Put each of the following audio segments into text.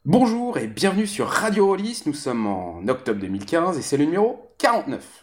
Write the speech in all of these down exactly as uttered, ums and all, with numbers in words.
Bonjour et bienvenue sur Radio Rollis, nous sommes en octobre deux mille quinze et c'est le numéro quarante-neuf.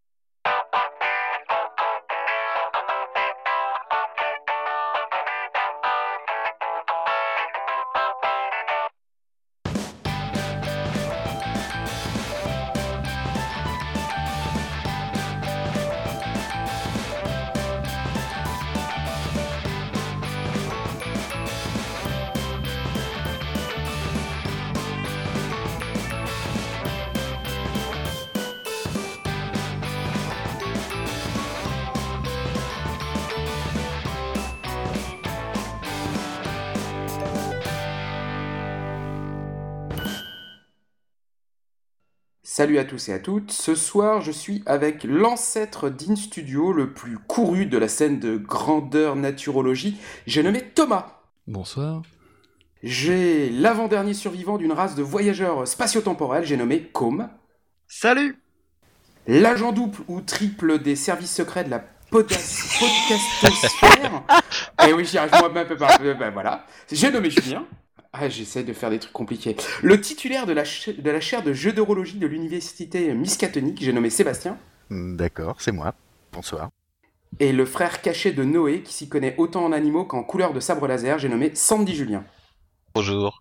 Salut à tous et à toutes, ce soir je suis avec l'ancêtre d'InStudio, le plus couru de la scène de grandeur naturologie, j'ai nommé Thomas. Bonsoir. J'ai l'avant-dernier survivant d'une race de voyageurs spatio-temporels, j'ai nommé Com. Salut. L'agent double ou triple des services secrets de la podas- podcastosphère. Et oui, j'y arrive moi-même un peu par... Ben voilà, j'ai nommé Julien. Ah, j'essaie de faire des trucs compliqués. Le titulaire de la, ch- de la chaire de jeu d'horologie de l'université Miskatonic, j'ai nommé Sébastien. D'accord, c'est moi. Bonsoir. Et le frère caché de Noé, qui s'y connaît autant en animaux qu'en couleur de sabre laser, j'ai nommé Sandy Julien. Bonjour.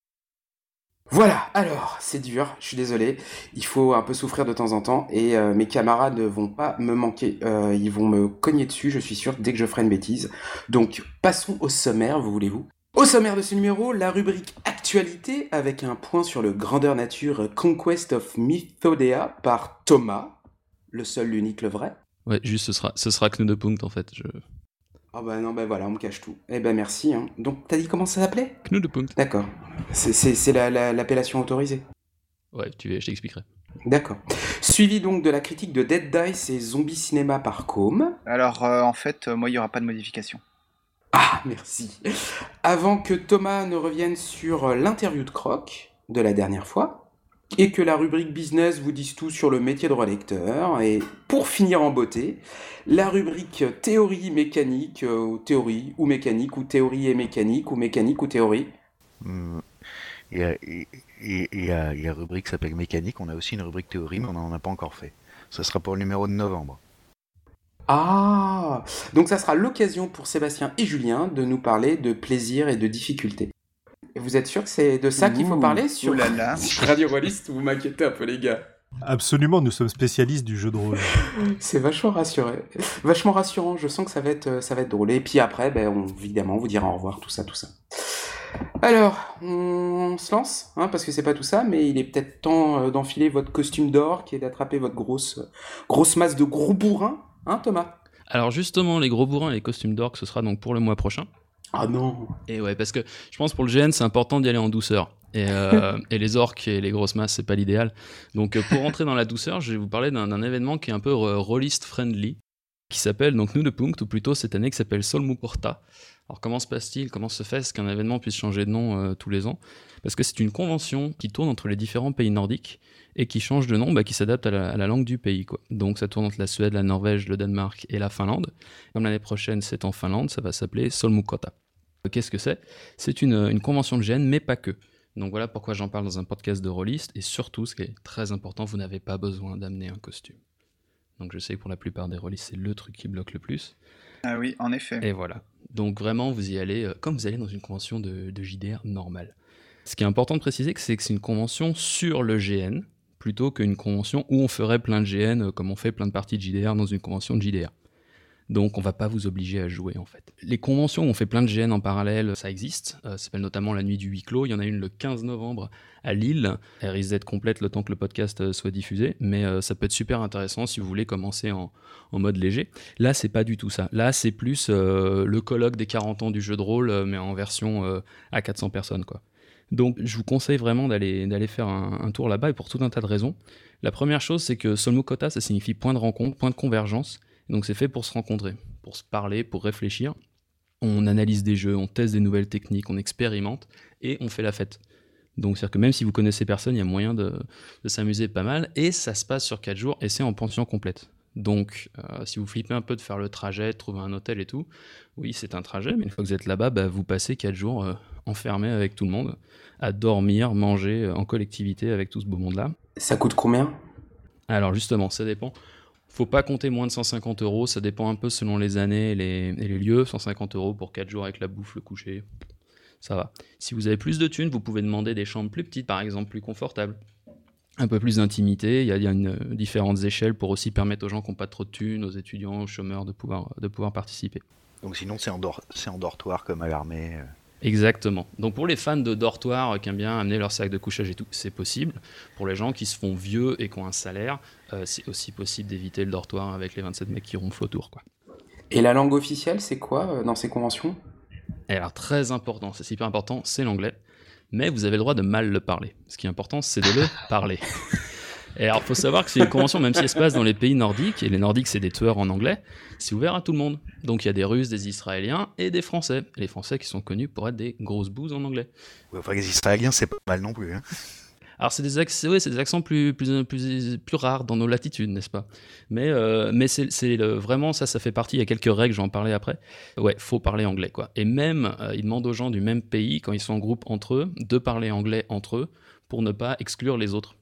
Voilà, alors, c'est dur, je suis désolé. Il faut un peu souffrir de temps en temps, et euh, mes camarades ne vont pas me manquer. Euh, ils vont me cogner dessus, je suis sûr, dès que je ferai une bêtise. Donc, passons au sommaire, vous voulez-vous ? Au sommaire de ce numéro, la rubrique Actualité avec un point sur le grandeur nature Conquest of Mythodea par Thomas, le seul, l'unique, le vrai. Ouais, juste ce sera, ce sera Knudepunkt en fait. Je... Ah bah non, bah voilà, on me cache tout. Eh ben merci. Hein. Donc t'as dit comment ça s'appelait ? Knudepunkt. D'accord. C'est, c'est, c'est la, la, l'appellation autorisée. Ouais, tu, je t'expliquerai. D'accord. Suivi donc de la critique de Dead Dice et Zombie Cinéma par Com. Alors, euh, en fait, euh, moi, il n'y aura pas de modification. Ah, merci. Avant que Thomas ne revienne sur l'interview de Croc de la dernière fois, et que la rubrique business vous dise tout sur le métier de relecteur, et pour finir en beauté, la rubrique théorie mécanique, ou théorie ou mécanique, ou théorie et mécanique, ou mécanique ou théorie. Hum, Il y a, il y a- il y a- il y a une rubrique qui s'appelle mécanique, on a aussi une rubrique théorie, mais on n'en a pas encore fait. Ce sera pour le numéro de novembre. Ah, donc ça sera l'occasion pour Sébastien et Julien de nous parler de plaisir et de difficulté. Et vous êtes sûr que c'est de ça qu'il faut Ouh, parler sur, oh là là. sur Radio Rollist? Vous m'inquiétez un peu les gars. Absolument, nous sommes spécialistes du jeu de rôle. C'est vachement rassuré, vachement rassurant. Je sens que ça va être, ça va être drôle. Et puis après, ben, on, évidemment, on vous dira au revoir, tout ça, tout ça. Alors, on se lance, hein, parce que c'est pas tout ça, mais il est peut-être temps euh, d'enfiler votre costume d'orque et d'attraper votre grosse, grosse masse de gros bourrins, hein, Thomas? Alors justement, les gros bourrins et les costumes d'orques, ce sera donc pour le mois prochain. Ah non. Et ouais, parce que je pense pour le G N, c'est important d'y aller en douceur. Et, euh, et les orques et les grosses masses, c'est pas l'idéal. Donc euh, pour rentrer dans la douceur, je vais vous parler d'un, d'un événement qui est un peu euh, rollist friendly, qui s'appelle donc Knudepunkt, ou plutôt cette année qui s'appelle Solmukorta. Alors comment se passe-t-il, comment se fait-ce qu'un événement puisse changer de nom euh, tous les ans ? Parce que c'est une convention qui tourne entre les différents pays nordiques et qui change de nom, bah, qui s'adapte à la, à la langue du pays, quoi. Donc ça tourne entre la Suède, la Norvège, le Danemark et la Finlande. Comme l'année prochaine c'est en Finlande, ça va s'appeler Solmukorta. Qu'est-ce que c'est ? C'est une, une convention de G N, mais pas que. Donc voilà pourquoi j'en parle dans un podcast de rollist, et surtout, ce qui est très important, vous n'avez pas besoin d'amener un costume. Donc je sais que pour la plupart des rollistes, c'est le truc qui bloque le plus. Ah oui, en effet. Et voilà. Donc vraiment, vous y allez euh, comme vous allez dans une convention de, de J D R normale. Ce qui est important de préciser, c'est que c'est une convention sur le G N, plutôt qu'une convention où on ferait plein de G N, euh, comme on fait plein de parties de J D R dans une convention de J D R. Donc on va pas vous obliger à jouer en fait. Les conventions où on fait plein de G N en parallèle, ça existe. Euh, ça s'appelle notamment la nuit du huis clos. Il y en a une le quinze novembre à Lille. Elle risque d'être complète le temps que le podcast euh, soit diffusé, mais euh, ça peut être super intéressant si vous voulez commencer en, en mode léger. Là, c'est pas du tout ça. Là, c'est plus euh, le colloque des quarante ans du jeu de rôle, euh, mais en version euh, à quatre cents personnes, quoi. Donc je vous conseille vraiment d'aller, d'aller faire un, un tour là-bas, et pour tout un tas de raisons. La première chose, c'est que Solmukorta, ça signifie point de rencontre, point de convergence. Donc c'est fait pour se rencontrer, pour se parler, pour réfléchir. On analyse des jeux, on teste des nouvelles techniques, on expérimente et on fait la fête. Donc c'est-à-dire que même si vous connaissez personne, il y a moyen de, de s'amuser pas mal. Et ça se passe sur quatre jours et c'est en pension complète. Donc euh, si vous flippez un peu de faire le trajet, de trouver un hôtel et tout, oui c'est un trajet, mais une fois que vous êtes là-bas, bah, vous passez quatre jours euh, enfermé avec tout le monde, à dormir, manger en collectivité avec tout ce beau monde-là. Ça coûte combien ? Alors justement, ça dépend. Faut pas compter moins de cent cinquante euros, ça dépend un peu selon les années et les, et les lieux. cent cinquante euros pour quatre jours avec la bouffe, le coucher, ça va. Si vous avez plus de thunes, vous pouvez demander des chambres plus petites, par exemple, plus confortables. Un peu plus d'intimité, il y a, il y a une, différentes échelles pour aussi permettre aux gens qui n'ont pas trop de thunes, aux étudiants, aux chômeurs de pouvoir, de pouvoir participer. Donc sinon, c'est en, dor- c'est en dortoir comme à l'armée. euh. Exactement. Donc pour les fans de dortoir qui aiment bien amener leur sac de couchage et tout, c'est possible. Pour les gens qui se font vieux et qui ont un salaire, euh, c'est aussi possible d'éviter le dortoir avec les vingt-sept mecs qui ronflent autour, quoi. Et la langue officielle, c'est quoi euh, dans ces conventions ? Et alors très important, c'est super important, c'est l'anglais. Mais vous avez le droit de mal le parler. Ce qui est important, c'est de le parler. Et alors, il faut savoir que c'est une convention, même si elle se passe dans les pays nordiques, et les nordiques, c'est des tueurs en anglais, c'est ouvert à tout le monde. Donc il y a des Russes, des Israéliens et des Français. Et les Français qui sont connus pour être des grosses bouses en anglais. Ouais, enfin, les Israéliens, c'est pas mal non plus. Hein. Alors c'est des, accents, ouais, c'est des accents plus, plus, plus, plus rares dans nos latitudes, n'est-ce pas ? Mais, euh, mais c'est, c'est le, vraiment, ça, ça fait partie, il y a quelques règles, je vais en parler après. Ouais, faut parler anglais, quoi. Et même, euh, ils demandent aux gens du même pays, quand ils sont en groupe entre eux, de parler anglais entre eux, pour ne pas exclure les autres.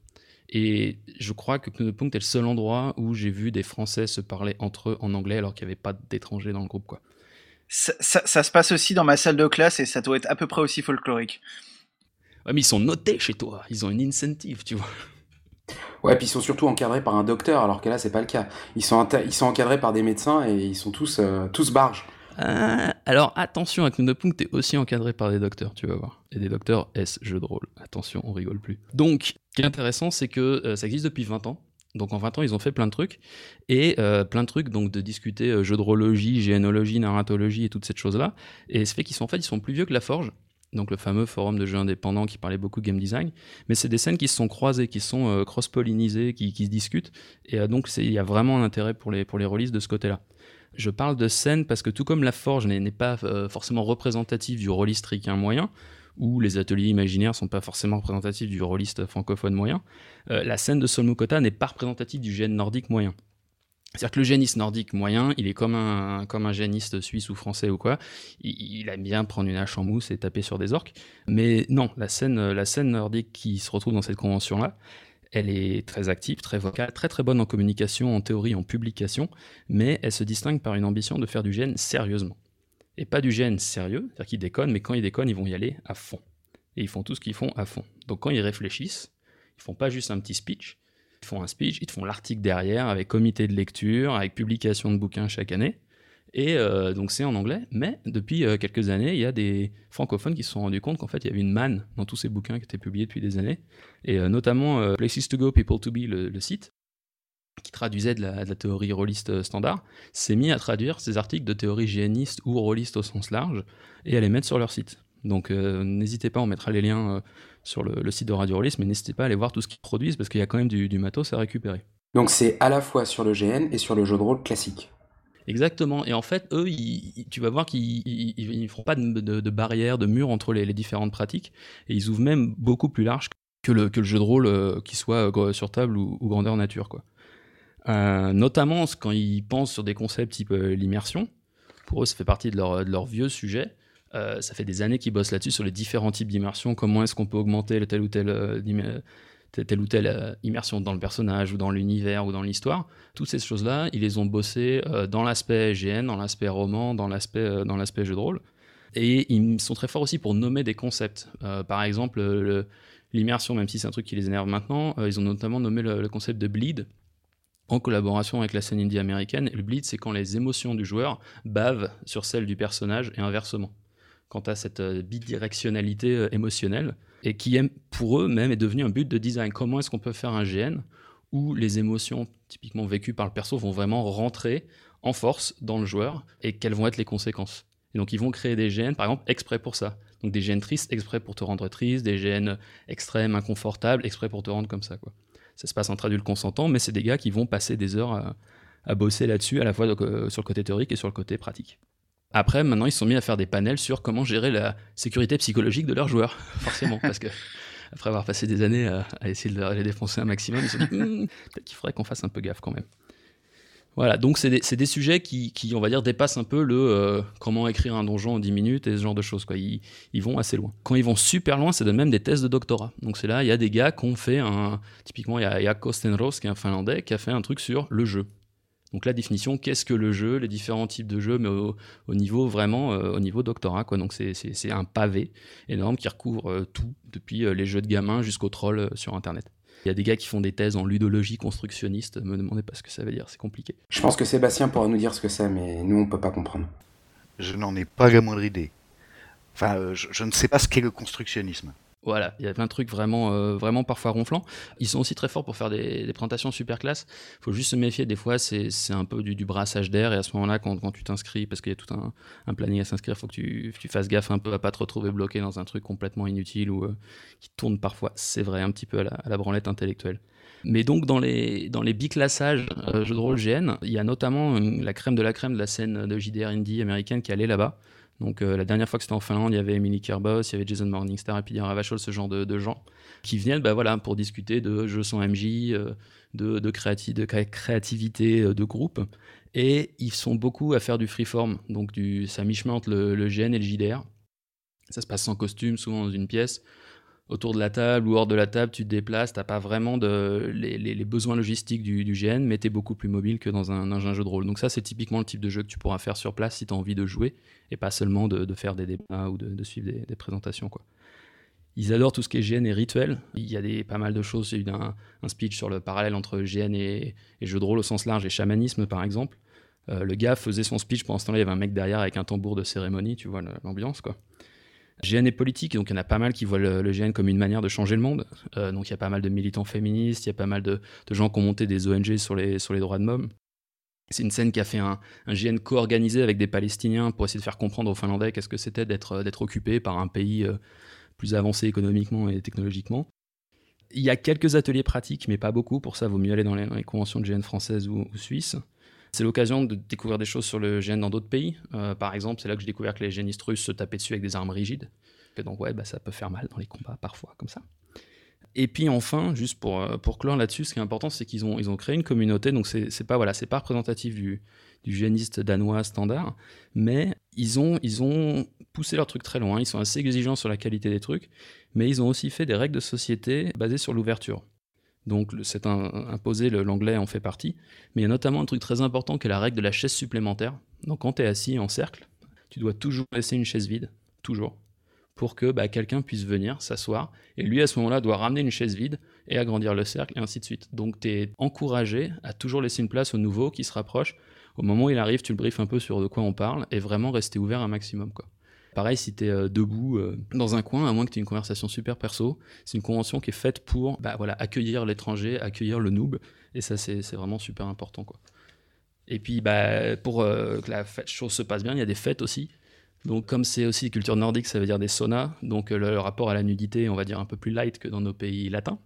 Et je crois que Knudepunkt est le seul endroit où j'ai vu des Français se parler entre eux en anglais, alors qu'il n'y avait pas d'étrangers dans le groupe, quoi. Ça, ça, ça se passe aussi dans ma salle de classe et ça doit être à peu près aussi folklorique. Ouais, mais ils sont notés chez toi, ils ont une incentive, tu vois. Ouais, puis ils sont surtout encadrés par un docteur, alors que là, c'est pas le cas. Ils sont, inter- ils sont encadrés par des médecins et ils sont tous, euh, tous barges. Euh, alors attention, à Knudepunkt, t'es aussi encadré par des docteurs, tu vas voir. Et des docteurs S, jeu de rôle. Attention, on rigole plus. Donc, ce qui est intéressant, c'est que euh, ça existe depuis vingt ans. Donc en vingt ans, ils ont fait plein de trucs. Et euh, plein de trucs, donc de discuter euh, jeu de rôlologie, généalogie, narratologie et toutes ces choses-là. Et ce fait qu'ils sont, en fait, ils sont plus vieux que la Forge. Donc le fameux forum de jeux indépendants qui parlait beaucoup de game design. Mais c'est des scènes qui se sont croisées, qui sont euh, cross-pollinisées, qui, qui se discutent. Et euh, donc il y a vraiment un intérêt pour les, pour les releases de ce côté-là. Je parle de scène parce que tout comme la Forge n'est, n'est pas euh, forcément représentative du rôliste ricain moyen, ou les ateliers imaginaires sont pas forcément représentatifs du rôliste francophone moyen, euh, la scène de Solmukota n'est pas représentative du gène nordique moyen. C'est-à-dire que le géniste nordique moyen, il est comme un, comme un géniste suisse ou français ou quoi, il, il aime bien prendre une hache en mousse et taper sur des orques, mais non, la scène, la scène nordique qui se retrouve dans cette convention-là, elle est très active, très vocale, très très bonne en communication, en théorie, en publication, mais elle se distingue par une ambition de faire du gène sérieusement. Et pas du gène sérieux, c'est-à-dire qu'ils déconnent, mais quand ils déconnent, ils vont y aller à fond. Et ils font tout ce qu'ils font à fond. Donc quand ils réfléchissent, ils font pas juste un petit speech, ils font un speech, ils te font l'article derrière, avec comité de lecture, avec publication de bouquins chaque année. Et euh, donc c'est en anglais, mais depuis euh, quelques années, il y a des francophones qui se sont rendus compte qu'en fait, il y avait une manne dans tous ces bouquins qui étaient publiés depuis des années, et euh, notamment euh, Places to Go, People to Be, le, le site, qui traduisait de la, de la théorie rôliste standard, s'est mis à traduire ces articles de théorie géniste ou rôliste au sens large, et à les mettre sur leur site. Donc euh, n'hésitez pas, on mettra les liens euh, sur le, le site de Radio Rôliste, mais n'hésitez pas à aller voir tout ce qu'ils produisent, parce qu'il y a quand même du, du matos à récupérer. Donc c'est à la fois sur le G N et sur le jeu de rôle classique. Exactement, et en fait, eux, ils, ils, tu vas voir qu'ils ne feront pas de, de, de barrière, de mur entre les, les différentes pratiques, et ils ouvrent même beaucoup plus large que le, que le jeu de rôle, euh, qu'il soit euh, sur table ou, ou grandeur nature, quoi. Euh, notamment quand ils pensent sur des concepts type euh, l'immersion, pour eux, ça fait partie de leur, de leur vieux sujet. Euh, ça fait des années qu'ils bossent là-dessus, sur les différents types d'immersion, comment est-ce qu'on peut augmenter telle ou telle... Euh, telle ou telle euh, immersion dans le personnage ou dans l'univers ou dans l'histoire. Toutes ces choses-là, ils les ont bossées euh, dans l'aspect G N, dans l'aspect roman, dans l'aspect, euh, dans l'aspect jeu de rôle. Et ils sont très forts aussi pour nommer des concepts. Euh, par exemple, le, l'immersion, même si c'est un truc qui les énerve maintenant, euh, ils ont notamment nommé le, le concept de bleed, en collaboration avec la scène indie américaine. Et le bleed, c'est quand les émotions du joueur bavent sur celles du personnage et inversement. Quant à cette euh, bidirectionnalité euh, émotionnelle, et qui, est, pour eux même, est devenu un but de design. Comment est-ce qu'on peut faire un G N où les émotions typiquement vécues par le perso vont vraiment rentrer en force dans le joueur, et quelles vont être les conséquences. Et donc ils vont créer des G N, par exemple, exprès pour ça. Donc des G N tristes, exprès pour te rendre triste, des G N extrêmes, inconfortables, exprès pour te rendre comme ça, quoi. Ça se passe entre adultes consentants, mais c'est des gars qui vont passer des heures à, à bosser là-dessus, à la fois donc, euh, sur le côté théorique et sur le côté pratique. Après, maintenant, ils se sont mis à faire des panels sur comment gérer la sécurité psychologique de leurs joueurs, forcément, parce que après avoir passé des années à, à essayer de les défoncer un maximum, ils se sont dit hm, peut-être qu'il faudrait qu'on fasse un peu gaffe quand même. Voilà, donc c'est des, c'est des sujets qui, qui, on va dire, dépassent un peu le euh, comment écrire un donjon en dix minutes et ce genre de choses, quoi. Ils, ils vont assez loin. Quand ils vont super loin, ça donne même des thèses de doctorat. Donc c'est là, il y a des gars qui ont fait un... Typiquement, il y a Jaakko Stenros, qui est un Finlandais, qui a fait un truc sur le jeu. Donc la définition, qu'est-ce que le jeu, les différents types de jeux, mais au, au niveau vraiment, euh, au niveau doctorat, quoi. Donc c'est, c'est, c'est un pavé énorme qui recouvre euh, tout, depuis euh, les jeux de gamins jusqu'aux trolls euh, sur Internet. Il y a des gars qui font des thèses en ludologie constructionniste, me demandez pas ce que ça veut dire, c'est compliqué. Je pense que Sébastien pourra nous dire ce que c'est, mais nous, on peut pas comprendre. Je n'en ai pas la moindre idée. Enfin, euh, je, je ne sais pas ce qu'est le constructionnisme. Voilà, il y a plein de trucs vraiment, euh, vraiment parfois ronflants. Ils sont aussi très forts pour faire des, des présentations super classe. Il faut juste se méfier, des fois c'est, c'est un peu du, du brassage d'air, et à ce moment-là, quand, quand tu t'inscris, parce qu'il y a tout un, un planning à s'inscrire, il faut que tu, tu fasses gaffe un peu à pas te retrouver bloqué dans un truc complètement inutile ou euh, qui tourne parfois, c'est vrai, un petit peu à la, à la branlette intellectuelle. Mais donc dans les, dans les biclassages euh, jeux de rôle G N, il y a notamment une, la crème de la crème de la scène de J D R indie américaine qui allait là-bas. Donc euh, la dernière fois que c'était en Finlande, il y avait Emily Kerbos, il y avait Jason Morningstar et puis Ravachol, ce genre de, de gens qui venaient bah, voilà, pour discuter de jeux sans M J, euh, de, de, créati- de créativité euh, de groupe. Et ils sont beaucoup à faire du freeform, donc du, ça mi-chemin entre le, le G N et le J D R. Ça se passe sans costume, souvent dans une pièce. Autour de la table ou hors de la table, tu te déplaces, tu n'as pas vraiment de, les, les, les besoins logistiques du, du G N, mais tu es beaucoup plus mobile que dans un, dans un jeu de rôle. Donc ça, c'est typiquement le type de jeu que tu pourras faire sur place si tu as envie de jouer, et pas seulement de, de faire des débats ou de, de suivre des, des présentations, quoi. Ils adorent tout ce qui est G N et rituel. Il y a des, pas mal de choses. Il y a eu un, un speech sur le parallèle entre G N et, et jeu de rôle au sens large et chamanisme, par exemple. Euh, le gars faisait son speech, pendant ce temps-là, il y avait un mec derrière avec un tambour de cérémonie, tu vois l'ambiance, quoi. G N est politique, donc il y en a pas mal qui voient le, le G N comme une manière de changer le monde. Euh, donc il y a pas mal de militants féministes, il y a pas mal de, de gens qui ont monté des O N G sur les, sur les droits de l'homme. C'est une scène qui a fait un, un G N co-organisé avec des Palestiniens pour essayer de faire comprendre aux Finlandais qu'est-ce que c'était d'être, d'être occupé par un pays euh, plus avancé économiquement et technologiquement. Il y a quelques ateliers pratiques, mais pas beaucoup. Pour ça, il vaut mieux aller dans les, dans les conventions de G N françaises ou, ou suisses. C'est l'occasion de découvrir des choses sur le G N dans d'autres pays. Euh, par exemple, c'est là que j'ai découvert que les génistes russes se tapaient dessus avec des armes rigides. Et donc ouais, bah, ça peut faire mal dans les combats parfois, comme ça. Et puis enfin, juste pour, euh, pour clore là-dessus, ce qui est important, c'est qu'ils ont, ils ont créé une communauté. Donc c'est, c'est pas, voilà, c'est pas représentatif du, du géniste danois standard, mais ils ont, ils ont poussé leur truc très loin. Ils sont assez exigeants sur la qualité des trucs, mais ils ont aussi fait des règles de société basées sur l'ouverture. Donc c'est un, imposé, le, l'anglais en fait partie, mais il y a notamment un truc très important qui est la règle de la chaise supplémentaire. Donc quand tu es assis en cercle, tu dois toujours laisser une chaise vide, toujours, pour que bah, quelqu'un puisse venir s'asseoir, et lui à ce moment-là doit ramener une chaise vide et agrandir le cercle, et ainsi de suite. Donc tu es encouragé à toujours laisser une place au nouveau qui se rapproche. Au moment où il arrive, tu le briefes un peu sur de quoi on parle, et vraiment rester ouvert un maximum, quoi. Pareil, si t'es euh, debout euh, dans un coin, à moins que tu aies une conversation super perso, c'est une convention qui est faite pour bah, voilà, accueillir l'étranger, accueillir le noob, et ça, c'est, c'est vraiment super important, quoi. Et puis, bah, pour euh, que la fête, chose se passe bien, il y a des fêtes aussi. Donc, comme c'est aussi culture nordique, ça veut dire des saunas, donc euh, le, le rapport à la nudité, on va dire un peu plus light que dans nos pays latins.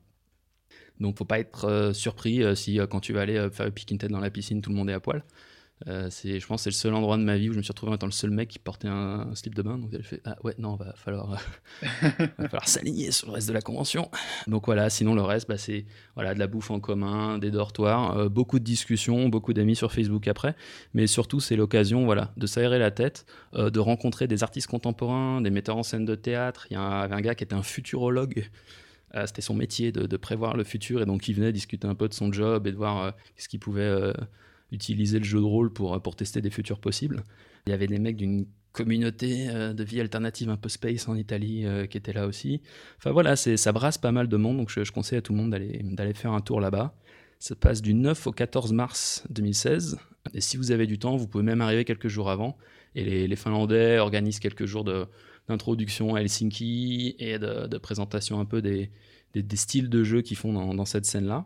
Donc, faut pas être euh, surpris euh, si euh, quand tu vas aller euh, faire le pick and tête dans la piscine, tout le monde est à poil. Euh, c'est, je pense que c'est le seul endroit de ma vie où je me suis retrouvé en étant le seul mec qui portait un, un slip de bain. Donc j'ai fait ah ouais non va falloir euh, va falloir s'aligner sur le reste de la convention. Donc voilà, sinon le reste bah, c'est voilà de la bouffe en commun, des dortoirs, euh, beaucoup de discussions, beaucoup d'amis sur Facebook après, mais surtout c'est l'occasion voilà de s'aérer la tête, euh, de rencontrer des artistes contemporains, des metteurs en scène de théâtre. Il y avait un gars qui était un futurologue. Euh, c'était son métier de, de prévoir le futur, et donc il venait discuter un peu de son job et de voir euh, ce qu'il pouvait euh, utiliser le jeu de rôle pour, pour tester des futurs possibles. Il y avait des mecs d'une communauté euh, de vie alternative un peu space en Italie euh, qui étaient là aussi. Enfin voilà, c'est, ça brasse pas mal de monde, donc je, je conseille à tout le monde d'aller, d'aller faire un tour là-bas. Ça passe du neuf au quatorze mars deux mille seize, et si vous avez du temps, vous pouvez même arriver quelques jours avant, et les, les Finlandais organisent quelques jours de, d'introduction à Helsinki et de, de présentation un peu des, des, des styles de jeu qu'ils font dans, dans cette scène-là.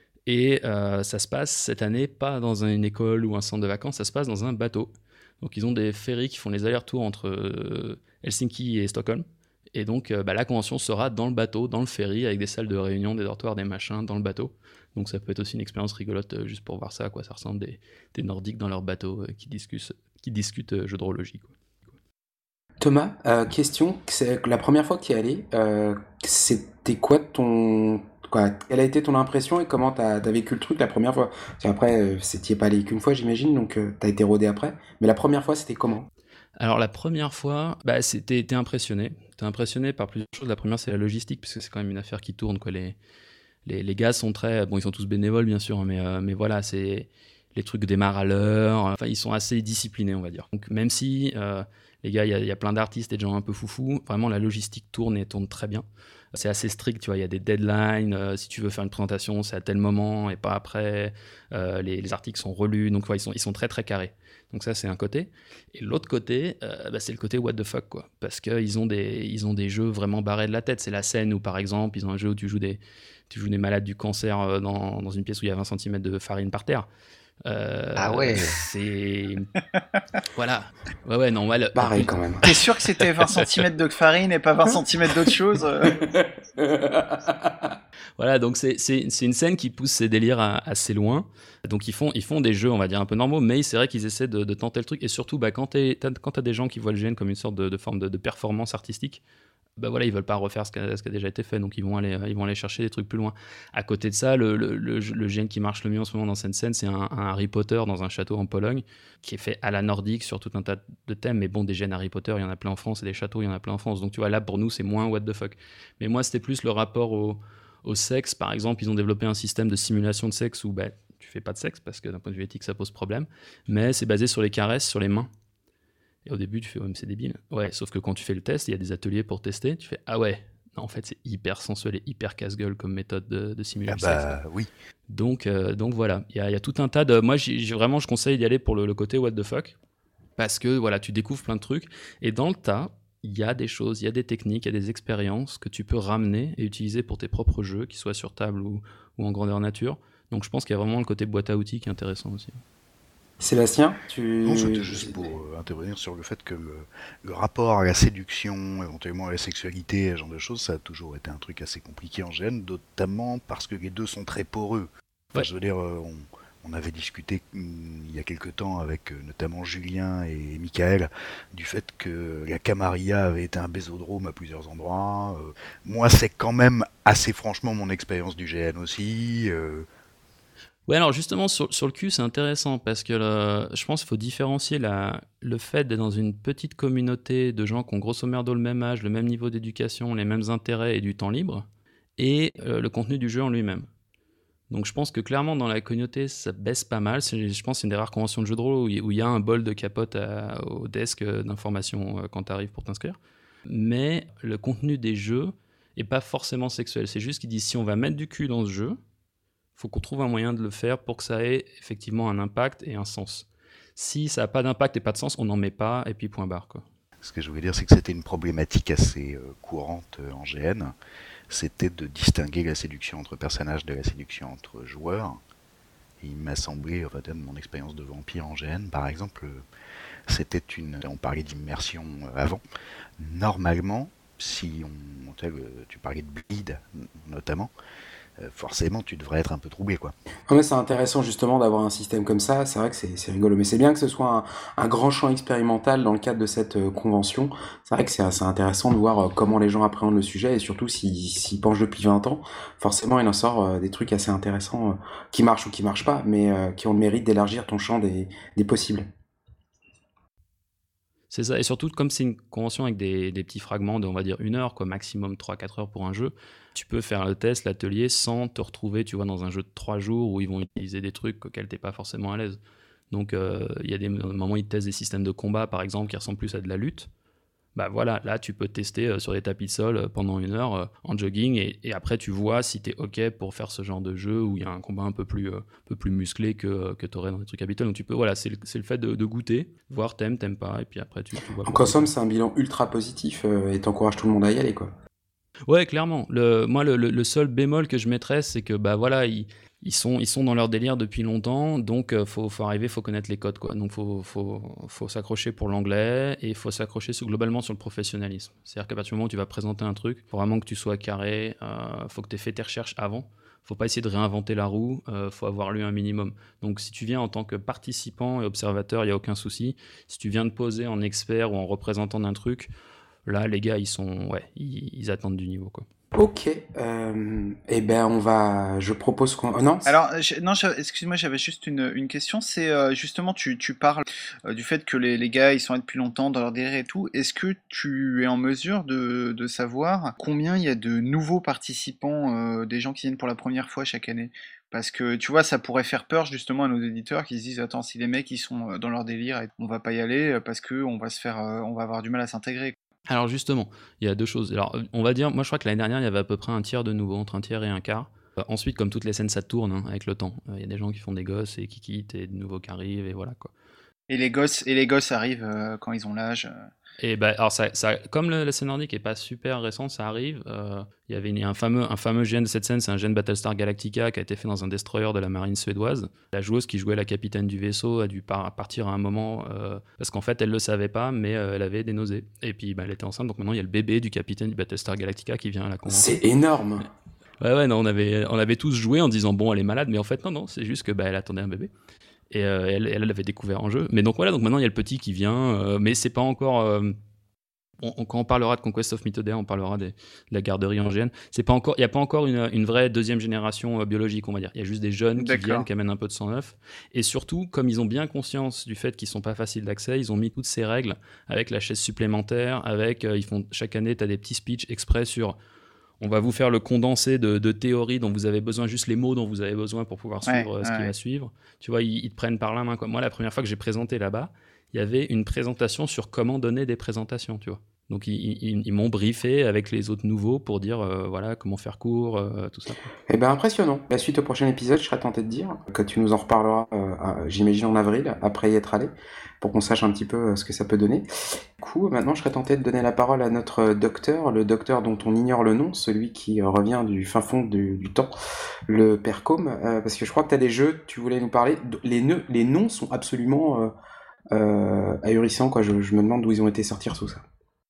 Et euh, ça se passe cette année pas dans une école ou un centre de vacances, ça se passe dans un bateau. Donc ils ont des ferries qui font les allers-retours entre euh, Helsinki et Stockholm. Et donc euh, bah, la convention sera dans le bateau, dans le ferry, avec des salles de réunion, des dortoirs, des machins dans le bateau. Donc ça peut être aussi une expérience rigolote euh, juste pour voir ça, à quoi ça ressemble, des, des Nordiques dans leur bateau euh, qui discutent, qui discutent euh, jeux de rôlegie, quoi. Thomas, euh, question, c'est la première fois que tu y es allé, euh, c'était quoi ton, quoi, quelle a été ton impression et comment t'as as vécu le truc la première fois? Parce qu'après, euh, c'est- t'y es pas allé qu'une fois, j'imagine, donc euh, t'as été rodé après. Mais la première fois, c'était comment? Alors la première fois, bah, c'était, t'es impressionné. T'es impressionné par plusieurs choses. La première, c'est la logistique, parce que c'est quand même une affaire qui tourne, quoi. Les, les, les gars sont très... Bon, ils sont tous bénévoles, bien sûr, mais, euh, mais voilà, c'est... Les trucs démarrent à l'heure. Enfin, ils sont assez disciplinés, on va dire. Donc même si, euh, les gars, il y, a- il y a plein d'artistes et de gens un peu foufous, vraiment, la logistique tourne et tourne très bien. C'est assez strict, tu vois, il y a des deadlines. Euh, si tu veux faire une présentation, c'est à tel moment et pas après. Euh, les, les articles sont relus, donc ouais, ils, sont, ils sont très très carrés. Donc ça, c'est un côté. Et l'autre côté, euh, bah, c'est le côté what the fuck, quoi. Parce qu'ils ont, des- ils ont des jeux vraiment barrés de la tête. C'est la scène où, par exemple, ils ont un jeu où tu joues des, tu joues des malades du cancer euh, dans, dans une pièce où il y a vingt centimètres de farine par terre. Euh, Ah ouais. C'est... Voilà. Ouais, ouais, non, ouais, le- en Pareil plus- quand même. T'es sûr que c'était vingt centimètres de farine et pas vingt centimètres d'autre chose euh Voilà, donc c'est, c'est, c'est une scène qui pousse ses délires à- assez loin. Donc ils font, ils font des jeux, on va dire, un peu normaux, mais c'est vrai qu'ils essaient de, de tenter le truc. Et surtout, bah, quand tu as des gens qui voient le G N comme une sorte de, de forme de, de performance artistique, bah voilà, ils veulent pas refaire ce qui, a, ce qui a déjà été fait, donc ils vont aller, ils vont aller chercher des trucs plus loin. À côté de ça, le, le, le, le G N qui marche le mieux en ce moment dans cette scène, c'est un, un Harry Potter dans un château en Pologne, qui est fait à la nordique sur tout un tas de thèmes. Mais bon, des G N Harry Potter, il y en a plein en France, et des châteaux, il y en a plein en France. Donc tu vois, là, pour nous, c'est moins what the fuck. Mais moi, c'était plus le rapport au, au sexe. Par exemple, ils ont développé un système de simulation de sexe où bah, tu fais pas de sexe, parce que d'un point de vue éthique, ça pose problème. Mais c'est basé sur les caresses, sur les mains. Et au début, tu fais, ouais, mais c'est débile. Ouais, sauf que quand tu fais le test, il y a des ateliers pour tester. Tu fais, ah ouais, non, en fait, c'est hyper sensuel et hyper casse-gueule comme méthode de, de Ah simulation. sexe, bah quoi. oui. Donc, euh, donc voilà, il y, a- il y a tout un tas de. Moi, j'ai, j'ai vraiment, je conseille d'y aller pour le, le côté what the fuck. Parce que voilà, tu découvres plein de trucs. Et dans le tas, il y a des choses, il y a des techniques, il y a des expériences que tu peux ramener et utiliser pour tes propres jeux, qu'ils soient sur table ou, ou en grandeur nature. Donc je pense qu'il y a vraiment le côté boîte à outils qui est intéressant aussi. Sébastien, Non, c'était tu... juste pour euh, intervenir sur le fait que le, le rapport à la séduction, éventuellement à la sexualité, ce genre de choses, ça a toujours été un truc assez compliqué en G N, notamment parce que les deux sont très poreux. Enfin, Ouais. je veux dire, euh, on, on avait discuté hum, il y a quelque temps avec euh, notamment Julien et Michael du fait que la Camarilla avait été un bésodrome à plusieurs endroits. Euh, moi, c'est quand même assez franchement mon expérience du G N aussi. euh, Ouais, alors justement, sur, sur le cul, c'est intéressant parce que le- je pense qu'il faut différencier la, le fait d'être dans une petite communauté de gens qui ont grosso merdo le même âge, le même niveau d'éducation, les mêmes intérêts et du temps libre, et euh, le contenu du jeu en lui-même. Donc je pense que clairement, dans la communauté, ça baisse pas mal. C'est- je pense que c'est une des rares conventions de jeux de rôle où il où il y a un bol de capote à- au desk euh, d'informations euh, quand tu arrives pour t'inscrire. Mais le contenu des jeux est pas forcément sexuel. C'est juste qu'ils disent si on va mettre du cul dans ce jeu, faut qu'on trouve un moyen de le faire pour que ça ait effectivement un impact et un sens. Si ça n'a pas d'impact et pas de sens, on n'en met pas, et puis point barre, quoi. Ce que je voulais dire, c'est que c'était une problématique assez euh, courante euh, en G N. C'était de distinguer la séduction entre personnages de la séduction entre joueurs. Et il m'a semblé, enfin, de mon expérience de vampire en G N, par exemple, euh, c'était une. On parlait d'immersion euh, avant. Normalement, si on. Tu sais, le- tu parlais de bleed, notamment, euh, forcément, tu devrais être un peu troublé, quoi. Ouais, mais c'est intéressant justement d'avoir un système comme ça, c'est vrai que c'est c'est rigolo, mais c'est bien que ce soit un, un grand champ expérimental dans le cadre de cette euh, convention. C'est vrai que c'est assez intéressant de voir euh, comment les gens appréhendent le sujet et surtout s'ils s'ils penchent depuis vingt ans, forcément il en sort euh, des trucs assez intéressants euh, qui marchent ou qui marchent pas, mais euh, qui ont le mérite d'élargir ton champ des, des possibles. C'est ça, et surtout, comme c'est une convention avec des, des petits fragments de, on va dire, une heure, quoi, maximum trois quatre heures pour un jeu, tu peux faire le test, l'atelier, sans te retrouver, tu vois, dans un jeu de trois jours où ils vont utiliser des trucs auxquels t'es pas forcément à l'aise. Donc, euh, il y a des moments où ils testent des systèmes de combat, par exemple, qui ressemblent plus à de la lutte. Bah voilà, là tu peux tester euh, sur des tapis de sol euh, pendant une heure euh, en jogging et, et après tu vois si t'es ok pour faire ce genre de jeu où il y a un combat un peu plus, euh, un peu plus musclé que, euh, que t'aurais dans des trucs habituels. Donc tu peux, voilà, c'est le, c'est le fait de, de goûter, voir t'aimes, t'aimes pas, et puis après tu, tu vois. Donc pour en toi. somme, c'est un bilan ultra positif euh, et t'encourages tout le monde à y aller, quoi. Ouais, clairement. Le, moi, le, le- le seul bémol que je mettrais, c'est que bah voilà, ils, ils sont, ils sont dans leur délire depuis longtemps, donc euh, faut, faut arriver, faut connaître les codes, quoi. Donc faut, faut, faut s'accrocher pour l'anglais et il faut s'accrocher sur- globalement sur le professionnalisme. C'est-à-dire qu'à partir du moment où tu vas présenter un truc, faut vraiment que tu sois carré, euh, faut que tu aies fait tes recherches avant. Faut pas essayer de réinventer la roue, euh, faut avoir lu un minimum. Donc si tu viens en tant que participant et observateur, il y a aucun souci. Si tu viens de poser en expert ou en représentant d'un truc, là les gars ils sont, ouais, ils, ils attendent du niveau, quoi. Ok, euh, eh ben on va, je propose qu'on... oh, non, Alors, j'ai- non, je- excuse-moi, j'avais juste une, une question. C'est euh, justement, tu, tu parles euh, du fait que les, les gars, ils sont là depuis longtemps dans leur délire et tout. Est-ce que tu es en mesure de, de savoir combien il y a de nouveaux participants, euh, des gens qui viennent pour la première fois chaque année? Parce que tu vois, ça pourrait faire peur justement à nos éditeurs qui se disent, attends, si les mecs ils sont euh, dans leur délire, et on va pas y aller euh, parce que on va se faire, euh, on va avoir du mal à s'intégrer. Alors justement, il y a deux choses. Alors on va dire, moi je crois que l'année dernière il y avait à peu près un tiers de nouveaux, entre un tiers et un quart. Euh, ensuite, comme toutes les scènes, ça tourne hein, avec le temps. Euh, Il y a des gens qui font des gosses et qui quittent et de nouveaux qui arrivent et voilà quoi. Et les gosses, et les gosses arrivent euh, quand ils ont l'âge. euh. Et bah, alors ça, ça, comme le- la scène nordique est pas super récente, ça arrive. euh, Il y avait une- un fameux, un fameux G N de cette scène, c'est un G N Battlestar Galactica qui a été fait dans un destroyer de la marine suédoise. La joueuse qui jouait la capitaine du vaisseau a dû par- partir à un moment euh, parce qu'en fait elle le savait pas, mais euh, elle avait des nausées. Et puis bah, elle était enceinte, donc maintenant il y a le bébé du capitaine du Battlestar Galactica qui vient à la convention. c'est énorme. Ouais, ouais, non, on avait, on avait tous joué en disant bon, elle est malade, mais en fait non, non, c'est juste que bah, elle attendait un bébé. Et euh, elle, elle l'avait découvert en jeu. Mais donc voilà, donc maintenant il y a le petit qui vient, euh, mais c'est pas encore. euh, on- on- quand on parlera de Conquest of Mythodea, on parlera des- de la garderie en G N. C'est pas encore, il n'y a pas encore une, une vraie deuxième génération euh, biologique, on va dire. Il y a juste des jeunes qui viennent, D'accord. qui amènent un peu de sang neuf. Et surtout, comme ils ont bien conscience du fait qu'ils sont pas faciles d'accès, ils ont mis toutes ces règles avec la chaise supplémentaire, avec, euh, ils font chaque année, tu as des petits speeches exprès sur. On va vous faire le condensé de, de théories dont vous avez besoin, juste les mots dont vous avez besoin pour pouvoir Ouais, suivre euh, ce qui ouais. va suivre. Tu vois, ils, ils te prennent par la main, quoi. Moi, la première fois que j'ai présenté là-bas, il y avait une présentation sur comment donner des présentations, tu vois. Donc, ils, ils- ils m'ont briefé avec les autres nouveaux pour dire, euh, voilà, comment faire court, euh, tout ça. Eh ben impressionnant. La suite au prochain épisode, je serais tenté de dire que tu nous en reparleras, euh, à- j'imagine en avril, après y être allé, pour qu'on sache un petit peu euh, ce que ça peut donner. Du coup, maintenant, je serais tenté de donner la parole à notre euh, docteur, le docteur dont on ignore le nom, celui qui euh, revient du fin fond du, du temps, le père Combe, euh, parce que je crois que tu as des jeux, tu voulais nous parler. Les, nœuds- les noms sont absolument euh, euh, ahurissants, quoi. Je, je me demande d'où ils ont été sortis tout ça.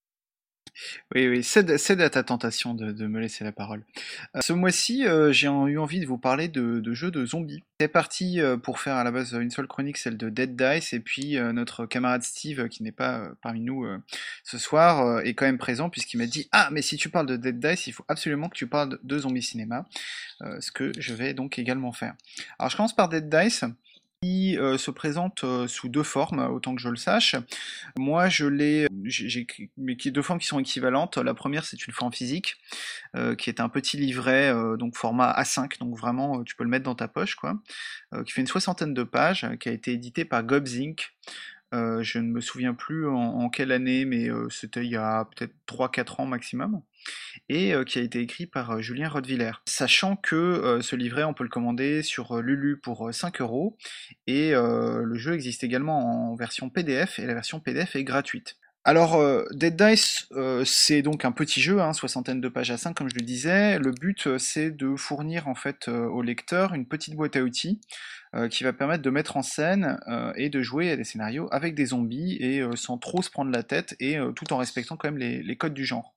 Oui, oui, cède, cède à ta tentation de, de me laisser la parole. Euh, ce mois-ci, euh, j'ai en- eu envie de vous parler de, de jeux de zombies. C'est parti euh, pour faire à la base une seule chronique, celle de Dead Dice, et puis euh, notre camarade Steve, euh, qui n'est pas euh, parmi nous euh, ce soir, euh, est quand même présent puisqu'il m'a dit «Ah, mais si tu parles de Dead Dice, il faut absolument que tu parles de, de Zombie Cinéma», euh, ce que je vais donc également faire. Alors je commence par Dead Dice, qui euh, se présente euh, sous deux formes, autant que je le sache. Moi, je l'ai, j'ai, j'ai- mais qui deux formes qui sont équivalentes. La première, c'est une forme physique, euh, qui est un petit livret, euh, donc format A cinq, donc vraiment, euh, tu peux le mettre dans ta poche, quoi, euh, qui fait une soixantaine de pages, euh, qui a été édité par Gobs Inc. Euh, je ne me souviens plus en, en quelle année, mais euh, c'était il y a peut-être trois quatre ans maximum, et euh, qui a été écrit par euh, Julien Rottweiler. Sachant que euh, ce livret, on peut le commander sur euh, Lulu pour euh, cinq euros, et euh, le jeu existe également en version P D F, et la version P D F est gratuite. Alors, euh, Dead Dice, euh, c'est donc un petit jeu, hein, soixantaine de pages à cinq, comme je le disais. Le but, euh, c'est de fournir en fait euh, au lecteur une petite boîte à outils euh, qui va permettre de mettre en scène euh, et de jouer à des scénarios avec des zombies et euh, sans trop se prendre la tête et euh, tout en respectant quand même les, les codes du genre.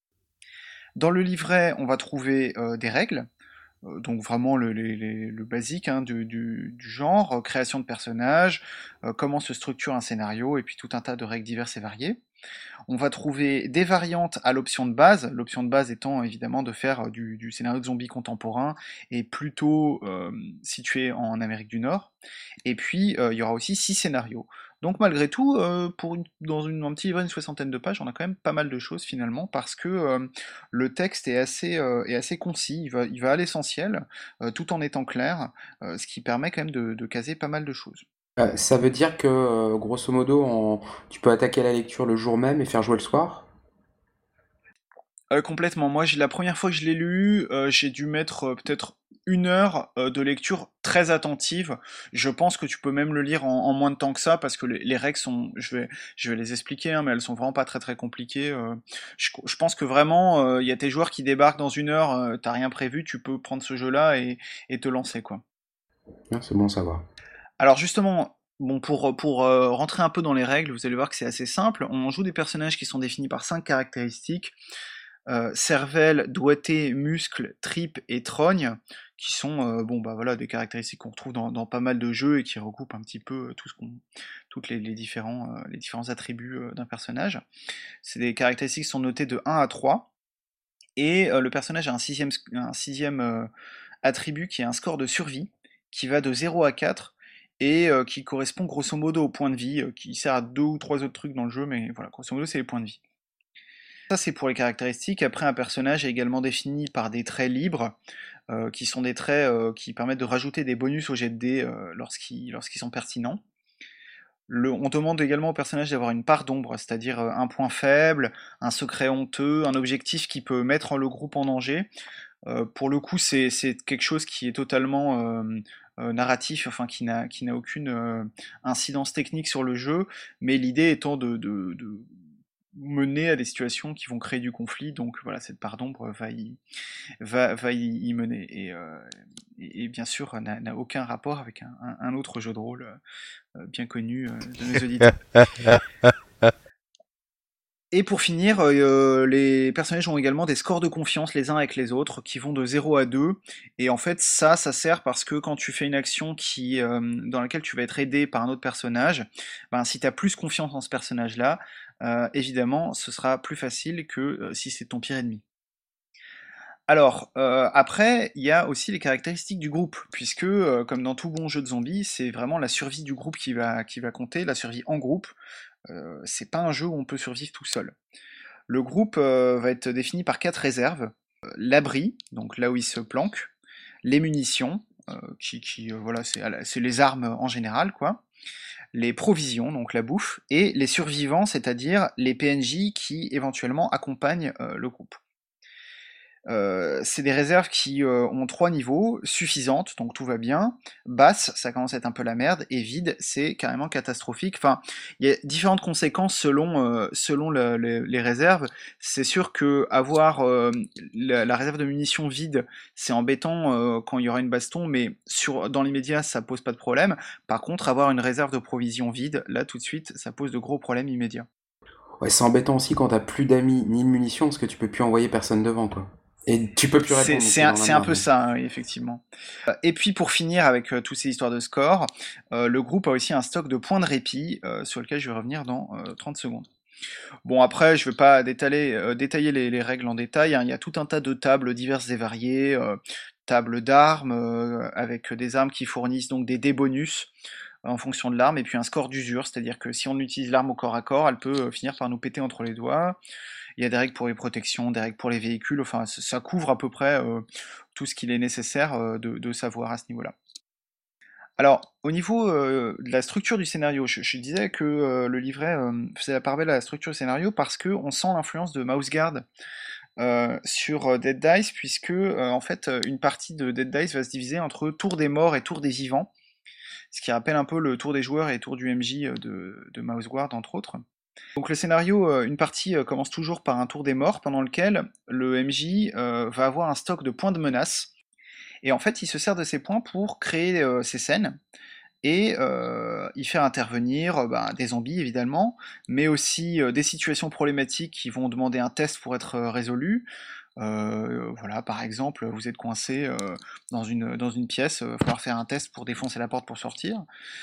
Dans le livret, on va trouver euh, des règles, euh, donc vraiment le, les- les- le basique hein, du, du- du genre, euh, création de personnages, euh, comment se structure un scénario, et puis tout un tas de règles diverses et variées. On va trouver des variantes à l'option de base, l'option de base étant évidemment de faire du, du scénario de zombie contemporain et plutôt euh, situé en Amérique du Nord. Et puis euh, il y aura aussi six scénarios. Donc malgré tout, euh, pour une- dans une, un petit livret d'une soixantaine de pages, on a quand même pas mal de choses finalement parce que euh, le texte est assez, euh, est assez concis, il va, il va à l'essentiel, euh, tout en étant clair, euh, ce qui permet quand même de, de caser pas mal de choses. Euh, ça veut dire que, euh, grosso modo, on- tu peux attaquer la lecture le jour même et faire jouer le soir? Euh, complètement. Moi, j'ai la première fois que je l'ai lu, euh, j'ai dû mettre euh, peut-être une heure euh, de lecture très attentive. Je pense que tu peux même le lire en, en moins de temps que ça parce que les, les règles sont, je vais, je vais les expliquer, hein, mais elles sont vraiment pas très très compliquées. euh. je, je pense que vraiment, euh, il y a tes joueurs qui débarquent dans une heure, euh, t'as rien prévu, tu peux prendre ce jeu-là et, et te lancer, quoi. Ah, c'est bon à savoir. Alors justement, bon, pour, pour euh, rentrer un peu dans les règles, vous allez voir que c'est assez simple. On joue des personnages qui sont définis par cinq caractéristiques. Euh, cervelle, doigté, muscle, tripes et trogne, qui sont euh, bon bah voilà des caractéristiques qu'on retrouve dans, dans pas mal de jeux et qui recoupent un petit peu euh, tout ce qu'on, toutes les, les différents, euh, les différents attributs euh, d'un personnage. C'est des caractéristiques qui sont notées de un à trois. et euh, le personnage a un sixième, un sixième euh, attribut qui est un score de survie, qui va de zéro à quatre, et euh, qui correspond grosso modo au point de vie, euh, qui sert à deux ou trois autres trucs dans le jeu, mais voilà, grosso modo c'est les points de vie. Ça c'est pour les caractéristiques. Après, un personnage est également défini par des traits libres, euh, qui sont des traits euh, qui permettent de rajouter des bonus au jet de dés euh, lorsqu'ils lorsqu'ils sont pertinents. Le, on demande également au personnage d'avoir une part d'ombre, c'est-à-dire euh, un point faible, un secret honteux, un objectif qui peut mettre le groupe en danger. Euh, pour le coup, c'est c'est quelque chose qui est totalement euh, euh, narratif, enfin qui n'a qui n'a aucune euh, incidence technique sur le jeu, mais l'idée étant de, de, de mener à des situations qui vont créer du conflit, donc voilà, cette part d'ombre va y, va, va y, y mener, et, euh, et, et bien sûr n'a n'a aucun rapport avec un, un, un autre jeu de rôle euh, bien connu euh, de nos auditeurs. Et pour finir, euh, les personnages ont également des scores de confiance les uns avec les autres qui vont de zéro à deux. Et en fait, ça, ça sert parce que quand tu fais une action qui, euh, dans laquelle tu vas être aidé par un autre personnage, ben, si tu as plus confiance en ce personnage-là, euh, évidemment, ce sera plus facile que euh, si c'est ton pire ennemi. Alors, euh, après, il y a aussi les caractéristiques du groupe, puisque, euh, comme dans tout bon jeu de zombies, c'est vraiment la survie du groupe qui va, qui va compter, la survie en groupe. Euh, c'est pas un jeu où on peut survivre tout seul. Le groupe euh, va être défini par quatre réserves. Euh, L'abri, donc là où il se planque, les munitions, euh, qui, qui euh, voilà, c'est c'est les armes en général, quoi. Les provisions, donc la bouffe, et les survivants, c'est-à-dire les P N J qui éventuellement accompagnent euh, le groupe. Euh, c'est des réserves qui euh, ont trois niveaux, suffisantes, donc tout va bien, basse, ça commence à être un peu la merde, et vide, c'est carrément catastrophique. Enfin, il y a différentes conséquences selon, euh, selon le, le, les réserves. C'est sûr que avoir euh, la, la réserve de munitions vide, c'est embêtant euh, quand il y aura une baston, mais sur, dans l'immédiat, ça pose pas de problème. Par contre, avoir une réserve de provisions vide, là tout de suite, ça pose de gros problèmes immédiats. Ouais, c'est embêtant aussi quand t'as plus d'amis ni de munitions parce que tu peux plus envoyer personne devant, quoi. Et tu peux plus C'est répondre, donc c'est t'es un, dans la c'est un merde. peu Donc. ça, hein, oui, effectivement. Euh, Et puis pour finir avec euh, toutes ces histoires de score, euh, le groupe a aussi un stock de points de répit euh, sur lequel je vais revenir dans euh, trente secondes. Bon, après, je ne vais pas détailler, euh, détailler les, les règles en détail, hein. Il y a tout un tas de tables diverses et variées, euh, tables d'armes euh, avec des armes qui fournissent donc des dés bonus en fonction de l'arme, et puis un score d'usure, c'est-à-dire que si on utilise l'arme au corps à corps, elle peut euh, finir par nous péter entre les doigts. Il y a des règles pour les protections, des règles pour les véhicules, enfin ça ça couvre à peu près euh, tout ce qu'il est nécessaire euh, de, de savoir à ce niveau-là. Alors, au niveau euh, de la structure du scénario, je, je disais que euh, le livret euh, faisait la part belle à la structure du scénario parce qu'on sent l'influence de Mouseguard euh, sur euh, Dead Dice, puisque euh, en fait euh, une partie de Dead Dice va se diviser entre tour des morts et tour des vivants, ce qui rappelle un peu le tour des joueurs et tour du M J euh, de, de Mouseguard entre autres. Donc le scénario, euh, une partie euh, commence toujours par un tour des morts pendant lequel le M J euh, va avoir un stock de points de menace. Et en fait, il se sert de ces points pour créer euh, ces scènes et euh, y faire intervenir euh, bah, des zombies évidemment, mais aussi euh, des situations problématiques qui vont demander un test pour être euh, résolues. Euh, voilà, par exemple, vous êtes coincé euh, dans, une, dans une pièce, il va falloir faire un test pour défoncer la porte pour sortir.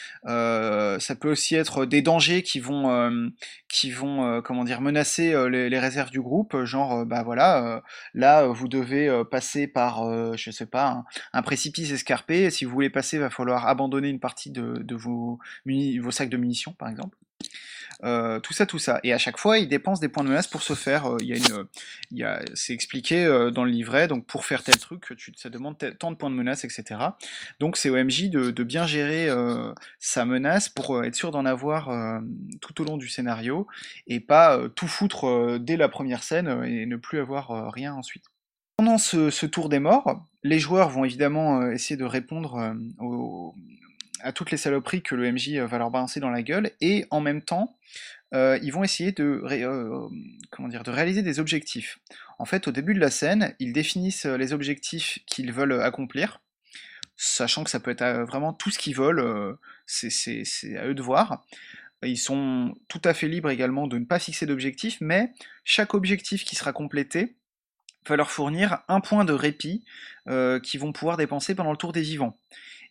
Euh, ça peut aussi être des dangers qui vont, euh, qui vont euh, comment dire, menacer euh, les, les réserves du groupe, genre, euh, bah voilà, euh, là, vous devez euh, passer par, euh, je sais pas, un, un précipice escarpé, et si vous voulez passer, il va falloir abandonner une partie de, de vos, muni- vos sacs de munitions, par exemple. Euh, tout ça, tout ça. Et à chaque fois, ils dépensent des points de menace pour se faire. Euh, Il y a une, il y a, c'est expliqué euh, dans le livret. Donc pour faire tel truc, tu, ça demande tel- tant de points de menace, et cetera. Donc c'est au M J de, de bien gérer euh, sa menace pour euh, être sûr d'en avoir euh, tout au long du scénario et pas euh, tout foutre euh, dès la première scène euh, et ne plus avoir euh, rien ensuite. Pendant ce, ce tour des morts, les joueurs vont évidemment euh, essayer de répondre euh, aux, à toutes les saloperies que le M J va leur balancer dans la gueule, et en même temps, euh, ils vont essayer de, ré, euh, comment dire, de réaliser des objectifs. En fait, au début de la scène, ils définissent les objectifs qu'ils veulent accomplir, sachant que ça peut être euh, vraiment tout ce qu'ils veulent, euh, c'est, c'est, c'est à eux de voir. Ils sont tout à fait libres également de ne pas fixer d'objectif, mais chaque objectif qui sera complété va leur fournir un point de répit euh, qu'ils vont pouvoir dépenser pendant le tour des vivants.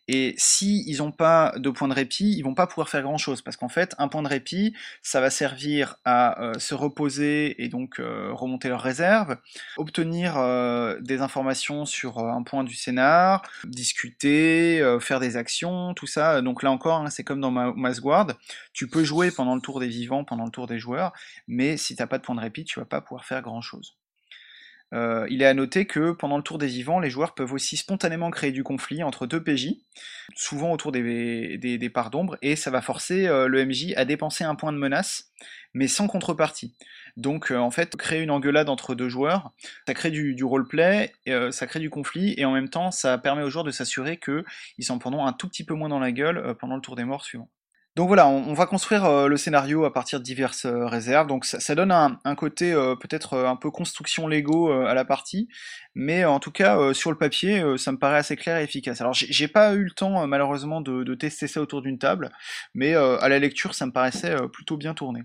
Et si ils n'ont pas de point de répit, ils vont pas pouvoir faire grand-chose, parce qu'en fait, un point de répit, ça va servir à euh, se reposer et donc euh, remonter leurs réserves, obtenir euh, des informations sur euh, un point du scénar, discuter, euh, faire des actions, tout ça. Donc là encore, hein, c'est comme dans Ma- Massguard, tu peux jouer pendant le tour des vivants, pendant le tour des joueurs, mais si t'as pas de point de répit, tu vas pas pouvoir faire grand-chose. Euh, il est à noter que pendant le tour des vivants, les joueurs peuvent aussi spontanément créer du conflit entre deux P J, souvent autour des, des, des parts d'ombre, et ça va forcer euh, le M J à dépenser un point de menace, mais sans contrepartie. Donc euh, en fait, créer une engueulade entre deux joueurs, ça crée du, du roleplay, euh, ça crée du conflit, et en même temps, ça permet aux joueurs de s'assurer qu'ils s'en prendront un tout petit peu moins dans la gueule euh, pendant le tour des morts suivant. Donc voilà, on, on va construire euh, le scénario à partir de diverses euh, réserves. Donc ça, ça donne un, un côté euh, peut-être euh, un peu construction Lego euh, à la partie, mais euh, en tout cas euh, sur le papier, euh, ça me paraît assez clair et efficace. Alors j'ai j'ai pas eu le temps euh, malheureusement de, de tester ça autour d'une table, mais euh, à la lecture, ça me paraissait euh, plutôt bien tourné.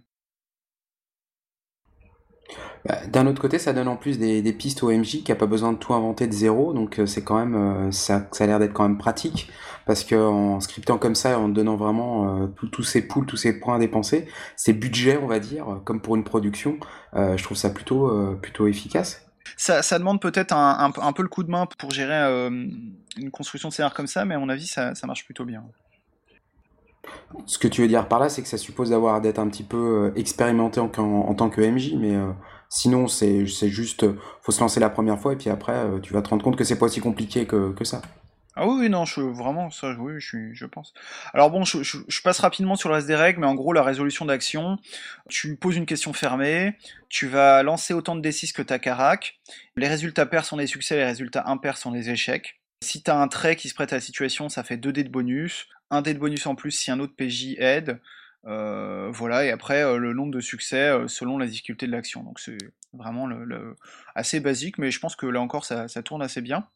Bah, d'un autre côté, ça donne en plus des, des pistes au M J qui a pas besoin de tout inventer de zéro, donc euh, c'est quand même euh, ça, ça a l'air d'être quand même pratique parce que en scriptant comme ça, en donnant vraiment euh, tout- tous ces poules, tous ces points à dépenser, ces budgets, on va dire, euh, comme pour une production, euh, je trouve ça plutôt euh, plutôt efficace. Ça, ça demande peut-être un, un, un peu le coup de main pour gérer euh, une construction de scénar comme ça, mais à mon avis, ça, ça marche plutôt bien. Ce que tu veux dire par là, c'est que ça suppose d'avoir d'être un petit peu euh, expérimenté en, en, en tant que M J, mais euh, sinon c'est c'est juste, euh, faut se lancer la première fois et puis après euh, tu vas te rendre compte que c'est pas aussi compliqué que, que ça. Ah oui, oui, non, je, vraiment, ça, oui, je, suis- je pense. Alors bon, je, je- je passe rapidement sur le reste des règles, mais en gros, la résolution d'action, tu poses une question fermée, tu vas lancer autant de D six que ta carac, les résultats pairs sont des succès, les résultats impairs sont des échecs. Si t'as un trait qui se prête à la situation, ça fait deux dés de bonus, un dé de bonus en plus si un autre P J aide, euh, voilà, et après, euh, le nombre de succès euh, selon la difficulté de l'action. Donc c'est vraiment le, le- assez basique, mais je pense que là encore, ça ça tourne assez bien.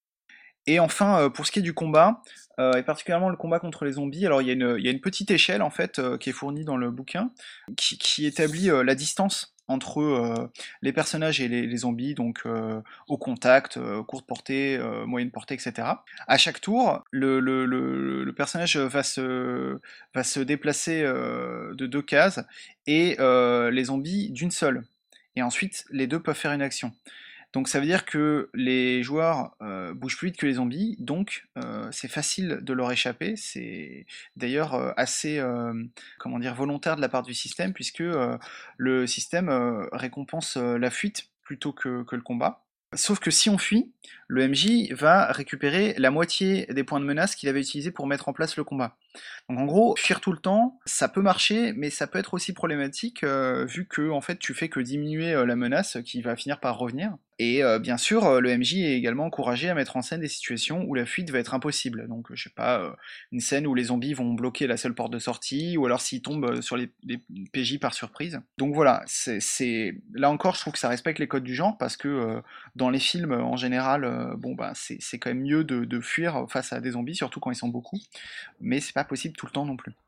Et enfin, euh, pour ce qui est du combat, euh, et particulièrement le combat contre les zombies, alors il y a une, il y a une petite échelle en fait euh, qui est fournie dans le bouquin, qui, qui établit euh, la distance entre euh, les personnages et les, les zombies, donc euh, au contact, euh, courte portée, euh, moyenne portée, et cetera. À chaque tour, le, le, le, le personnage va se, va se déplacer euh, de deux cases et euh, les zombies d'une seule. Et ensuite, les deux peuvent faire une action. Donc ça veut dire que les joueurs euh, bougent plus vite que les zombies, donc euh, c'est facile de leur échapper. C'est d'ailleurs euh, assez euh, comment dire volontaire de la part du système, puisque euh, le système euh, récompense euh, la fuite plutôt que, que le combat. Sauf que si on fuit, le M J va récupérer la moitié des points de menace qu'il avait utilisés pour mettre en place le combat. Donc en gros, fuir tout le temps, ça peut marcher, mais ça peut être aussi problématique euh, vu que en fait tu fais que diminuer euh, la menace qui va finir par revenir. Et euh, bien sûr, euh, le M J est également encouragé à mettre en scène des situations où la fuite va être impossible. Donc je sais pas, euh, une scène où les zombies vont bloquer la seule porte de sortie, ou alors s'ils tombent euh, sur les, les P J par surprise. Donc voilà, c'est, c'est... là encore je trouve que ça respecte les codes du genre parce que euh, dans les films en général, euh, bon bah c'est, c'est quand même mieux de, de fuir face à des zombies, surtout quand ils sont beaucoup, mais c'est pas possible tout le temps non plus.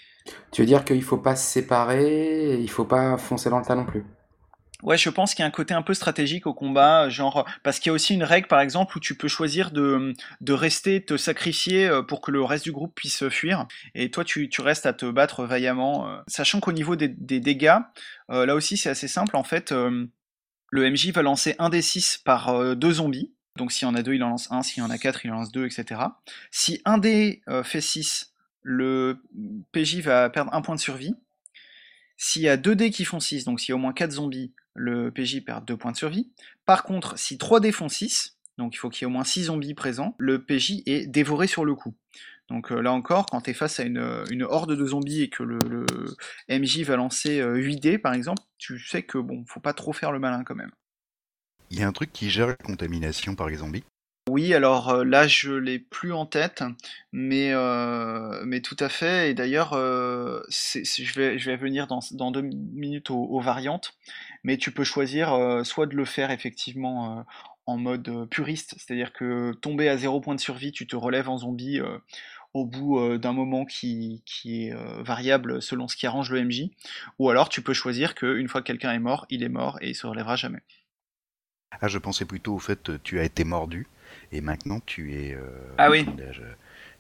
Tu veux dire qu'il faut pas se séparer, et il faut pas foncer dans le tas non plus. Ouais, je pense qu'il y a un côté un peu stratégique au combat, genre parce qu'il y a aussi une règle par exemple où tu peux choisir de, de rester, te sacrifier euh, pour que le reste du groupe puisse fuir, et toi tu, tu restes à te battre vaillamment, euh, sachant qu'au niveau des, des dégâts, euh, là aussi c'est assez simple en fait, euh, le M J va lancer un d six par euh, deux zombies, donc s'il y en a deux il en lance un, s'il y en a quatre il en lance deux, et cetera. Si un dé euh, fait six, le P J va perdre un point de survie. S'il y a deux dés qui font six, donc s'il y a au moins quatre zombies, le P J perd deux points de survie. Par contre, si trois dés font six, donc il faut qu'il y ait au moins six zombies présents, le P J est dévoré sur le coup. Donc euh, là encore, quand tu es face à une, une horde de zombies et que le, le M J va lancer euh, huit dés par exemple, tu sais que bon, faut pas trop faire le malin quand même. Il y a un truc qui gère la contamination par les zombies. Oui, alors euh, là je l'ai plus en tête, mais, euh, mais tout à fait. Et d'ailleurs, euh, c'est- c'est- je vais, je vais venir dans, dans deux minutes aux, aux variantes, mais tu peux choisir euh, soit de le faire effectivement euh, en mode euh, puriste, c'est-à-dire que tomber à zéro point de survie, tu te relèves en zombie euh, au bout euh, d'un moment qui, qui est euh, variable selon ce qui arrange le M J, ou alors tu peux choisir qu'une fois que quelqu'un est mort, il est mort et il se relèvera jamais. Ah, je pensais plutôt au fait que tu as été mordu et maintenant tu es, euh, Ah oui. comment dirais-je,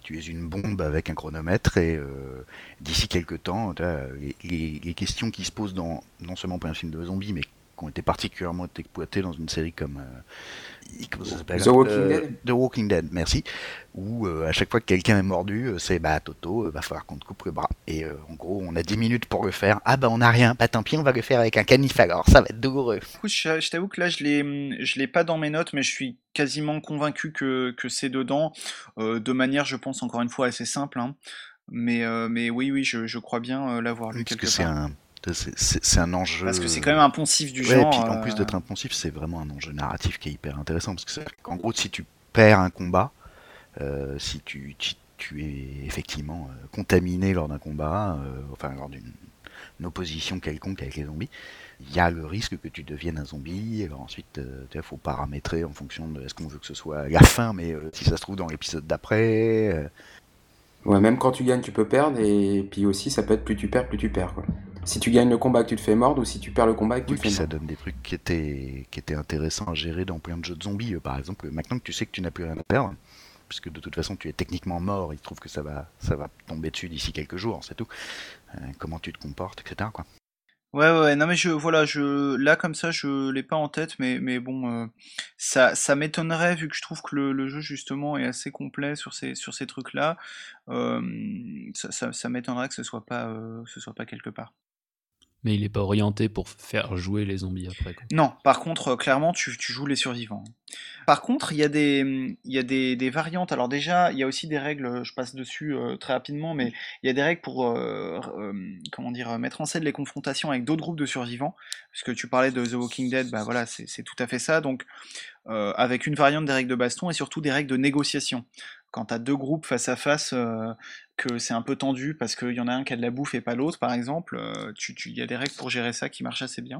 Tu es une bombe avec un chronomètre et euh, d'ici quelques temps, les, les, les questions qui se posent dans non seulement pour un film de zombies, mais qui ont été particulièrement exploitées dans une série comme euh, comment ça s'appelle The Walking euh, Dead. The Walking Dead, merci. Où euh, à chaque fois que quelqu'un est mordu, c'est bah Toto, euh, va falloir qu'on te coupe le bras. Et euh, en gros, on a dix minutes pour le faire. Ah bah on a rien, bah tant pis, on va le faire avec un canif alors, ça va être douloureux. Écoute, je, je t'avoue que là, je l'ai, je l'ai pas dans mes notes, mais je suis quasiment convaincu que, que c'est dedans, euh, de manière, je pense, encore une fois, assez simple. Hein. Mais, euh, mais oui, oui, je, je crois bien euh, l'avoir lu Parce quelque que c'est part. un, c'est, c'est, c'est un enjeu. Parce que c'est quand même un poncif du ouais, genre. Et puis en euh, plus d'être un poncif, c'est vraiment un enjeu narratif qui est hyper intéressant. Parce que c'est, en gros, si tu perds un combat, euh, si tu, tu, tu es effectivement euh, contaminé lors d'un combat, euh, enfin lors d'une une opposition quelconque avec les zombies, il y a le risque que tu deviennes un zombie. Alors ensuite, il euh, faut paramétrer en fonction de est-ce qu'on veut que ce soit la fin, mais euh, si ça se trouve dans l'épisode d'après. Euh... Ouais, même quand tu gagnes, tu peux perdre, et puis aussi, ça peut être plus tu perds, plus tu perds, quoi. Si tu gagnes le combat, que tu te fais mordre, ou si tu perds le combat, que tu oui, te fais puis mordre. ça donne des trucs qui étaient, qui étaient intéressants à gérer dans plein de jeux de zombies. Euh, par exemple, maintenant que tu sais que tu n'as plus rien à perdre, puisque de toute façon tu es techniquement mort, il se trouve que ça va, ça va tomber dessus d'ici quelques jours, c'est tout. Euh, comment tu te comportes, et cetera quoi. Ouais, ouais, ouais, non mais je, voilà, je, là comme ça, je l'ai pas en tête, mais, mais bon, euh, ça, ça m'étonnerait vu que je trouve que le, le jeu justement est assez complet sur ces, sur ces trucs-là. Euh, ça, ça, ça m'étonnerait que ce soit pas, euh, que ce soit pas quelque part. Mais il est pas orienté pour faire jouer les zombies après, quoi. Non, par contre, euh, clairement, tu, tu joues les survivants. Par contre, il y a des, il y a des, des variantes. Alors déjà, il y a aussi des règles, je passe dessus euh, très rapidement, mais il y a des règles pour euh, euh, comment dire, mettre en scène les confrontations avec d'autres groupes de survivants. Puisque tu parlais de The Walking Dead, bah voilà, c'est c'est tout à fait ça. Donc, euh, avec une variante des règles de baston et surtout des règles de négociation. Quand t'as deux groupes face à face, euh, que c'est un peu tendu parce qu'il y en a un qui a de la bouffe et pas l'autre, par exemple, euh, tu, tu, il y a des règles pour gérer ça qui marchent assez bien.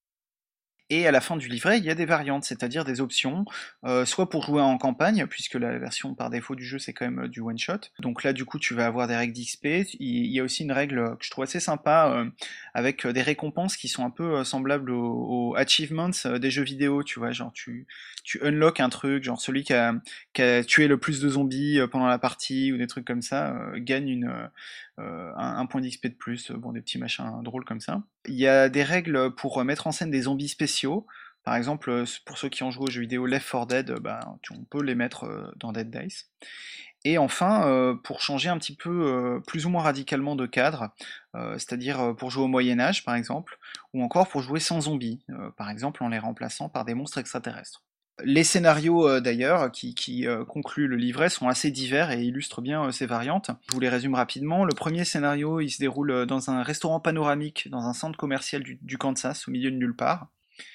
Et à la fin du livret, il y a des variantes, c'est-à-dire des options, euh, soit pour jouer en campagne, puisque la version par défaut du jeu c'est quand même du one-shot. Donc là du coup tu vas avoir des règles d'X P, il y a aussi une règle que je trouve assez sympa, euh, avec des récompenses qui sont un peu euh, semblables aux, aux achievements euh, des jeux vidéo, tu vois, genre tu, tu unlock un truc, genre celui qui a, qui a tué le plus de zombies euh, pendant la partie, ou des trucs comme ça, euh, gagne une... Euh, un, un point d'X P de plus, bon des petits machins drôles comme ça. Il y a des règles pour mettre en scène des zombies spéciaux. Par exemple, pour ceux qui ont joué aux jeux vidéo Left four Dead, bah, on peut les mettre dans Dead Dice. Et enfin, euh, pour changer un petit peu euh, plus ou moins radicalement de cadre, euh, c'est-à-dire pour jouer au Moyen-Âge par exemple, ou encore pour jouer sans zombies, euh, par exemple en les remplaçant par des monstres extraterrestres. Les scénarios euh, d'ailleurs qui, qui euh, concluent le livret sont assez divers et illustrent bien euh, ces variantes. Je vous les résume rapidement. Le premier scénario, il se déroule dans un restaurant panoramique dans un centre commercial du, du Kansas, au milieu de nulle part.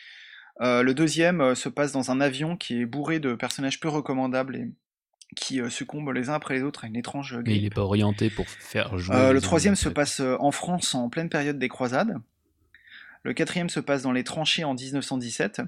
Euh, le deuxième euh, se passe dans un avion qui est bourré de personnages peu recommandables et qui euh, succombent les uns après les autres à une étrange grippe. Mais il n'est pas orienté pour faire jouer Euh, les le zombies troisième se après, passe euh, en France en pleine période des croisades. Le quatrième se passe dans les tranchées en dix-neuf cent dix-sept.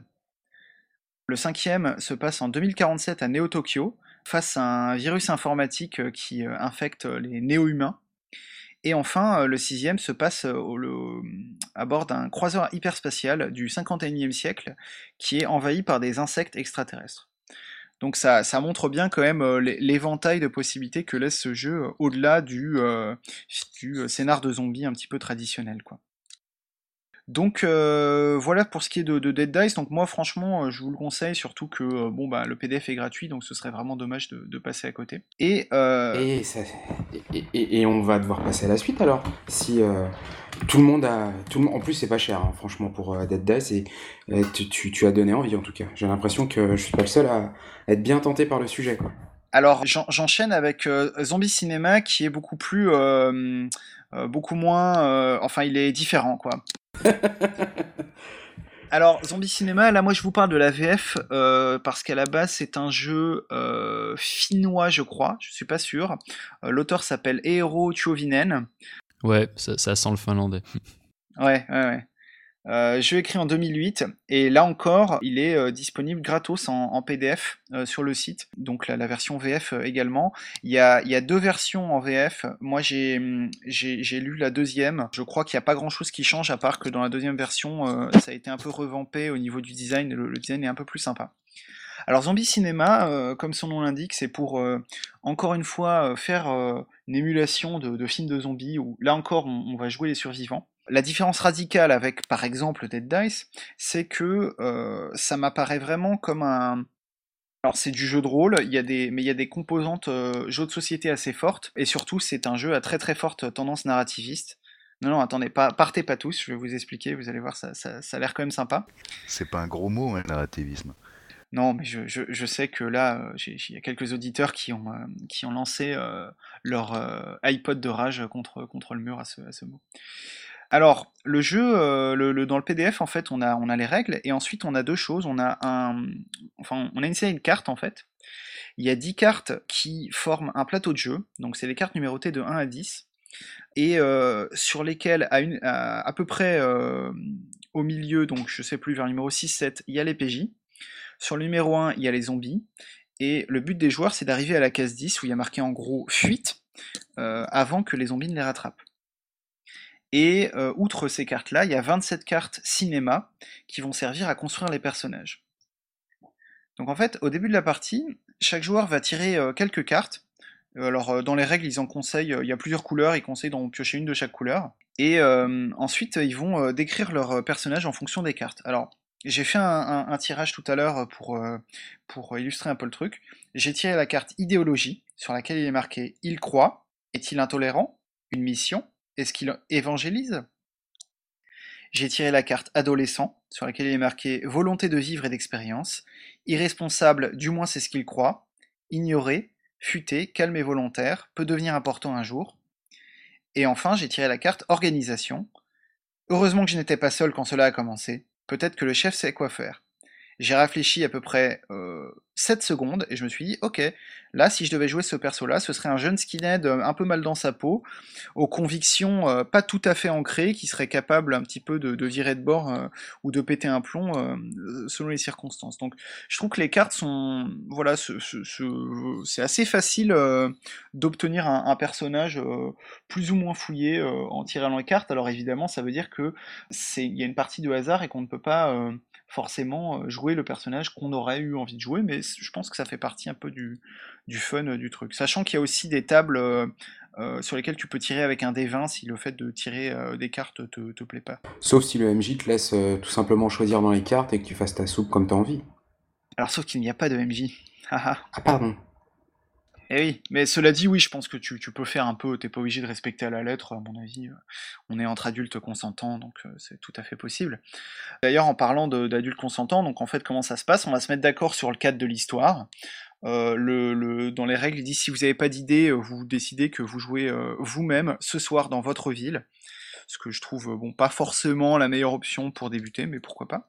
Le cinquième se passe en deux mille quarante-sept à Néo-Tokyo, face à un virus informatique qui infecte les néo-humains. Et enfin, le sixième se passe au, le, à bord d'un croiseur hyperspatial du cinquante et unième siècle, qui est envahi par des insectes extraterrestres. Donc ça, ça montre bien quand même l'éventail de possibilités que laisse ce jeu au-delà du, euh, du scénar de zombies un petit peu traditionnel, quoi. Donc euh, voilà pour ce qui est de, de Dead Dice. Donc moi franchement je vous le conseille, surtout que euh, bon bah le P D F est gratuit, donc ce serait vraiment dommage de, de passer à côté. Et, euh... et, ça, et, et, et on va devoir passer à la suite alors. Si euh, tout le monde a, tout le monde, en plus c'est pas cher hein, franchement pour euh, Dead Dice, et, et tu, tu, tu as donné envie en tout cas. J'ai l'impression que je suis pas le seul à être bien tenté par le sujet quoi. Alors j'enchaîne avec euh, Zombie Cinema qui est beaucoup plus, euh, euh, beaucoup moins, euh, enfin il est différent quoi. Alors, Zombie Cinema, là, moi, je vous parle de la V F, euh, parce qu'à la base, c'est un jeu euh, finnois, je crois, je suis pas sûr. Euh, l'auteur s'appelle Eero Tuovinen. Ouais, ça, ça sent le finlandais. Ouais, ouais, ouais. Euh, jeu écrit en deux mille huit, et là encore, il est euh, disponible gratos en, en P D F euh, sur le site, donc la, la version V F euh, également. Il y, a, il y a deux versions en V F, moi j'ai, j'ai, j'ai lu la deuxième, je crois qu'il n'y a pas grand chose qui change, à part que dans la deuxième version, euh, ça a été un peu revampé au niveau du design, le, le design est un peu plus sympa. Alors Zombie Cinéma, euh, comme son nom l'indique, c'est pour, euh, encore une fois, euh, faire euh, une émulation de, de films de zombies, où là encore, on, on va jouer les survivants. La différence radicale avec, par exemple, Dead Dice, c'est que euh, ça m'apparaît vraiment comme un... Alors c'est du jeu de rôle, il y a des, mais il y a des composantes euh, jeux de société assez fortes, et surtout c'est un jeu à très très forte tendance narrativiste. Non, non, attendez, pas, partez pas tous, je vais vous expliquer, vous allez voir, ça, ça, ça a l'air quand même sympa. C'est pas un gros mot, hein, le narrativisme. Non, mais je, je, je sais que là, euh, j'ai- il y a quelques auditeurs qui ont, euh, qui ont lancé euh, leur euh, iPod de rage contre, contre le mur à ce, à ce mot. Alors, le jeu, euh, le, le- dans le P D F, en fait, on a, on a les règles, et ensuite on a deux choses. On a un, enfin, on a une série de cartes, en fait. Il y a dix cartes qui forment un plateau de jeu, donc c'est les cartes numérotées de un à dix, et euh, sur lesquelles, à, une, à, à peu près euh, au milieu, donc je sais plus, vers le numéro six sept, il y a les P J. Sur le numéro un, il y a les zombies. Et le but des joueurs, c'est d'arriver à la case dix, où il y a marqué en gros fuite, euh, avant que les zombies ne les rattrapent. Et euh, outre ces cartes-là, il y a vingt-sept cartes cinéma qui vont servir à construire les personnages. Donc en fait, au début de la partie, chaque joueur va tirer euh, quelques cartes. Euh, Alors euh, dans les règles, ils en conseillent, euh, il y a plusieurs couleurs, ils conseillent d'en piocher une de chaque couleur. Et euh, ensuite, ils vont euh, décrire leur euh, personnage en fonction des cartes. Alors, j'ai fait un, un- un tirage tout à l'heure pour, euh, pour illustrer un peu le truc. J'ai tiré la carte idéologie, sur laquelle il est marqué « Il croit », « Est-il intolérant ?» Une mission, « Est-ce qu'il évangélise ?» J'ai tiré la carte adolescent, sur laquelle il est marqué volonté de vivre et d'expérience, irresponsable, du moins c'est ce qu'il croit, ignoré, futé, calme et volontaire, peut devenir important un jour. Et enfin, j'ai tiré la carte organisation. Heureusement que je n'étais pas seul quand cela a commencé. Peut-être que le chef sait quoi faire. J'ai réfléchi à peu près euh, sept secondes et je me suis dit, ok, là, si je devais jouer ce perso-là, ce serait un jeune skinhead euh, un peu mal dans sa peau, aux convictions euh, pas tout à fait ancrées, qui serait capable un petit peu de, de virer de bord euh, ou de péter un plomb euh, selon les circonstances. Donc, je trouve que les cartes sont, voilà, ce- ce- ce- c'est assez facile euh, d'obtenir un, un personnage euh, plus ou moins fouillé euh, en tirant les cartes. Alors évidemment, ça veut dire que c'est, il y a une partie de hasard et qu'on ne peut pas euh, forcément euh, jouer le personnage qu'on aurait eu envie de jouer, mais c- je pense que ça fait partie un peu du, du fun euh, du truc. Sachant qu'il y a aussi des tables euh, euh, sur lesquelles tu peux tirer avec un dé vingt si le fait de tirer euh, des cartes te, te plaît pas. Sauf si le M J te laisse euh, tout simplement choisir dans les cartes et que tu fasses ta soupe comme t'as envie. Alors sauf qu'il n'y a pas de M J. Haha. Ah pardon. Eh oui, mais cela dit, oui, je pense que tu, tu peux faire un peu, t'es pas obligé de respecter à la lettre, à mon avis. euh, On est entre adultes consentants, donc euh, c'est tout à fait possible. D'ailleurs, en parlant de- d'adultes consentants, donc en fait, comment ça se passe? On va se mettre d'accord sur le cadre de l'histoire. Euh, le, le- dans les règles, il dit si vous n'avez pas d'idée, euh, vous décidez que vous jouez euh, vous-même ce soir dans votre ville. Ce que je trouve, euh, bon, pas forcément la meilleure option pour débuter, mais pourquoi pas.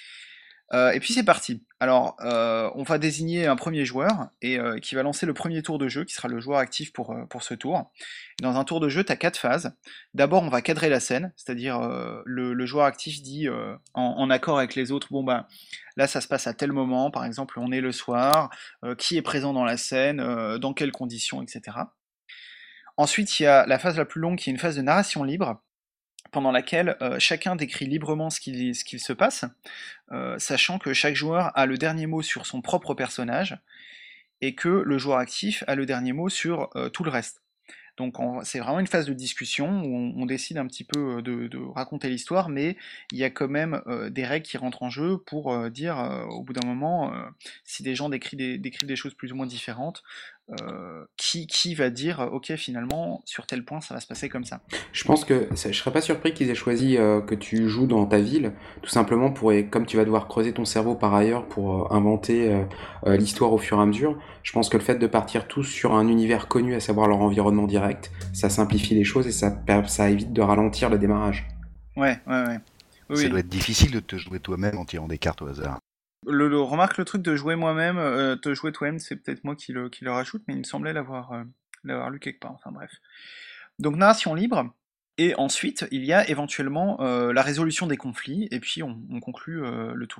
Euh, et puis c'est parti. Alors, euh, on va désigner un premier joueur et euh, qui va lancer le premier tour de jeu, qui sera le joueur actif pour, euh, pour ce tour. Dans un tour de jeu, tu as quatre phases. D'abord, on va cadrer la scène, c'est-à-dire euh, le, le joueur actif dit euh, en, en accord avec les autres, bon bah là ça se passe à tel moment, par exemple on est le soir, euh, qui est présent dans la scène, euh, dans quelles conditions, et cetera. Ensuite, il y a la phase la plus longue qui est une phase de narration libre, pendant laquelle euh, chacun décrit librement ce qu'il ce qu'il se passe, euh, sachant que chaque joueur a le dernier mot sur son propre personnage, et que le joueur actif a le dernier mot sur euh, tout le reste. Donc on- c'est vraiment une phase de discussion où on, on décide un petit peu euh, de, de raconter l'histoire, mais il y a quand même euh, des règles qui rentrent en jeu pour euh, dire euh, au bout d'un moment, euh, si des gens décrivent des, décrivent des choses plus ou moins différentes, euh, qui, qui va dire euh, ok finalement sur tel point ça va se passer comme ça. Je pense que ça- je serais pas surpris qu'ils aient choisi euh, que tu joues dans ta ville, tout simplement pour, et comme tu vas devoir creuser ton cerveau par ailleurs pour euh, inventer euh, euh, l'histoire au fur et à mesure, je pense que le fait de partir tous sur un univers connu, à savoir leur environnement direct, ça simplifie les choses et ça, per- ça évite de ralentir le démarrage. Ouais, ouais, ouais. Oui, Ça oui. doit être difficile de te jouer toi-même en tirant des cartes au hasard. Le, le- remarque le truc de jouer moi-même, euh, te jouer toi-même, c'est peut-être moi qui le, qui le rajoute, mais il me semblait l'avoir euh, l'avoir lu quelque part. Enfin bref. Donc narration libre, et ensuite il y a éventuellement euh, la résolution des conflits, et puis on, on conclut euh, le tour.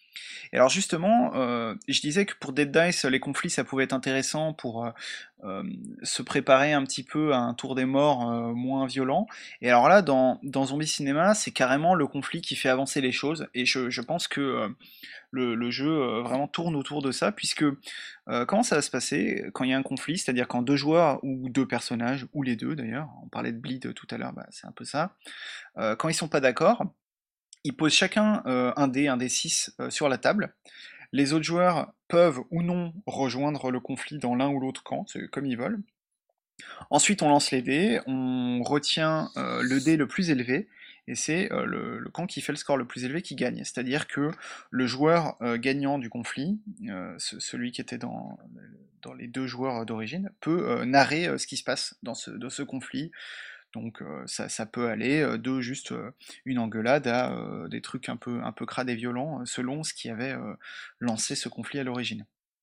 Et alors justement, euh, je disais que pour Dead Dice, les conflits, ça pouvait être intéressant pour euh, euh, se préparer un petit peu à un tour des morts euh, moins violent. Et alors là, dans, dans Zombie Cinema, c'est carrément le conflit qui fait avancer les choses. Et je, je pense que euh, le, le jeu euh, vraiment tourne autour de ça, puisque euh, comment ça va se passer quand il y a un conflit, c'est-à-dire quand deux joueurs ou deux personnages, ou les deux d'ailleurs, on parlait de Bleed tout à l'heure, bah, c'est un peu ça, euh, quand ils sont pas d'accord, ils posent chacun euh, un dé, un dé six euh, sur la table. Les autres joueurs peuvent ou non rejoindre le conflit dans l'un ou l'autre camp, c'est comme ils veulent. Ensuite, on lance les dés, on retient euh, le dé le plus élevé, et c'est euh, le, le camp qui fait le score le plus élevé qui gagne. C'est-à-dire que le joueur euh, gagnant du conflit, euh, ce- celui qui était dans, dans les deux joueurs d'origine, peut euh, narrer euh, ce qui se passe dans ce, dans ce conflit. Donc euh, ça, ça peut aller euh, de juste euh, une engueulade à euh, des trucs un peu, un peu crades et violents, euh, selon ce qui avait euh, lancé ce conflit à l'origine.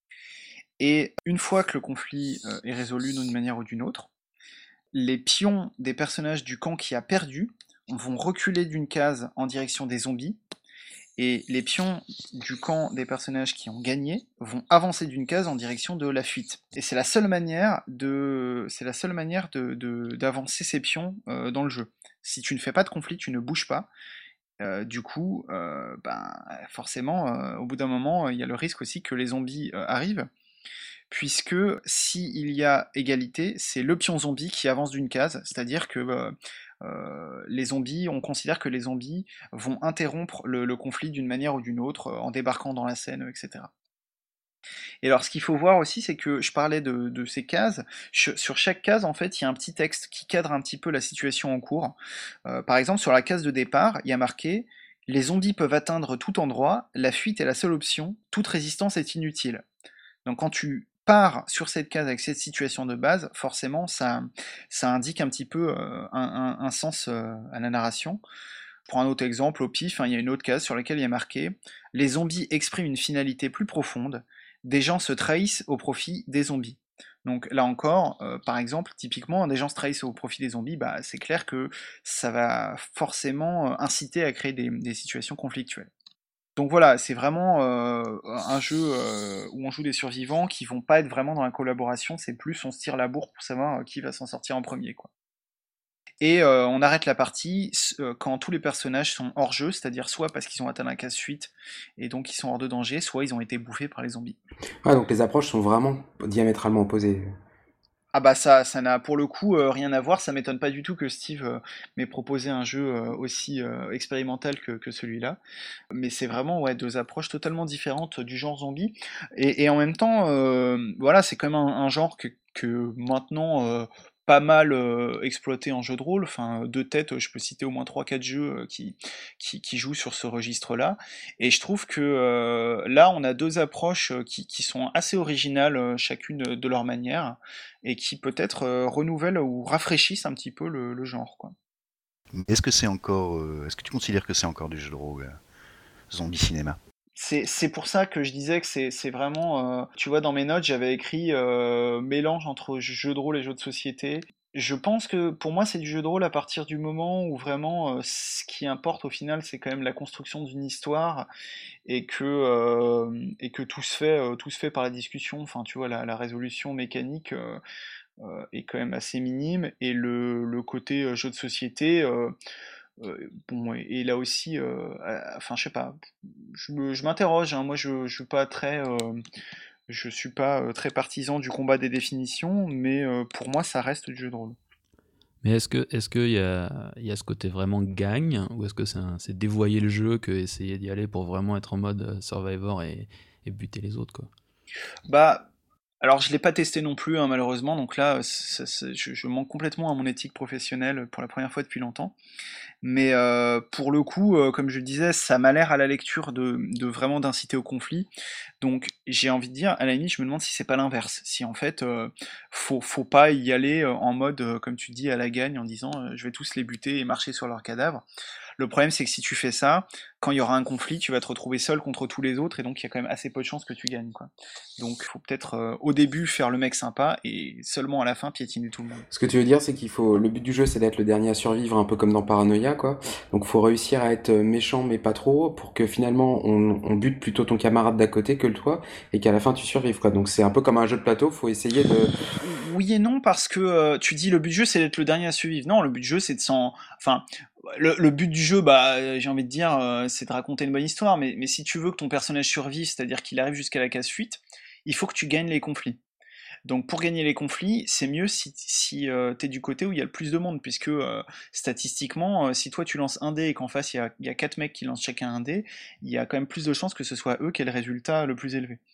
Et une fois que le conflit euh, est résolu d'une manière ou d'une autre, les pions des personnages du camp qui a perdu vont reculer d'une case en direction des zombies, et les pions du camp des personnages qui ont gagné vont avancer d'une case en direction de la fuite. Et c'est la seule manière de, c'est la seule manière de, de- d'avancer ces pions euh, dans le jeu. Si tu ne fais pas de conflit, tu ne bouges pas. Euh, du coup, euh, ben, forcément, euh, au bout d'un moment, il y a le risque aussi que les zombies euh, arrivent, puisque s'il y a égalité, c'est le pion zombie qui avance d'une case, c'est-à-dire que euh, euh, les zombies, on considère que les zombies vont interrompre le, le conflit d'une manière ou d'une autre, euh, en débarquant dans la scène, et cetera. Et alors, ce qu'il faut voir aussi, c'est que je parlais de, de ces cases. Ch- sur chaque case, en fait, il y a un petit texte qui cadre un petit peu la situation en cours. Euh, par exemple, sur la case de départ, il y a marqué: les zombies peuvent atteindre tout endroit, la fuite est la seule option, toute résistance est inutile. Donc quand tu pars sur cette case avec cette situation de base, forcément ça, ça indique un petit peu euh, un, un- un sens euh, à la narration. Pour un autre exemple, au pif, hein, il y a une autre case sur laquelle il y a marqué: les zombies expriment une finalité plus profonde, des gens se trahissent au profit des zombies. Donc là encore, euh, par exemple, typiquement, des gens se trahissent au profit des zombies, bah, c'est clair que ça va forcément euh, inciter à créer des des situations conflictuelles. Donc voilà, c'est vraiment euh, un jeu euh, où on joue des survivants qui vont pas être vraiment dans la collaboration, c'est plus on se tire la bourre pour savoir euh, qui va s'en sortir en premier, quoi. Et euh, on arrête la partie s- euh, quand tous les personnages sont hors jeu, c'est-à-dire soit parce qu'ils ont atteint la case fuite et donc ils sont hors de danger, soit ils ont été bouffés par les zombies. Ah, donc les approches sont vraiment diamétralement opposées. Ah bah ça, ça n'a pour le coup euh, rien à voir, ça m'étonne pas du tout que Steve euh, m'ait proposé un jeu euh, aussi euh, expérimental que, que celui-là. Mais c'est vraiment ouais, deux approches totalement différentes du genre zombie. Et, et en même temps, euh, voilà, c'est quand même un, un genre que, que maintenant euh, pas mal euh, exploité en jeu de rôle. Enfin, de tête, je peux citer au moins trois quatre jeux euh, qui, qui, qui jouent sur ce registre-là. Et je trouve que euh, là, on a deux approches euh, qui, qui sont assez originales, euh, chacune de, de leur manière, et qui peut-être euh, renouvellent ou rafraîchissent un petit peu le, le genre, quoi. Est-ce que c'est encore, euh, est-ce que tu considères que c'est encore du jeu de rôle, euh, Zombie Cinéma? C'est, c'est pour ça que je disais que c'est, c'est vraiment... euh, tu vois, dans mes notes, j'avais écrit euh, mélange entre jeu de rôle et jeu de société. Je pense que pour moi, c'est du jeu de rôle à partir du moment où vraiment euh, ce qui importe au final, c'est quand même la construction d'une histoire et que, euh, et que tout se fait, euh, tout se fait par la discussion. Enfin, tu vois, la, la résolution mécanique euh, euh, est quand même assez minime et le, le côté euh, jeu de société... euh, euh, bon, et, et là aussi, euh, euh, enfin, je sais pas, je me- je m'interroge, hein, moi je, je suis pas très, euh, je suis pas euh, très partisan du combat des définitions, mais euh, pour moi ça reste du jeu de rôle. Mais est-ce que est-ce qu'il y a, il y a ce côté vraiment gagne, ou est-ce que c'est, un- c'est dévoyer le jeu que essayer d'y aller pour vraiment être en mode euh, Survivor et, et buter les autres, quoi? Bah, alors je l'ai pas testé non plus, hein, malheureusement, donc là, c'est- c'est- je, je manque complètement à mon éthique professionnelle pour la première fois depuis longtemps. Mais euh, pour le coup, euh, comme je le disais, ça m'a l'air à la lecture de, de vraiment d'inciter au conflit. Donc j'ai envie de dire, à la limite, je me demande si c'est pas l'inverse. Si en fait, euh, faut, faut pas y aller euh, en mode, euh, comme tu dis, à la gagne, en disant euh, je vais tous les buter et marcher sur leurs cadavres. Le problème, c'est que si tu fais ça, quand il y aura un conflit, tu vas te retrouver seul contre tous les autres, et donc il y a quand même assez peu de chances que tu gagnes, quoi. Donc il faut peut-être euh, au début faire le mec sympa, et seulement à la fin piétiner tout le monde. Ce que tu veux dire, c'est qu'il faut. Le but du jeu, c'est d'être le dernier à survivre, un peu comme dans Paranoia, quoi. Donc, faut réussir à être méchant, mais pas trop, pour que finalement, on, on bute plutôt ton camarade d'à côté que le toi, et qu'à la fin, tu survives, quoi. Donc, c'est un peu comme un jeu de plateau. Faut essayer de. Oui et non, parce que euh, tu dis le but du jeu, c'est d'être le dernier à survivre. Non, le but du jeu, c'est de s'en. Enfin, le, le but du jeu, bah, euh, j'ai envie de dire, euh, c'est de raconter une bonne histoire. Mais, mais si tu veux que ton personnage survive, c'est-à-dire qu'il arrive jusqu'à la case fuite, il faut que tu gagnes les conflits. Donc pour gagner les conflits, c'est mieux si, si euh, t'es du côté où il y a le plus de monde, puisque euh, statistiquement, euh, si toi tu lances un dé et qu'en face il y a, il y a quatre mecs qui lancent chacun un dé, il y a quand même plus de chances que ce soit eux qui aient le résultat le plus élevé.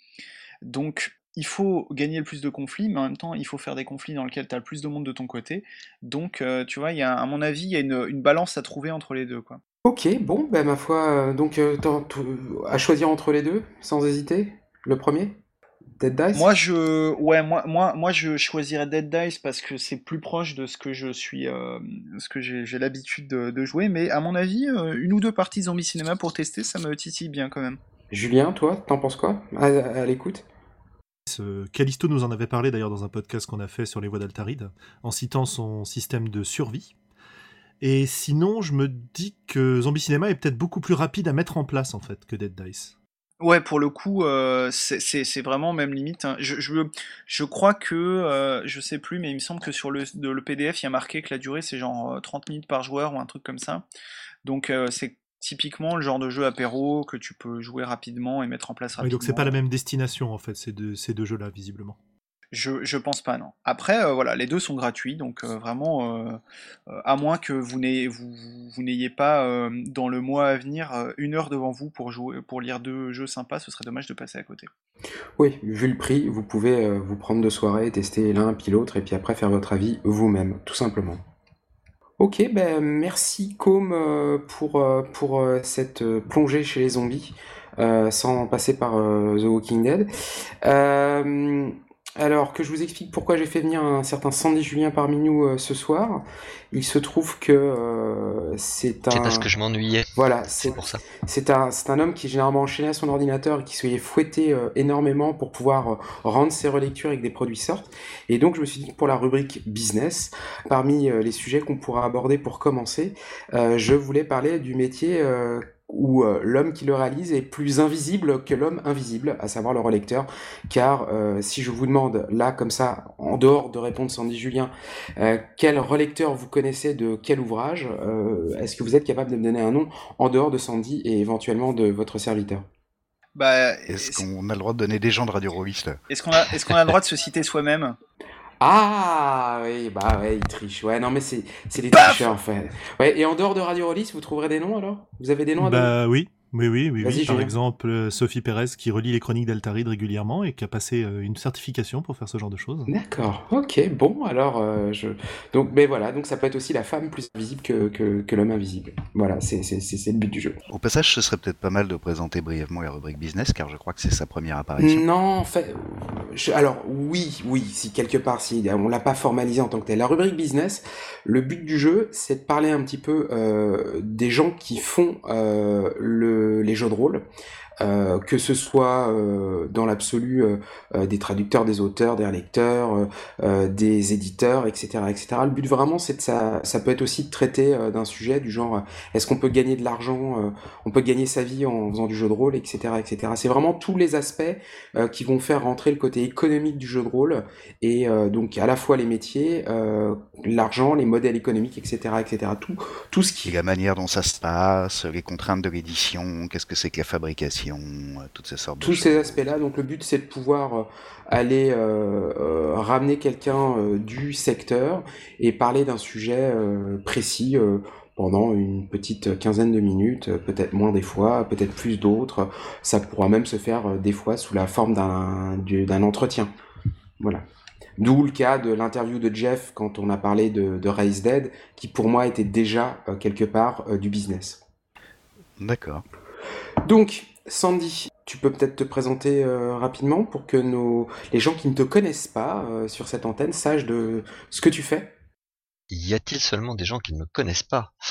Donc il faut gagner le plus de conflits, mais en même temps il faut faire des conflits dans lesquels tu as le plus de monde de ton côté. Donc euh, tu vois, il y a, à mon avis, il y a une, une balance à trouver entre les deux, quoi. Ok, bon, ben ma foi, euh, donc, euh, t'en- t- à choisir entre les deux, sans hésiter. Le premier? Dead Dice? Moi je ouais moi moi moi je choisirais Dead Dice parce que c'est plus proche de ce que je suis euh, ce que j'ai j'ai l'habitude de, de jouer, mais à mon avis euh, une ou deux parties Zombie Cinéma pour tester, ça me titille bien quand même. Julien, toi, t'en penses quoi? À, à l'écoute? Ce- Callisto nous en avait parlé d'ailleurs dans un podcast qu'on a fait sur les voies d'Altaride, en citant son système de survie. Et sinon, je me dis que Zombie Cinéma est peut-être beaucoup plus rapide à mettre en place en fait que Dead Dice. Ouais, pour le coup, euh, c'est c'est- c'est vraiment même limite, hein. Je, je, je crois que, euh, je sais plus, mais il me semble que sur le, de- le P D F, il y a marqué que la durée c'est genre euh, trente minutes par joueur ou un truc comme ça. Donc euh, c'est typiquement le genre de jeu apéro que tu peux jouer rapidement et mettre en place Oui, donc c'est rapidement. pas la même destination en fait, ces deux, ces deux jeux-là visiblement. Je, je pense pas, non. Après, euh, voilà, les deux sont gratuits, donc euh, vraiment, euh, euh, à moins que vous n'ayez vous, vous n'ayez pas euh, dans le mois à venir euh, une heure devant vous pour jouer, pour lire deux jeux sympas, ce serait dommage de passer à côté. Oui, vu le prix, vous pouvez euh, vous prendre deux soirées, tester l'un puis l'autre, et puis après faire votre avis vous-même, tout simplement. Ok, ben merci Com euh, pour, euh, pour euh, cette euh, plongée chez les zombies, euh, sans passer par euh, The Walking Dead. Euh, alors que je vous explique pourquoi j'ai fait venir un certain Sandy Julien parmi nous euh, ce soir. Il se trouve que euh, c'est un... C'est parce que je m'ennuyais. Voilà, C'est c'est pour ça. c'est un, c'est un homme qui est généralement enchaîné à son ordinateur et qui se fait fouetter euh, énormément pour pouvoir euh, rendre ses relectures avec des produits sortent. Et donc je me suis dit que pour la rubrique business, parmi euh, les sujets qu'on pourra aborder pour commencer, euh, je voulais parler du métier euh, où euh, l'homme qui le réalise est plus invisible que l'homme invisible, à savoir le relecteur. Car euh, si je vous demande là comme ça, en dehors de répondre Sandy Julien, euh, quel relecteur vous connaissez de quel ouvrage, euh, est-ce que vous êtes capable de me donner un nom en dehors de Sandy et éventuellement de votre serviteur? Bah, Est-ce est-ce qu'on a le droit de donner des gens de Radio Rollis là? est-ce qu'on a, est-ce qu'on a le droit de se citer soi-même? Ah oui, bah ouais, il triche. Ouais, non mais c'est c'est des Paf tricheurs en fait. Ouais, et en dehors de Radio Rollis, vous trouverez des noms alors? Vous avez des noms à donner? Bah oui, oui, oui, oui, Vas-y, oui. Par Julien. exemple, euh, Sophie Pérez qui relit les chroniques d'Altaride régulièrement et qui a passé euh, une certification pour faire ce genre de choses. D'accord, ok, bon, alors, euh, je... Donc, mais voilà, donc ça peut être aussi la femme plus visible que, que, que l'homme invisible. Voilà, c'est c'est- c'est- c'est le but du jeu. Au passage, ce serait peut-être pas mal de présenter brièvement la rubrique business, car je crois que c'est sa première apparition. Non, en fait, je- alors oui, oui, si quelque part, si on l'a pas formalisé en tant que tel. La rubrique business, le but du jeu, c'est de parler un petit peu euh, des gens qui font euh, le, les jeux de rôle. Euh, que ce soit euh, dans l'absolu euh, euh, des traducteurs, des auteurs, des lecteurs, euh, euh, des éditeurs, et cetera, et cetera. Le but vraiment, c'est de ça, ça peut être aussi de traiter euh, d'un sujet du genre, euh, est-ce qu'on peut gagner de l'argent, euh, on peut gagner sa vie en faisant du jeu de rôle, et cetera, et cetera. C'est vraiment tous les aspects euh, qui vont faire rentrer le côté économique du jeu de rôle et euh, donc à la fois les métiers, euh, l'argent, les modèles économiques, et cetera, et cetera. Tout, tout ce Et qui la manière dont ça se passe, les contraintes de l'édition, qu'est-ce que c'est que la fabrication, euh, toutes ces sortes de tous choses. ces aspects-là. Donc le but, c'est de pouvoir euh, aller euh, euh, ramener quelqu'un euh, du secteur et parler d'un sujet euh, précis euh, pendant une petite quinzaine de minutes, euh, peut-être moins des fois, peut-être plus d'autres. Ça pourra même se faire euh, des fois sous la forme d'un du- d'un entretien. Voilà. D'où le cas de l'interview de Jeff quand on a parlé de, de Raise Dead, qui pour moi était déjà euh, quelque part euh, du business. D'accord. Donc, Sandy, tu peux peut-être te présenter euh, rapidement pour que nos... les gens qui ne te connaissent pas euh, sur cette antenne sachent de ce que tu fais. Y a-t-il seulement des gens qui ne me connaissent pas?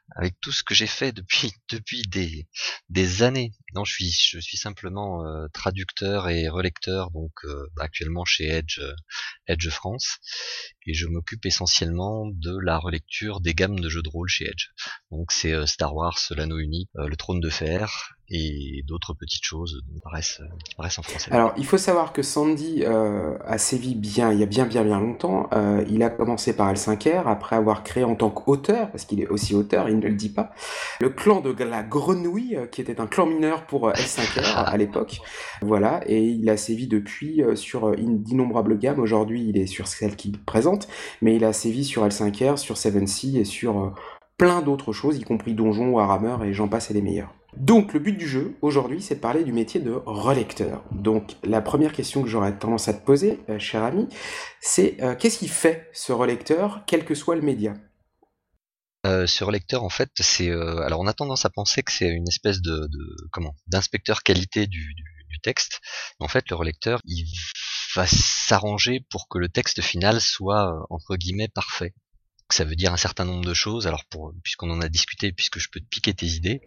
avec tout ce que j'ai fait depuis depuis des des années. Non, je suis je suis simplement euh, traducteur et relecteur, donc euh, actuellement chez Edge euh, Edge France, et je m'occupe essentiellement de la relecture des gammes de jeux de rôle chez Edge. Donc c'est euh, Star Wars, l'Anneau Unique, euh, le Trône de Fer et d'autres petites choses qui paraissent, euh, qui paraissent en français. Alors, il faut savoir que Sandy euh, a sévi bien, il y a bien bien bien longtemps. Euh, il a commencé par L cinq R, après avoir créé en tant qu'auteur, parce qu'il est aussi auteur, il ne le dit pas, le clan de la Grenouille, euh, qui était un clan mineur pour euh, L cinq R à l'époque. Voilà, et il a sévi depuis euh, sur euh, d'innombrables gammes. Aujourd'hui, il est sur celle qu'il présente, mais il a sévi sur L cinq R, sur seven C et sur euh, plein d'autres choses, y compris Donjon, Warhammer et j'en passe et les meilleurs. Donc le but du jeu, aujourd'hui, c'est de parler du métier de relecteur. Donc la première question que j'aurais tendance à te poser, euh, cher ami, c'est euh, qu'est-ce qui fait ce relecteur, quel que soit le média? Euh, ce relecteur, en fait, c'est euh, alors on a tendance à penser que c'est une espèce de, de comment d'inspecteur qualité du, du, du texte. Mais en fait, le relecteur, il va s'arranger pour que le texte final soit euh, entre guillemets parfait. Ça veut dire un certain nombre de choses. Alors, pour, puisqu'on en a discuté, puisque je peux te piquer tes idées.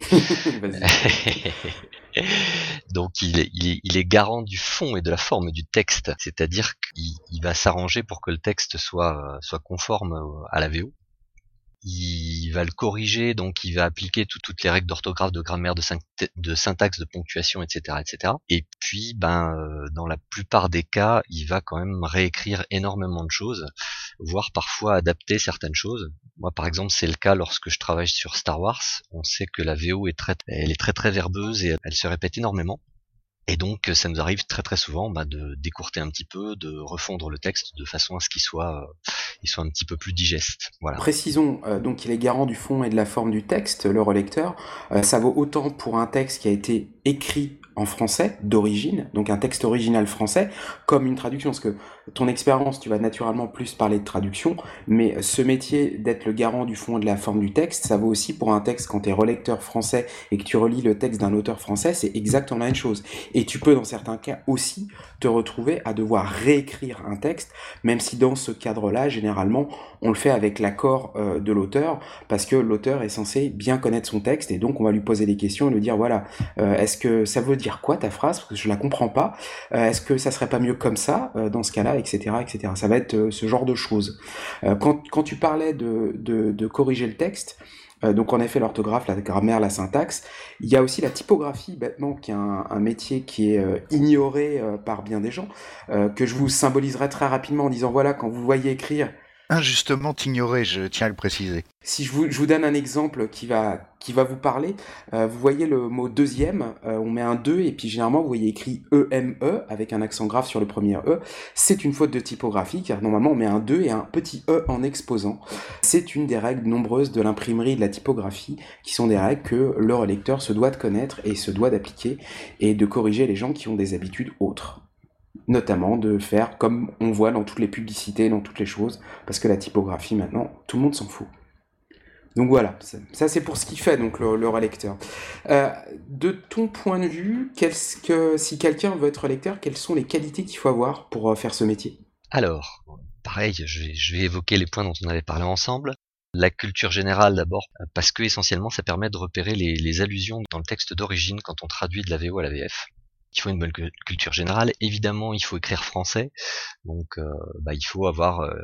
Donc, il est, il, est, il est garant du fond et de la forme du texte. C'est-à-dire qu'il il va s'arranger pour que le texte soit, soit conforme à la V O. Il va le corriger, donc il va appliquer tout, toutes les règles d'orthographe, de grammaire, de, synth- de syntaxe, de ponctuation, et cetera, et cetera. Et puis, ben, euh, dans la plupart des cas, il va quand même réécrire énormément de choses, voire parfois adapter certaines choses. Moi, par exemple, c'est le cas lorsque je travaille sur Star Wars. On sait que la V O est très, elle est très très verbeuse et elle se répète énormément. Et donc, ça nous arrive très très souvent bah, de décourter un petit peu, de refondre le texte de façon à ce qu'il soit, euh, il soit un petit peu plus digeste. Voilà. Précisons euh, donc qu'il est garant du fond et de la forme du texte, le relecteur. Euh, ça vaut autant pour un texte qui a été écrit en français d'origine, donc un texte original français, comme une traduction, parce que ton expérience, tu vas naturellement plus parler de traduction, mais ce métier d'être le garant du fond et de la forme du texte, ça vaut aussi pour un texte quand tu es relecteur français et que tu relis le texte d'un auteur français, c'est exactement la même chose. Et tu peux dans certains cas aussi te retrouver à devoir réécrire un texte, même si dans ce cadre-là, généralement, on le fait avec l'accord euh, de l'auteur, parce que l'auteur est censé bien connaître son texte, et donc on va lui poser des questions et lui dire, voilà, euh, est-ce que ça veut dire quoi ta phrase, parce que je la comprends pas, euh, est-ce que ça serait pas mieux comme ça, euh, dans ce cas-là, et cetera, et cetera. Ça va être euh, ce genre de choses. Euh, quand, quand tu parlais de, de, de corriger le texte, euh, donc en effet l'orthographe, la grammaire, la syntaxe, il y a aussi la typographie, bêtement, qui est un, un métier qui est euh, ignoré euh, par bien des gens, euh, que je vous symboliserai très rapidement en disant, voilà, quand vous voyez écrire injustement ignoré, je tiens à le préciser. Si je vous, je vous donne un exemple qui va, qui va vous parler, euh, vous voyez le mot deuxième, euh, on met un deux et puis généralement vous voyez écrit E M E avec un accent grave sur le premier E. C'est une faute de typographie car normalement on met un deux et un petit E en exposant. C'est une des règles nombreuses de l'imprimerie et de la typographie qui sont des règles que le relecteur se doit de connaître et se doit d'appliquer et de corriger les gens qui ont des habitudes autres. Notamment de faire comme on voit dans toutes les publicités, dans toutes les choses, parce que la typographie maintenant, tout le monde s'en fout. Donc voilà, ça, ça c'est pour ce qu'il fait, donc le, le relecteur. Euh, de ton point de vue, que, si quelqu'un veut être relecteur, quelles sont les qualités qu'il faut avoir pour euh, faire ce métier? Alors, pareil, je vais, je vais évoquer les points dont on avait parlé ensemble. La culture générale d'abord, parce que essentiellement ça permet de repérer les, les allusions dans le texte d'origine quand on traduit de la V O à la V F. Il faut une bonne culture générale. Évidemment, il faut écrire français. Donc, euh, bah, il faut avoir euh,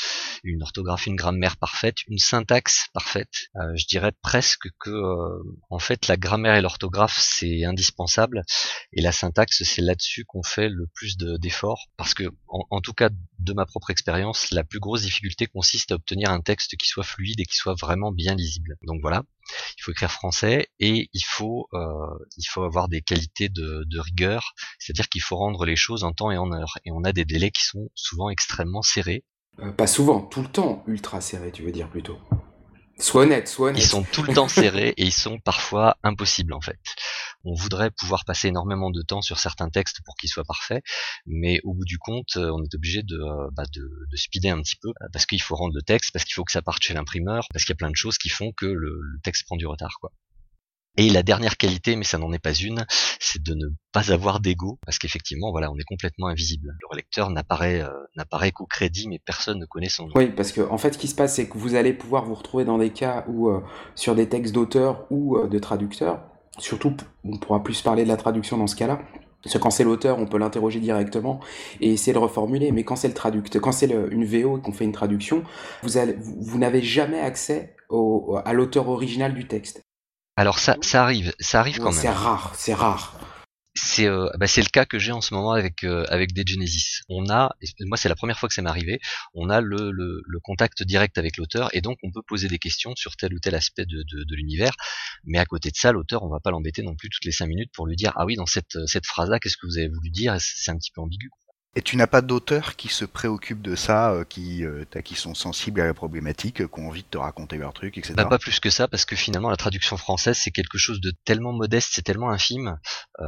une orthographe, une grammaire parfaite, une syntaxe parfaite. Euh, je dirais presque que, euh, en fait, la grammaire et l'orthographe, c'est indispensable. Et la syntaxe, c'est là-dessus qu'on fait le plus de, d'efforts. Parce que, en, en tout cas, de ma propre expérience, la plus grosse difficulté consiste à obtenir un texte qui soit fluide et qui soit vraiment bien lisible. Donc voilà. Il faut écrire français et il faut euh, il faut avoir des qualités de, de rigueur, c'est-à-dire qu'il faut rendre les choses en temps et en heure. Et on a des délais qui sont souvent extrêmement serrés. Euh, pas souvent, tout le temps ultra serrés, tu veux dire plutôt. Sois honnête, sois honnête. Ils sont tout le temps serrés et ils sont parfois impossibles en fait. On voudrait pouvoir passer énormément de temps sur certains textes pour qu'ils soient parfaits, mais au bout du compte, on est obligé de, bah de, de speeder un petit peu, parce qu'il faut rendre le texte, parce qu'il faut que ça parte chez l'imprimeur, parce qu'il y a plein de choses qui font que le, le texte prend du retard, quoi. Et la dernière qualité, mais ça n'en est pas une, c'est de ne pas avoir d'ego, parce qu'effectivement, voilà, on est complètement invisible. Le relecteur n'apparaît, euh, n'apparaît qu'au crédit, mais personne ne connaît son nom. Oui, parce que en fait, ce qui se passe, c'est que vous allez pouvoir vous retrouver dans des cas où, euh, sur des textes d'auteurs ou euh, de traducteurs, surtout, on pourra plus parler de la traduction dans ce cas-là, parce que quand c'est l'auteur, on peut l'interroger directement et essayer de reformuler, mais quand c'est le traducteur, quand c'est le, une V O et qu'on fait une traduction, vous, allez, vous, vous n'avez jamais accès au, à l'auteur original du texte. Alors ça, ça arrive, ça arrive Ouais, quand même. c'est rare, c'est rare. C'est euh, bah c'est le cas que j'ai en ce moment avec euh, avec des Genesis. On a, moi c'est la première fois que ça m'est arrivé, on a le, le, le contact direct avec l'auteur et donc on peut poser des questions sur tel ou tel aspect de, de, de l'univers. Mais à côté de ça, l'auteur, on va pas l'embêter non plus toutes les cinq minutes pour lui dire ah oui dans cette cette phrase-là, qu'est-ce que vous avez voulu dire? C'est un petit peu ambigu. Et tu n'as pas d'auteurs qui se préoccupent de ça, euh, qui, euh, qui sont sensibles à la problématique, euh, qui ont envie de te raconter leur truc, et cetera. Bah, pas plus que ça, parce que finalement la traduction française c'est quelque chose de tellement modeste, c'est tellement infime euh,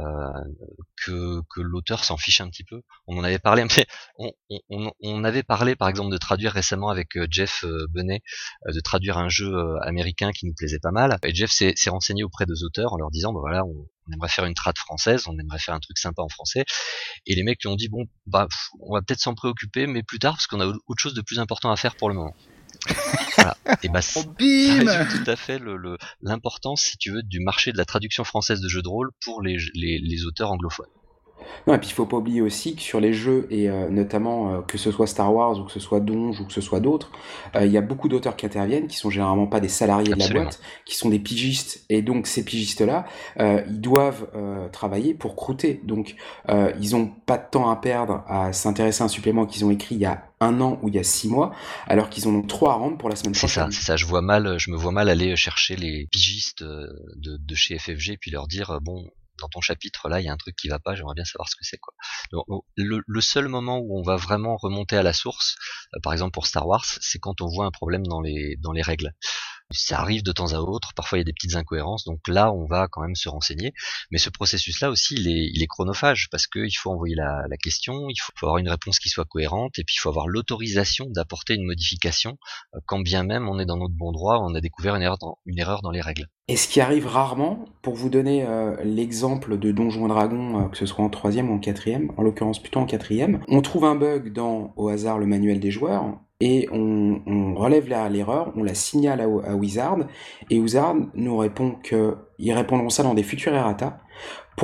que, que l'auteur s'en fiche un petit peu. On en avait parlé, mais on, on, on avait parlé par exemple de traduire récemment avec Jeff Benet, euh, de traduire un jeu américain qui nous plaisait pas mal. Et Jeff s'est, s'est renseigné auprès des auteurs en leur disant bah voilà, on, on aimerait faire une trad française, on aimerait faire un truc sympa en français. Et les mecs lui ont dit bon bah on va peut-être s'en préoccuper, mais plus tard parce qu'on a autre chose de plus important à faire pour le moment. Voilà. Et bah ça résume tout à fait le, le, l'importance, si tu veux, du marché de la traduction française de jeux de rôle pour les, les, les auteurs anglophones. Non, et puis il faut pas oublier aussi que sur les jeux, et euh, notamment euh, que ce soit Star Wars ou que ce soit Donge ou que ce soit d'autres, il euh, y a beaucoup d'auteurs qui interviennent, qui sont généralement pas des salariés Absolument. de la boîte, qui sont des pigistes, et donc ces pigistes-là, euh, ils doivent euh, travailler pour croûter, donc euh, ils ont pas de temps à perdre à s'intéresser à un supplément qu'ils ont écrit il y a un an ou il y a six mois, alors qu'ils en ont trois à rendre pour la semaine c'est prochaine. C'est ça, c'est ça. Je vois mal, je me vois mal aller chercher les pigistes de, de chez F F G puis leur dire bon. Dans ton chapitre là, il y a un truc qui va pas, j'aimerais bien savoir ce que c'est quoi. Donc, le, le seul moment où on va vraiment remonter à la source, euh, par exemple pour Star Wars, c'est quand on voit un problème dans les dans les règles. Ça arrive de temps à autre, parfois il y a des petites incohérences, donc là on va quand même se renseigner. Mais ce processus-là aussi, il est, il est chronophage parce qu'il faut envoyer la, la question, il faut, faut avoir une réponse qui soit cohérente, et puis il faut avoir l'autorisation d'apporter une modification, euh, quand bien même on est dans notre bon droit, on a découvert une erreur dans, une erreur dans les règles. Et ce qui arrive rarement, pour vous donner euh, l'exemple de Donjons et Dragons, euh, que ce soit en troisième ou en quatrième, en l'occurrence plutôt en quatrième, on trouve un bug dans, au hasard, le manuel des joueurs, et on, on relève la, l'erreur, on la signale à, à Wizard, et Wizard nous répond qu'ils répondront ça dans des futurs errata. Pourquoi ?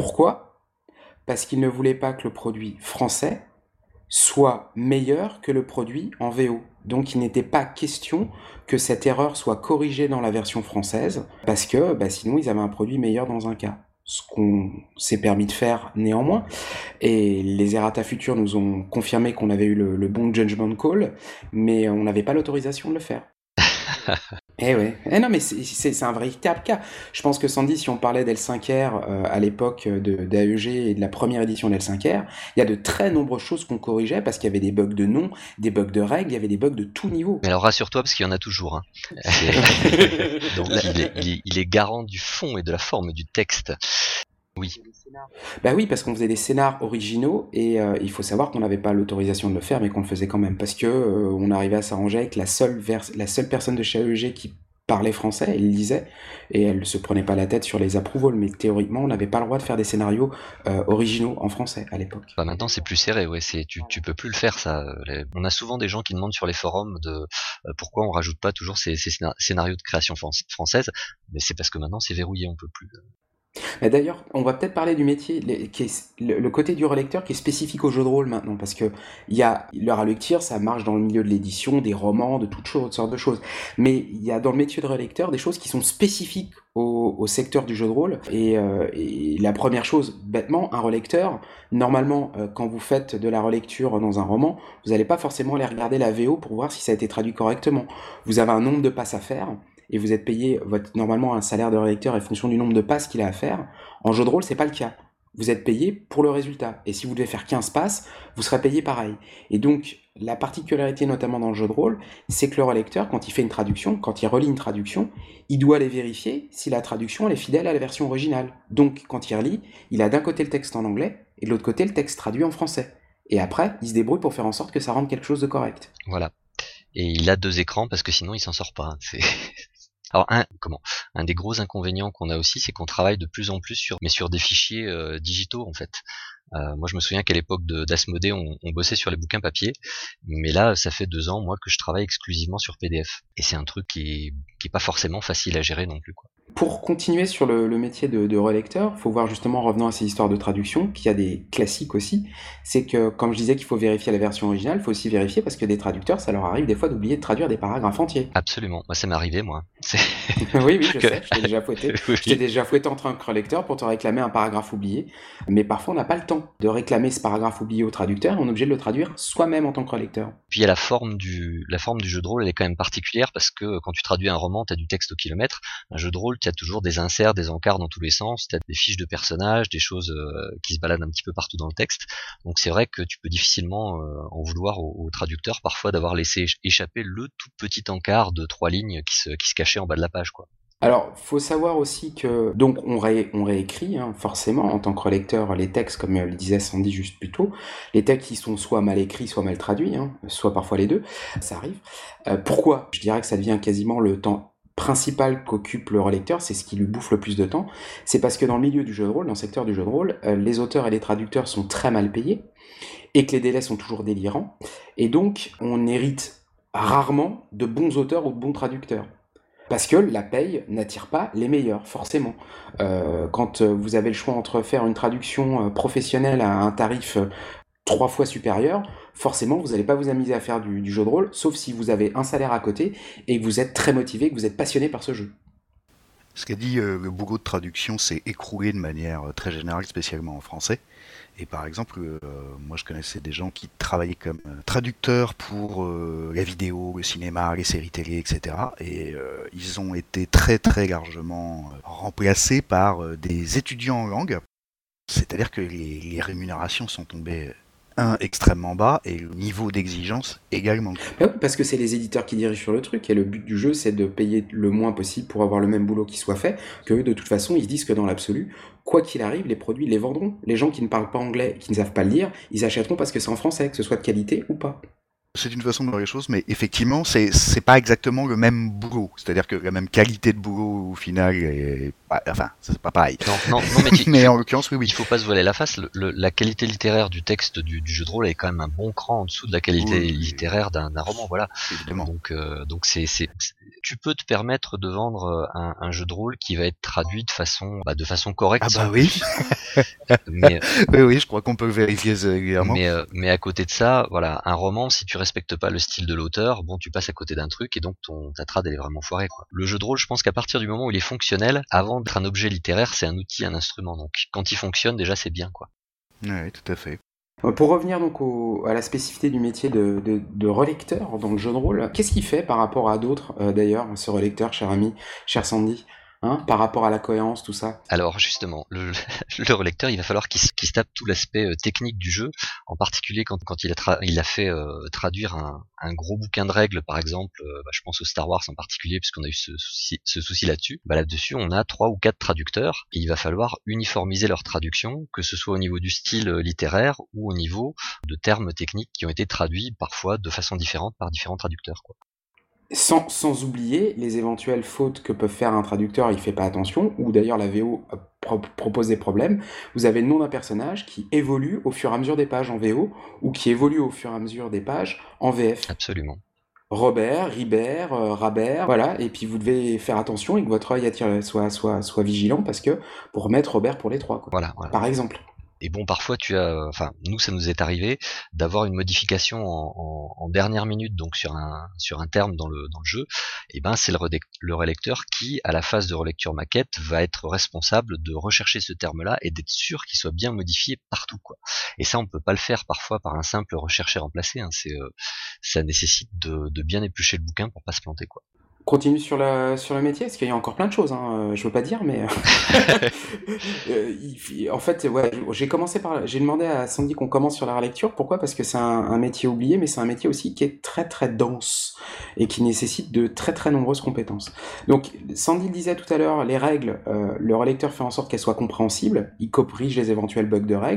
Parce qu'ils ne voulaient pas que le produit français soit meilleur que le produit en V O. Donc il n'était pas question que cette erreur soit corrigée dans la version française, parce que bah, sinon ils avaient un produit meilleur dans un cas. Ce qu'on s'est permis de faire néanmoins. Et les errata futurs nous ont confirmé qu'on avait eu le, le bon judgment call, mais on n'avait pas l'autorisation de le faire. Eh ouais, eh non mais c'est, c'est, c'est un véritable cas. Je pense que Sandy, si on parlait d'L cinq R euh, à l'époque de, d'A E G et de la première édition d'L cinq R, il y a de très nombreuses choses qu'on corrigeait parce qu'il y avait des bugs de nom, des bugs de règles, il y avait des bugs de tout niveau. Mais alors rassure-toi parce qu'il y en a toujours. Hein. Donc il est, il, est, il est garant du fond et de la forme du texte. Oui. Bah oui, parce qu'on faisait des scénars originaux et euh, il faut savoir qu'on n'avait pas l'autorisation de le faire, mais qu'on le faisait quand même parce que euh, on arrivait à s'arranger avec la seule vers- la seule personne de chez A E G qui parlait français, elle lisait et elle se prenait pas la tête sur les approvals, mais théoriquement on n'avait pas le droit de faire des scénarios euh, originaux en français à l'époque. Bah maintenant c'est plus serré, ouais, c'est tu tu peux plus le faire ça. Les... On a souvent des gens qui demandent sur les forums de euh, pourquoi on rajoute pas toujours ces, ces scénarios de création française, mais c'est parce que maintenant c'est verrouillé, on peut plus. Mais d'ailleurs, on va peut-être parler du métier, les- qui est, le, le côté du relecteur qui est spécifique au jeu de rôle maintenant, parce que il y a le relecture, ça marche dans le milieu de l'édition, des romans, de toutes choses, toutes sortes de choses. Mais il y a dans le métier de relecteur des choses qui sont spécifiques au, au secteur du jeu de rôle. Et, euh, et la première chose, bêtement, un relecteur, normalement, euh, quand vous faites de la relecture dans un roman, vous n'allez pas forcément aller regarder la V O pour voir si ça a été traduit correctement. Vous avez un nombre de passes à faire. Et vous êtes payé, votre, normalement un salaire de relecteur est fonction du nombre de passes qu'il a à faire. En jeu de rôle, c'est pas le cas. Vous êtes payé pour le résultat. Et si vous devez faire quinze passes, vous serez payé pareil. Et donc, la particularité notamment dans le jeu de rôle, c'est que le relecteur, quand il fait une traduction, quand il relit une traduction, il doit aller vérifier si la traduction elle est fidèle à la version originale. Donc, quand il relit, il a d'un côté le texte en anglais et de l'autre côté le texte traduit en français. Et après, il se débrouille pour faire en sorte que ça rende quelque chose de correct. Voilà. Et il a deux écrans parce que sinon il s'en sort pas. C'est... Alors un, comment un des gros inconvénients qu'on a aussi, c'est qu'on travaille de plus en plus sur, mais sur des fichiers euh, digitaux en fait. Euh, moi, je me souviens qu'à l'époque de, d'Asmodée, on, on bossait sur les bouquins papier, mais là, ça fait deux ans, moi, que je travaille exclusivement sur P D F. Et c'est un truc qui est, qui est pas forcément facile à gérer non plus, quoi. Pour continuer sur le, le métier de, de relecteur, il faut voir justement, revenant à ces histoires de traduction, qu'il y a des classiques aussi. C'est que, comme je disais qu'il faut vérifier la version originale, il faut aussi vérifier parce que des traducteurs, ça leur arrive des fois d'oublier de traduire des paragraphes entiers. Absolument. Moi, ça m'est arrivé, moi. C'est... oui, oui, je que... sais, je t'ai déjà fouetté. oui. Je t'ai déjà fouetté en tant que relecteur pour te réclamer un paragraphe oublié. Mais parfois, on n'a pas le temps de réclamer ce paragraphe oublié au traducteur. On est obligé de le traduire soi-même en tant que relecteur. Puis, il y a la forme du, la forme du jeu de rôle, elle est quand même particulière parce que quand tu traduis un roman, tu as du texte au kilomètre. Un jeu de rôle, tu as toujours des inserts, des encarts dans tous les sens, tu as des fiches de personnages, des choses euh, qui se baladent un petit peu partout dans le texte. Donc c'est vrai que tu peux difficilement euh, en vouloir au, au traducteur parfois d'avoir laissé échapper le tout petit encart de trois lignes qui se, qui se cachait en bas de la page, quoi. Alors, faut savoir aussi que donc on, ré, on réécrit hein, forcément en tant que relecteur les textes, comme le disait Sandy juste plus tôt, les textes qui sont soit mal écrits, soit mal traduits, hein, soit parfois les deux, ça arrive. Euh, pourquoi ? Je dirais que ça devient quasiment le temps principal qu'occupe le relecteur, c'est ce qui lui bouffe le plus de temps, c'est parce que dans le milieu du jeu de rôle, dans le secteur du jeu de rôle, euh, les auteurs et les traducteurs sont très mal payés, et que les délais sont toujours délirants, et donc on hérite rarement de bons auteurs ou de bons traducteurs. Parce que la paye n'attire pas les meilleurs, forcément. Euh, quand vous avez le choix entre faire une traduction professionnelle à un tarif trois fois supérieur, forcément, vous n'allez pas vous amuser à faire du, du jeu de rôle, sauf si vous avez un salaire à côté et que vous êtes très motivé, que vous êtes passionné par ce jeu. Ce qu'a dit euh, le boulot de traduction s'est écroulé de manière euh, très générale, spécialement en français. Et par exemple, euh, moi je connaissais des gens qui travaillaient comme euh, traducteurs pour euh, la vidéo, le cinéma, les séries télé, et cetera. Et euh, ils ont été très très largement euh, remplacés par euh, des étudiants en langue. C'est-à-dire que les, les rémunérations sont tombées, un, extrêmement bas, et le niveau d'exigence également. Bah oui, parce que c'est les éditeurs qui dirigent sur le truc, et le but du jeu, c'est de payer le moins possible pour avoir le même boulot qui soit fait, que de toute façon, ils se disent que dans l'absolu, quoi qu'il arrive, les produits, ils les vendront. Les gens qui ne parlent pas anglais, qui ne savent pas le lire, ils achèteront parce que c'est en français, que ce soit de qualité ou pas. C'est une façon de voir les choses, mais effectivement, c'est c'est pas exactement le même boulot. C'est-à-dire que la même qualité de boulot au final est, enfin, c'est pas pareil. Non, non, non, mais, tu, mais tu, en l'occurrence, oui, oui. Il faut pas se voiler la face. Le, le, la qualité littéraire du texte du, du jeu de rôle est quand même un bon cran en dessous de la qualité oui, littéraire d'un, d'un roman, voilà. Évidemment. Donc, euh, donc c'est, c'est, c'est, tu peux te permettre de vendre un, un jeu de rôle qui va être traduit de façon, bah, de façon correcte. Ah bah oui. mais, oui, oui, je crois qu'on peut le vérifier régulièrement. Mais, euh, mais à côté de ça, voilà, un roman, si tu respectes pas le style de l'auteur, bon, tu passes à côté d'un truc et donc ton ta trad elle est vraiment foirée, quoi. Le jeu de rôle, je pense qu'à partir du moment où il est fonctionnel, avant d'être un objet littéraire, c'est un outil, un instrument. Donc, quand il fonctionne, déjà, c'est bien, quoi. Oui, tout à fait. Pour revenir donc au, à la spécificité du métier de, de, de relecteur dans le jeu de rôle, qu'est-ce qu'il fait par rapport à d'autres, euh, d'ailleurs, ce relecteur, cher ami, cher Sandy, hein, par rapport à la cohérence, tout ça? Alors justement, le, le relecteur, il va falloir qu'il, qu'il se tape tout l'aspect euh, technique du jeu, en particulier quand, quand il, a tra- il a fait euh, traduire un, un gros bouquin de règles, par exemple, euh, bah, je pense au Star Wars en particulier, puisqu'on a eu ce souci, ce souci là-dessus. Bah, là-dessus, on a trois ou quatre traducteurs, et il va falloir uniformiser leur traduction, que ce soit au niveau du style euh, littéraire ou au niveau de termes techniques qui ont été traduits parfois de façon différente par différents traducteurs, quoi. Sans, sans oublier les éventuelles fautes que peut faire un traducteur, il fait pas attention, ou d'ailleurs la V O pro- propose des problèmes. Vous avez le nom d'un personnage qui évolue au fur et à mesure des pages en V O, ou qui évolue au fur et à mesure des pages en V F. Absolument. Robert, Ribert, euh, Rabert, voilà, et puis vous devez faire attention et que votre œil attire, soit, soit, soit vigilant, parce que pour remettre Robert pour les trois, quoi. Voilà, voilà. Par exemple. Et bon, parfois tu as, enfin, nous ça nous est arrivé d'avoir une modification en, en, en dernière minute, donc sur un sur un terme dans le dans le jeu. Et ben c'est le, redec- le relecteur qui, à la phase de relecture maquette, va être responsable de rechercher ce terme-là et d'être sûr qu'il soit bien modifié partout, quoi. Et ça, on peut pas le faire parfois par un simple rechercher remplacer. Hein. C'est euh, ça nécessite de, de bien éplucher le bouquin pour pas se planter, quoi. Continue sur, la, sur le métier, parce qu'il y a encore plein de choses, hein. Je veux pas dire, mais... euh, il, en fait, ouais, j'ai commencé par... J'ai demandé à Sandy qu'on commence sur la relecture. Pourquoi ? Parce que c'est un, un métier oublié, mais c'est un métier aussi qui est très très dense et qui nécessite de très très nombreuses compétences. Donc, Sandy le disait tout à l'heure, les règles, euh, le relecteur fait en sorte qu'elles soient compréhensibles, il corrige les éventuels bugs de règles,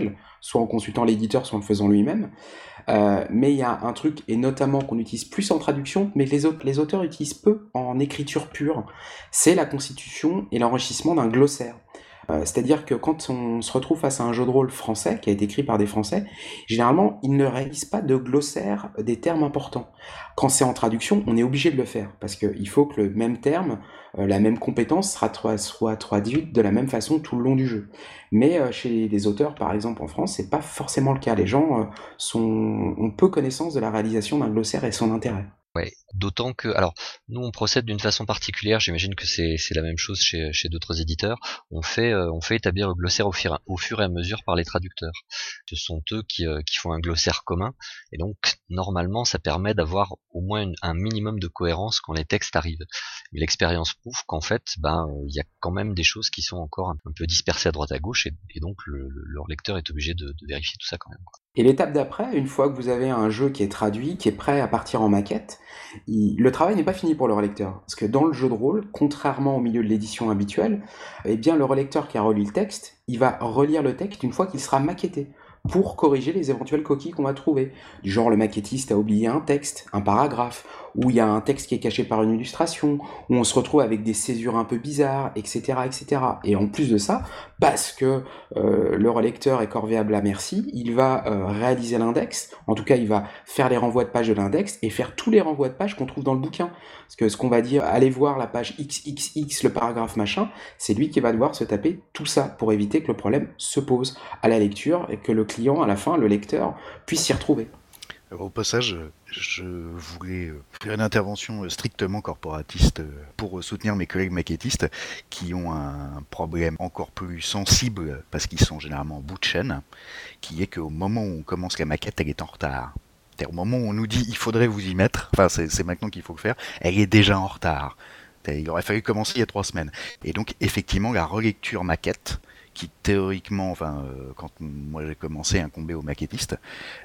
soit en consultant l'éditeur, soit en le faisant lui-même. Euh, mais il y a un truc, et notamment qu'on utilise plus en traduction, mais les, aut- les auteurs utilisent peu en écriture pure, c'est la constitution et l'enrichissement d'un glossaire. Euh, c'est-à-dire que quand on se retrouve face à un jeu de rôle français, qui a été écrit par des Français, généralement, ils ne réalisent pas de glossaire des termes importants. Quand c'est en traduction, on est obligé de le faire, parce qu'il faut que le même terme, euh, la même compétence sera tra- soit traduite de la même façon tout le long du jeu. Mais euh, chez les auteurs, par exemple en France, c'est pas forcément le cas. Les gens euh, sont, ont peu connaissance de la réalisation d'un glossaire et son intérêt. Ouais, d'autant que, alors, nous on procède d'une façon particulière. J'imagine que c'est c'est la même chose chez chez d'autres éditeurs. On fait euh, on fait établir le glossaire au fur, au fur et à mesure par les traducteurs. Ce sont eux qui euh, qui font un glossaire commun, et donc normalement ça permet d'avoir au moins une- un minimum de cohérence quand les textes arrivent. Mais l'expérience prouve qu'en fait, ben euh, il y a quand même des choses qui sont encore un, un peu dispersées à droite à gauche, et, et donc le, le- leur lecteur est obligé de, de vérifier tout ça quand même. Et l'étape d'après, une fois que vous avez un jeu qui est traduit, qui est prêt à partir en maquette, il- le travail n'est pas fini pour le relecteur. Parce que dans le jeu de rôle, contrairement au milieu de l'édition habituelle, eh bien le relecteur qui a relu le texte, il va relire le texte une fois qu'il sera maquetté, pour corriger les éventuelles coquilles qu'on va trouver. Du genre le maquettiste a oublié un texte, un paragraphe, ou il y a un texte qui est caché par une illustration, où on se retrouve avec des césures un peu bizarres, et cetera, et cetera. Et en plus de ça, parce que euh, le relecteur est corvéable à merci, il va euh, réaliser l'index, en tout cas il va faire les renvois de page de l'index et faire tous les renvois de page qu'on trouve dans le bouquin. Parce que ce qu'on va dire, allez voir la page X X X, le paragraphe machin, c'est lui qui va devoir se taper tout ça pour éviter que le problème se pose à la lecture et que le client, à la fin, le lecteur, puisse s'y retrouver. Alors, au passage, je voulais faire une intervention strictement corporatiste pour soutenir mes collègues maquettistes qui ont un problème encore plus sensible parce qu'ils sont généralement en bout de chaîne, qui est qu'au moment où on commence la maquette, elle est en retard. C'est-à-dire au moment où on nous dit il faudrait vous y mettre, enfin c'est, c'est maintenant qu'il faut le faire, elle est déjà en retard. Il aurait fallu commencer il y a trois semaines. Et donc effectivement la relecture maquette, qui théoriquement, enfin, euh, quand moi j'ai commencé à incomber aux maquettistes,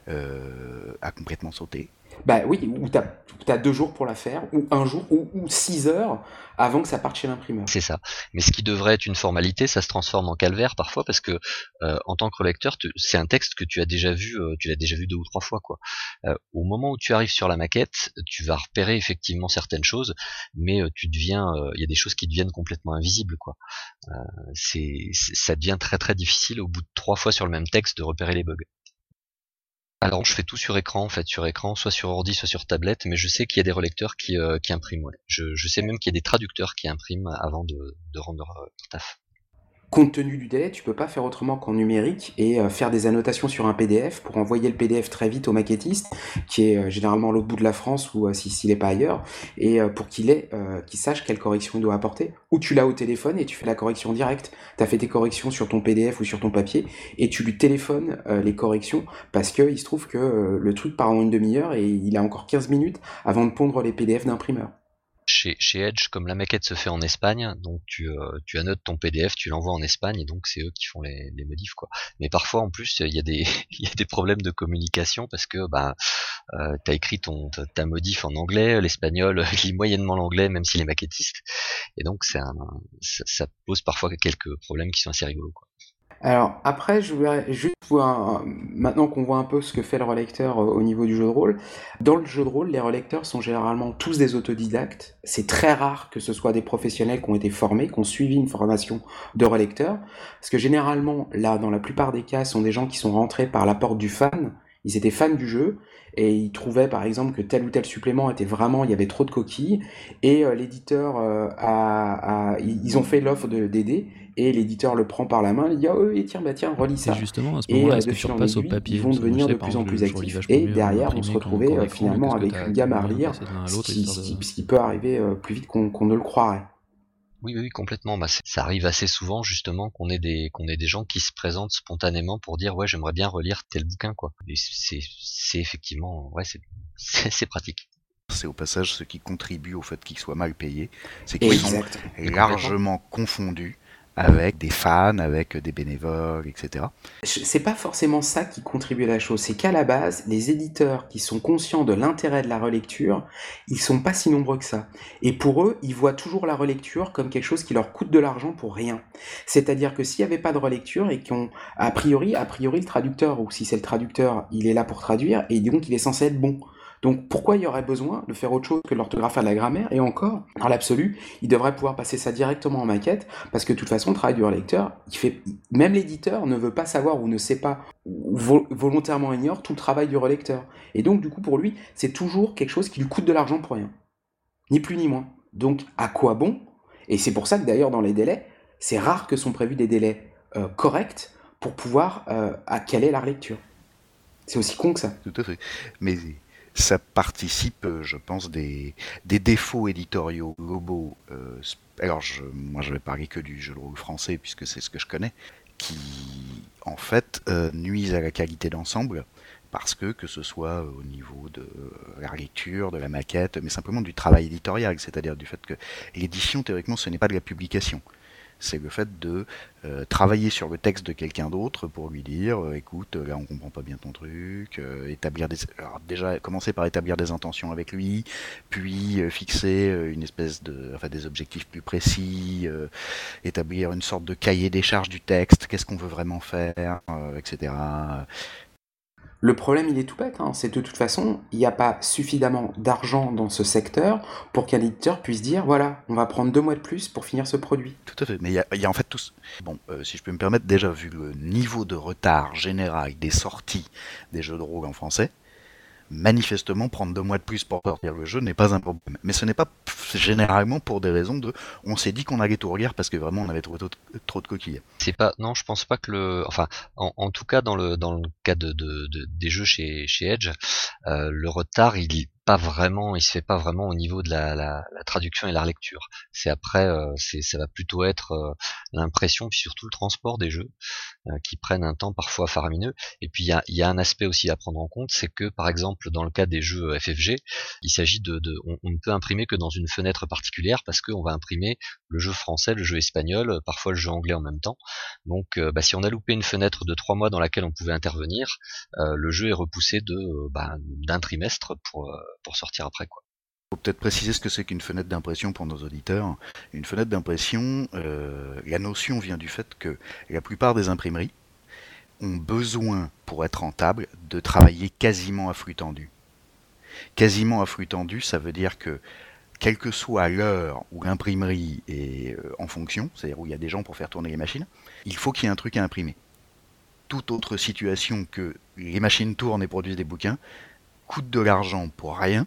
euh, a complètement sauté. Bah oui, ou t'as, t'as deux jours pour la faire, ou un jour, ou, ou six heures avant que ça parte chez l'imprimeur. C'est ça. Mais ce qui devrait être une formalité, ça se transforme en calvaire parfois parce que euh, en tant que relecteur, tu- c'est un texte que tu as déjà vu, euh, tu l'as déjà vu deux ou trois fois quoi. Euh, au moment où tu arrives sur la maquette, tu vas repérer effectivement certaines choses, mais euh, tu deviens, euh, il y a des choses qui deviennent complètement invisibles quoi. Euh, c'est, c'est- ça devient très très difficile au bout de trois fois sur le même texte de repérer les bugs. Alors je fais tout sur écran en fait, sur écran, soit sur ordi, soit sur tablette, mais je sais qu'il y a des relecteurs qui, euh, qui impriment, ouais. Je, je sais même qu'il y a des traducteurs qui impriment avant de, de rendre leur, leur taf. Compte tenu du délai, tu peux pas faire autrement qu'en numérique et euh, faire des annotations sur un P D F pour envoyer le P D F très vite au maquettiste, qui est euh, généralement à l'autre bout de la France ou euh, si, s'il est pas ailleurs, et euh, pour qu'il ait, euh, qu'il sache quelle correction il doit apporter. Ou tu l'as au téléphone et tu fais la correction directe. T'as fait tes corrections sur ton P D F ou sur ton papier et tu lui téléphones euh, les corrections parce que il se trouve que euh, le truc part en une demi-heure et il a encore quinze minutes avant de pondre les P D F d'imprimeur. Chez, chez Edge, comme la maquette se fait en Espagne, donc tu, euh, tu annotes ton P D F, tu l'envoies en Espagne et donc c'est eux qui font les, les modifs quoi. Mais parfois en plus il y a des il y a des problèmes de communication parce que bah euh, t'as écrit ton ta, ta modif en anglais, l'espagnol lit moyennement l'anglais même s'il est maquettiste et donc c'est un ça, ça pose parfois quelques problèmes qui sont assez rigolos quoi. Alors après, je voudrais juste voir, maintenant qu'on voit un peu ce que fait le relecteur euh, au niveau du jeu de rôle, dans le jeu de rôle, les relecteurs sont généralement tous des autodidactes. C'est très rare que ce soit des professionnels qui ont été formés, qui ont suivi une formation de relecteur, parce que généralement, là, dans la plupart des cas, ce sont des gens qui sont rentrés par la porte du fan, ils étaient fans du jeu, et ils trouvaient par exemple que tel ou tel supplément était vraiment, il y avait trop de coquilles, et euh, l'éditeur euh, a, a- ils ont fait l'offre de, d'aider, et l'éditeur le prend par la main, il dit ah oui tiens bah tiens relis ça. Et justement, à ce Et moment-là, euh, est-ce de que tu fil en repasses au aiguille, papier? ils vont Parce que moi, je devenir sais, de par plus en exemple, plus je relis actifs. vachement Et mieux derrière, on se imprimé qu'en retrouvait qu'en euh, écran, finalement parce que avec t'as une t'as gamme à moyen de relire, passer de l'un à ce l'autre, qui, histoire ce qui- de... ce qui peut arriver euh, plus vite qu'on qu'on ne le croirait. Oui, oui, oui, complètement. Bah, c'est- ça arrive assez souvent justement qu'on ait des qu'on ait des gens qui se présentent spontanément pour dire ouais j'aimerais bien relire tel bouquin quoi. Et c'est c'est effectivement ouais c'est c'est c'est pratique. C'est au passage ce qui contribue au fait qu'ils soient mal payés, c'est qu'ils sont Exact. Mais complètement. largement confondus avec des fans, avec des bénévoles, et cetera. C'est pas forcément ça qui contribue à la chose, c'est qu'à la base, les éditeurs qui sont conscients de l'intérêt de la relecture, ils sont pas si nombreux que ça. Et pour eux, ils voient toujours la relecture comme quelque chose qui leur coûte de l'argent pour rien. C'est-à-dire que s'il y avait pas de relecture et qu'on, a priori, a priori le traducteur, ou si c'est le traducteur, il est là pour traduire, et donc il est censé être bon. Donc pourquoi il y aurait besoin de faire autre chose que de l'orthographe et de la grammaire? Et encore, dans l'absolu, il devrait pouvoir passer ça directement en maquette, parce que de toute façon, le travail du relecteur, il fait... même l'éditeur ne veut pas savoir ou ne sait pas, ou vo- volontairement ignore tout le travail du relecteur. Et donc du coup, pour lui, c'est toujours quelque chose qui lui coûte de l'argent pour rien. Ni plus ni moins. Donc à quoi bon? Et c'est pour ça que d'ailleurs, dans les délais, c'est rare que sont prévus des délais euh, corrects pour pouvoir euh, à caler la relecture. C'est aussi con que ça. Tout à fait. Mais ça participe, je pense, des, des défauts éditoriaux globaux. Euh, alors, je, moi, je vais parler que du jeu de rôle français, puisque c'est ce que je connais, qui, en fait, euh, nuisent à la qualité d'ensemble, parce que, que ce soit au niveau de la lecture, de la maquette, mais simplement du travail éditorial, c'est-à-dire du fait que l'édition, théoriquement, ce n'est pas de la publication. C'est le fait de euh, travailler sur le texte de quelqu'un d'autre pour lui dire euh, écoute, là on comprend pas bien ton truc, euh, établir des... Alors déjà commencer par établir des intentions avec lui, puis euh, fixer euh, une espèce de, enfin des objectifs plus précis, euh, établir une sorte de cahier des charges du texte, qu'est-ce qu'on veut vraiment faire, euh, et cetera. Le problème, il est tout bête, hein. C'est de toute façon, il n'y a pas suffisamment d'argent dans ce secteur pour qu'un éditeur puisse dire, voilà, on va prendre deux mois de plus pour finir ce produit. Tout à fait, mais il y a, il y a en fait tous... Bon, euh, si je peux me permettre, déjà vu le niveau de retard général des sorties des jeux de rôle en français, manifestement, prendre deux mois de plus pour sortir le jeu n'est pas un problème. Mais ce n'est pas généralement pour des raisons de on s'est dit qu'on allait tout relire parce que vraiment on avait trouvé trop, trop de coquilles. C'est pas, non, je pense pas que le, enfin, en, en tout cas dans le dans le cas de, de, de des jeux chez chez Edge, euh, le retard il pas vraiment, il se fait pas vraiment au niveau de la, la, la traduction et la relecture. C'est après, euh, c'est ça va plutôt être euh, l'impression puis surtout le transport des jeux euh, qui prennent un temps parfois faramineux. Et puis il y a, y a un aspect aussi à prendre en compte, c'est que par exemple dans le cas des jeux F F G, il s'agit de, de on, on ne peut imprimer que dans une fenêtre particulière parce qu'on va imprimer le jeu français, le jeu espagnol, parfois le jeu anglais en même temps. Donc euh, bah, si on a loupé une fenêtre de trois mois dans laquelle on pouvait intervenir, euh, le jeu est repoussé de euh, bah, d'un trimestre pour, euh, pour sortir après, quoi. Il faut peut-être préciser ce que c'est qu'une fenêtre d'impression pour nos auditeurs. Une fenêtre d'impression, euh, la notion vient du fait que la plupart des imprimeries ont besoin, pour être rentables, de travailler quasiment à flux tendu. Quasiment à flux tendu, ça veut dire que quelle que soit l'heure où l'imprimerie est en fonction, c'est-à-dire où il y a des gens pour faire tourner les machines, il faut qu'il y ait un truc à imprimer. Toute autre situation que les machines tournent et produisent des bouquins coûte de l'argent pour rien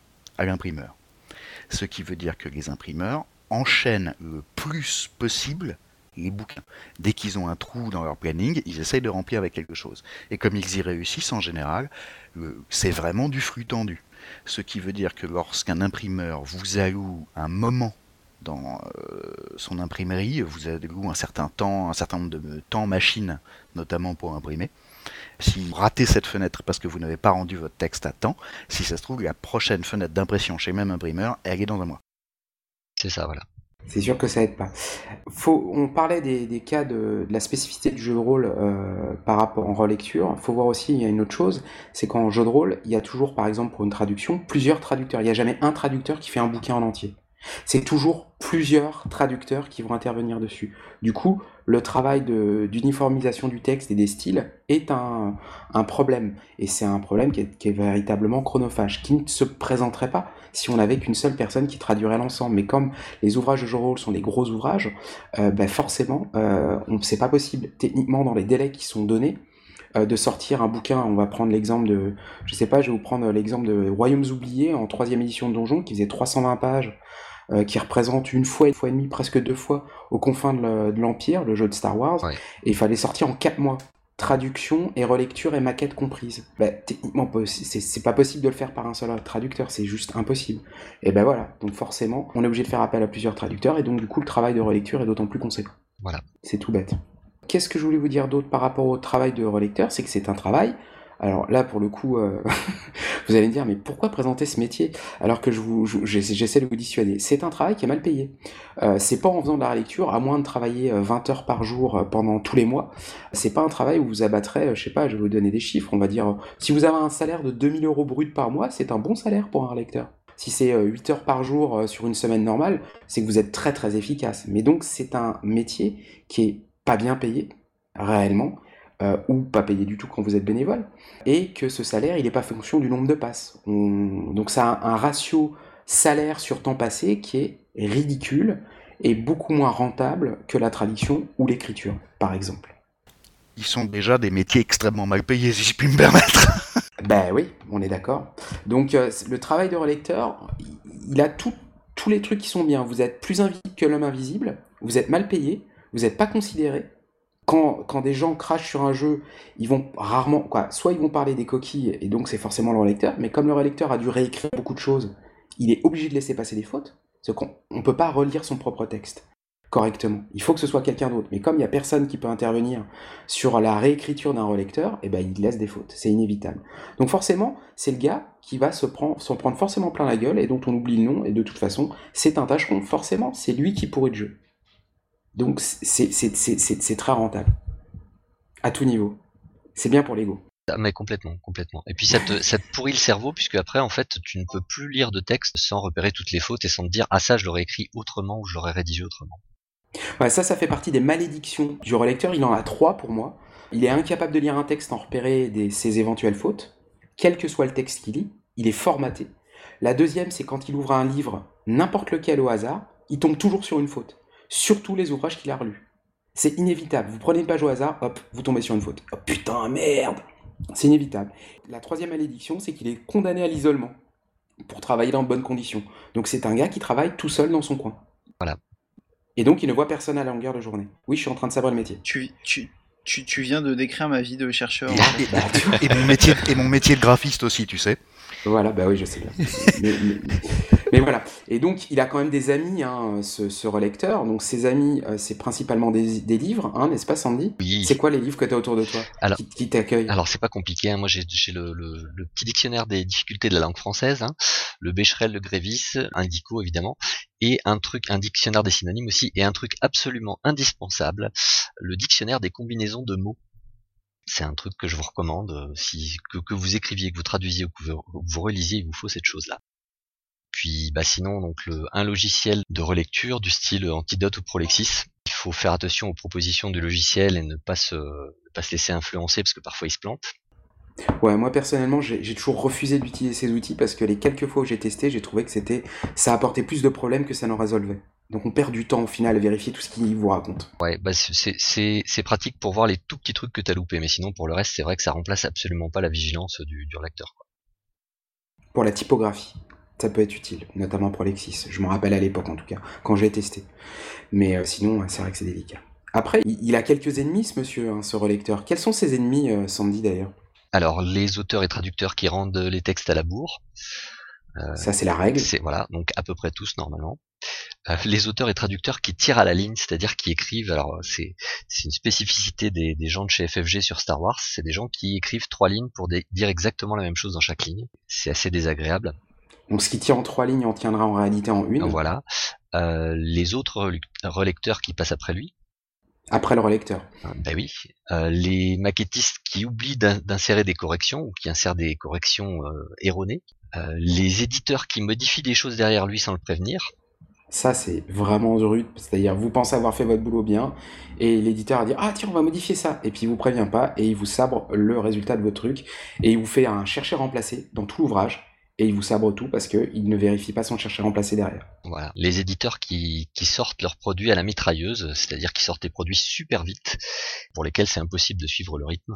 à l'imprimeur. Ce qui veut dire que les imprimeurs enchaînent le plus possible les bouquins. Dès qu'ils ont un trou dans leur planning, ils essayent de remplir avec quelque chose. Et comme ils y réussissent en général, c'est vraiment du flux tendu. Ce qui veut dire que lorsqu'un imprimeur vous alloue un moment dans euh, son imprimerie, vous alloue un certain temps, un certain nombre de temps machine, notamment pour imprimer, si vous ratez cette fenêtre parce que vous n'avez pas rendu votre texte à temps, si ça se trouve, la prochaine fenêtre d'impression chez le même imprimeur, elle est dans un mois. C'est ça, voilà. C'est sûr que ça aide pas. Faut, on parlait des, des cas de, de la spécificité du jeu de rôle euh, par rapport en relecture. Il faut voir aussi, il y a une autre chose, c'est qu'en jeu de rôle, il y a toujours, par exemple, pour une traduction, plusieurs traducteurs. Il n'y a jamais un traducteur qui fait un bouquin en entier. C'est toujours plusieurs traducteurs qui vont intervenir dessus. Du coup, le travail de, d'uniformisation du texte et des styles est un, un problème. Et c'est un problème qui est, qui est véritablement chronophage, qui ne se présenterait pas si on n'avait qu'une seule personne qui traduirait l'ensemble. Mais comme les ouvrages de jeu de rôle sont des gros ouvrages, euh, ben forcément, euh, on, c'est pas possible, techniquement, dans les délais qui sont donnés, euh, de sortir un bouquin. On va prendre l'exemple de, je sais pas, je vais vous prendre l'exemple de Royaumes oubliés en troisième édition de Donjon, qui faisait trois cent vingt pages, Euh, qui représente une fois, une fois et demie, presque deux fois, aux confins de, le, de l'Empire, le jeu de Star Wars, Ouais. Et il fallait sortir en quatre mois. Traduction et relecture et maquette comprises. Bah, techniquement, c'est, c'est pas possible de le faire par un seul traducteur, c'est juste impossible. Et ben voilà, donc forcément, on est obligé de faire appel à plusieurs traducteurs, et donc du coup, le travail de relecture est d'autant plus conséquent. Voilà. C'est tout bête. Qu'est-ce que je voulais vous dire d'autre par rapport au travail de relecteur? C'est que c'est un travail Alors là, pour le coup, euh, vous allez me dire, mais pourquoi présenter ce métier alors que je vous, je- j'essa- j'essaie de vous dissuader? C'est un travail qui est mal payé. Euh, c'est pas en faisant de la relecture, à moins de travailler euh, vingt heures par jour euh, pendant tous les mois. C'est pas un travail où vous abattrez, euh, je sais pas, je vais vous donner des chiffres. On va dire, euh, si vous avez un salaire de deux mille euros brut par mois, c'est un bon salaire pour un relecteur. Si c'est euh, huit heures par jour euh, sur une semaine normale, c'est que vous êtes très très efficace. Mais donc, c'est un métier qui est pas bien payé, réellement, euh, ou pas payé du tout quand vous êtes bénévole, et que ce salaire, il n'est pas fonction du nombre de passes. On- Donc ça a un ratio salaire sur temps passé qui est ridicule et beaucoup moins rentable que la traduction ou l'écriture, par exemple. Ils sont déjà des métiers extrêmement mal payés, si je puis me permettre. Ben oui, on est d'accord. Donc euh, le travail de relecteur, il, il a tout- tous les trucs qui sont bien. Vous êtes plus invisible que l'homme invisible, vous êtes mal payé, vous n'êtes pas considéré. Quand, quand des gens crachent sur un jeu, ils vont rarement, quoi, soit ils vont parler des coquilles, et donc c'est forcément le relecteur, mais comme le relecteur a dû réécrire beaucoup de choses, il est obligé de laisser passer des fautes, parce qu'on ne peut pas relire son propre texte correctement. Il faut que ce soit quelqu'un d'autre. Mais comme il n'y a personne qui peut intervenir sur la réécriture d'un relecteur, eh ben, il laisse des fautes. C'est inévitable. Donc forcément, c'est le gars qui va se prendre, s'en prendre forcément plein la gueule et dont on oublie le nom, et de toute façon, c'est un tâcheron. Forcément, c'est lui qui pourrit le jeu. Donc c'est, c'est, c'est, c'est, c'est très rentable. À tout niveau. C'est bien pour l'ego. Ah, mais complètement, complètement. Et puis ça te, ça te pourrit le cerveau, puisque après, en fait, tu ne peux plus lire de texte sans repérer toutes les fautes et sans te dire, ah ça, je l'aurais écrit autrement ou je l'aurais rédigé autrement. Ouais, ça, ça fait partie des malédictions du relecteur. Il en a trois pour moi. Il est incapable de lire un texte sans repérer des, ses éventuelles fautes, quel que soit le texte qu'il lit. Il est formaté. La deuxième, c'est quand il ouvre un livre, n'importe lequel au hasard, il tombe toujours sur une faute. Surtout les ouvrages qu'il a relus. C'est inévitable. Vous prenez une page au hasard, hop, vous tombez sur une faute. Oh putain, merde! C'est inévitable. La troisième malédiction, c'est qu'il est condamné à l'isolement pour travailler dans de bonnes conditions. Donc c'est un gars qui travaille tout seul dans son coin. Voilà. Et donc il ne voit personne à la longueur de journée. Oui, je suis en train de sabrer le métier. Tu, tu, tu, tu viens de décrire ma vie de chercheur. Et, en fait. et- bah, tu vois, et mon métier, et mon métier de graphiste aussi, tu sais. Voilà, bah oui, je sais bien. mais, mais- mais voilà. Et donc, il a quand même des amis, hein, ce, ce relecteur. Donc, ses amis, euh, c'est principalement des, des livres, hein, n'est-ce pas, Sandy? Oui. C'est quoi les livres que tu as autour de toi Alors- qui, qui t'accueillent? Alors c'est pas compliqué, hein. Moi j'ai, j'ai le, le, le petit dictionnaire des difficultés de la langue française, hein. Le Becherel, le Grévis, un dico évidemment, et un truc, un dictionnaire des synonymes aussi, et un truc absolument indispensable, le dictionnaire des combinaisons de mots. C'est un truc que je vous recommande, euh, si que, que vous écriviez, que vous traduisiez ou que vous, vous relisiez, il vous faut cette chose-là. Puis bah sinon donc le, un logiciel de relecture du style Antidote ou Prolexis. Il faut faire attention aux propositions du logiciel et ne pas se, ne pas se laisser influencer parce que parfois il se plante. Ouais, moi personnellement, j'ai j'ai toujours refusé d'utiliser ces outils parce que les quelques fois où j'ai testé, j'ai trouvé que c'était, ça apportait plus de problèmes que ça n'en résolvait. Donc on perd du temps au final à vérifier tout ce qu'ils vous racontent. Ouais, bah c'est c'est c'est pratique pour voir les tout petits trucs que t'as loupés, mais sinon pour le reste c'est vrai que ça remplace absolument pas la vigilance du, du lecteur. Quoi. Pour la typographie, ça peut être utile, notamment pour Lexis. Je m'en rappelle à l'époque en tout cas, quand j'ai testé. Mais euh, sinon, c'est vrai que c'est délicat. Après, il, il a quelques ennemis, ce monsieur, hein, ce relecteur. Quels sont ses ennemis, euh, Sandy d'ailleurs? Alors les auteurs et traducteurs qui rendent les textes à la bourre. Euh, Ça, c'est la règle. C'est voilà, donc à peu près tous normalement. Euh, les auteurs et traducteurs qui tirent à la ligne, c'est-à-dire qui écrivent, alors c'est c'est une spécificité des, des gens de chez F F G sur Star Wars, c'est des gens qui écrivent trois lignes pour des, dire exactement la même chose dans chaque ligne. C'est assez désagréable. Donc ce qui tient en trois lignes en tiendra en réalité en une. Voilà. Euh, les autres relecteurs qui passent après lui. Après le relecteur. Euh, ben oui. Euh, les maquettistes qui oublient d'insérer des corrections ou qui insèrent des corrections euh, erronées. Euh, les éditeurs qui modifient des choses derrière lui sans le prévenir. Ça, c'est vraiment rude. C'est-à-dire, vous pensez avoir fait votre boulot bien, et l'éditeur a dit « Ah, tiens, on va modifier ça !» Et puis il vous prévient pas, et il vous sabre le résultat de votre truc, et il vous fait un chercher-remplacer dans tout l'ouvrage, et il vous sabre tout parce qu'il ne vérifie pas son chercher-remplacer derrière. Voilà. Les éditeurs qui, qui sortent leurs produits à la mitrailleuse, c'est-à-dire qui sortent des produits super vite, pour lesquels c'est impossible de suivre le rythme.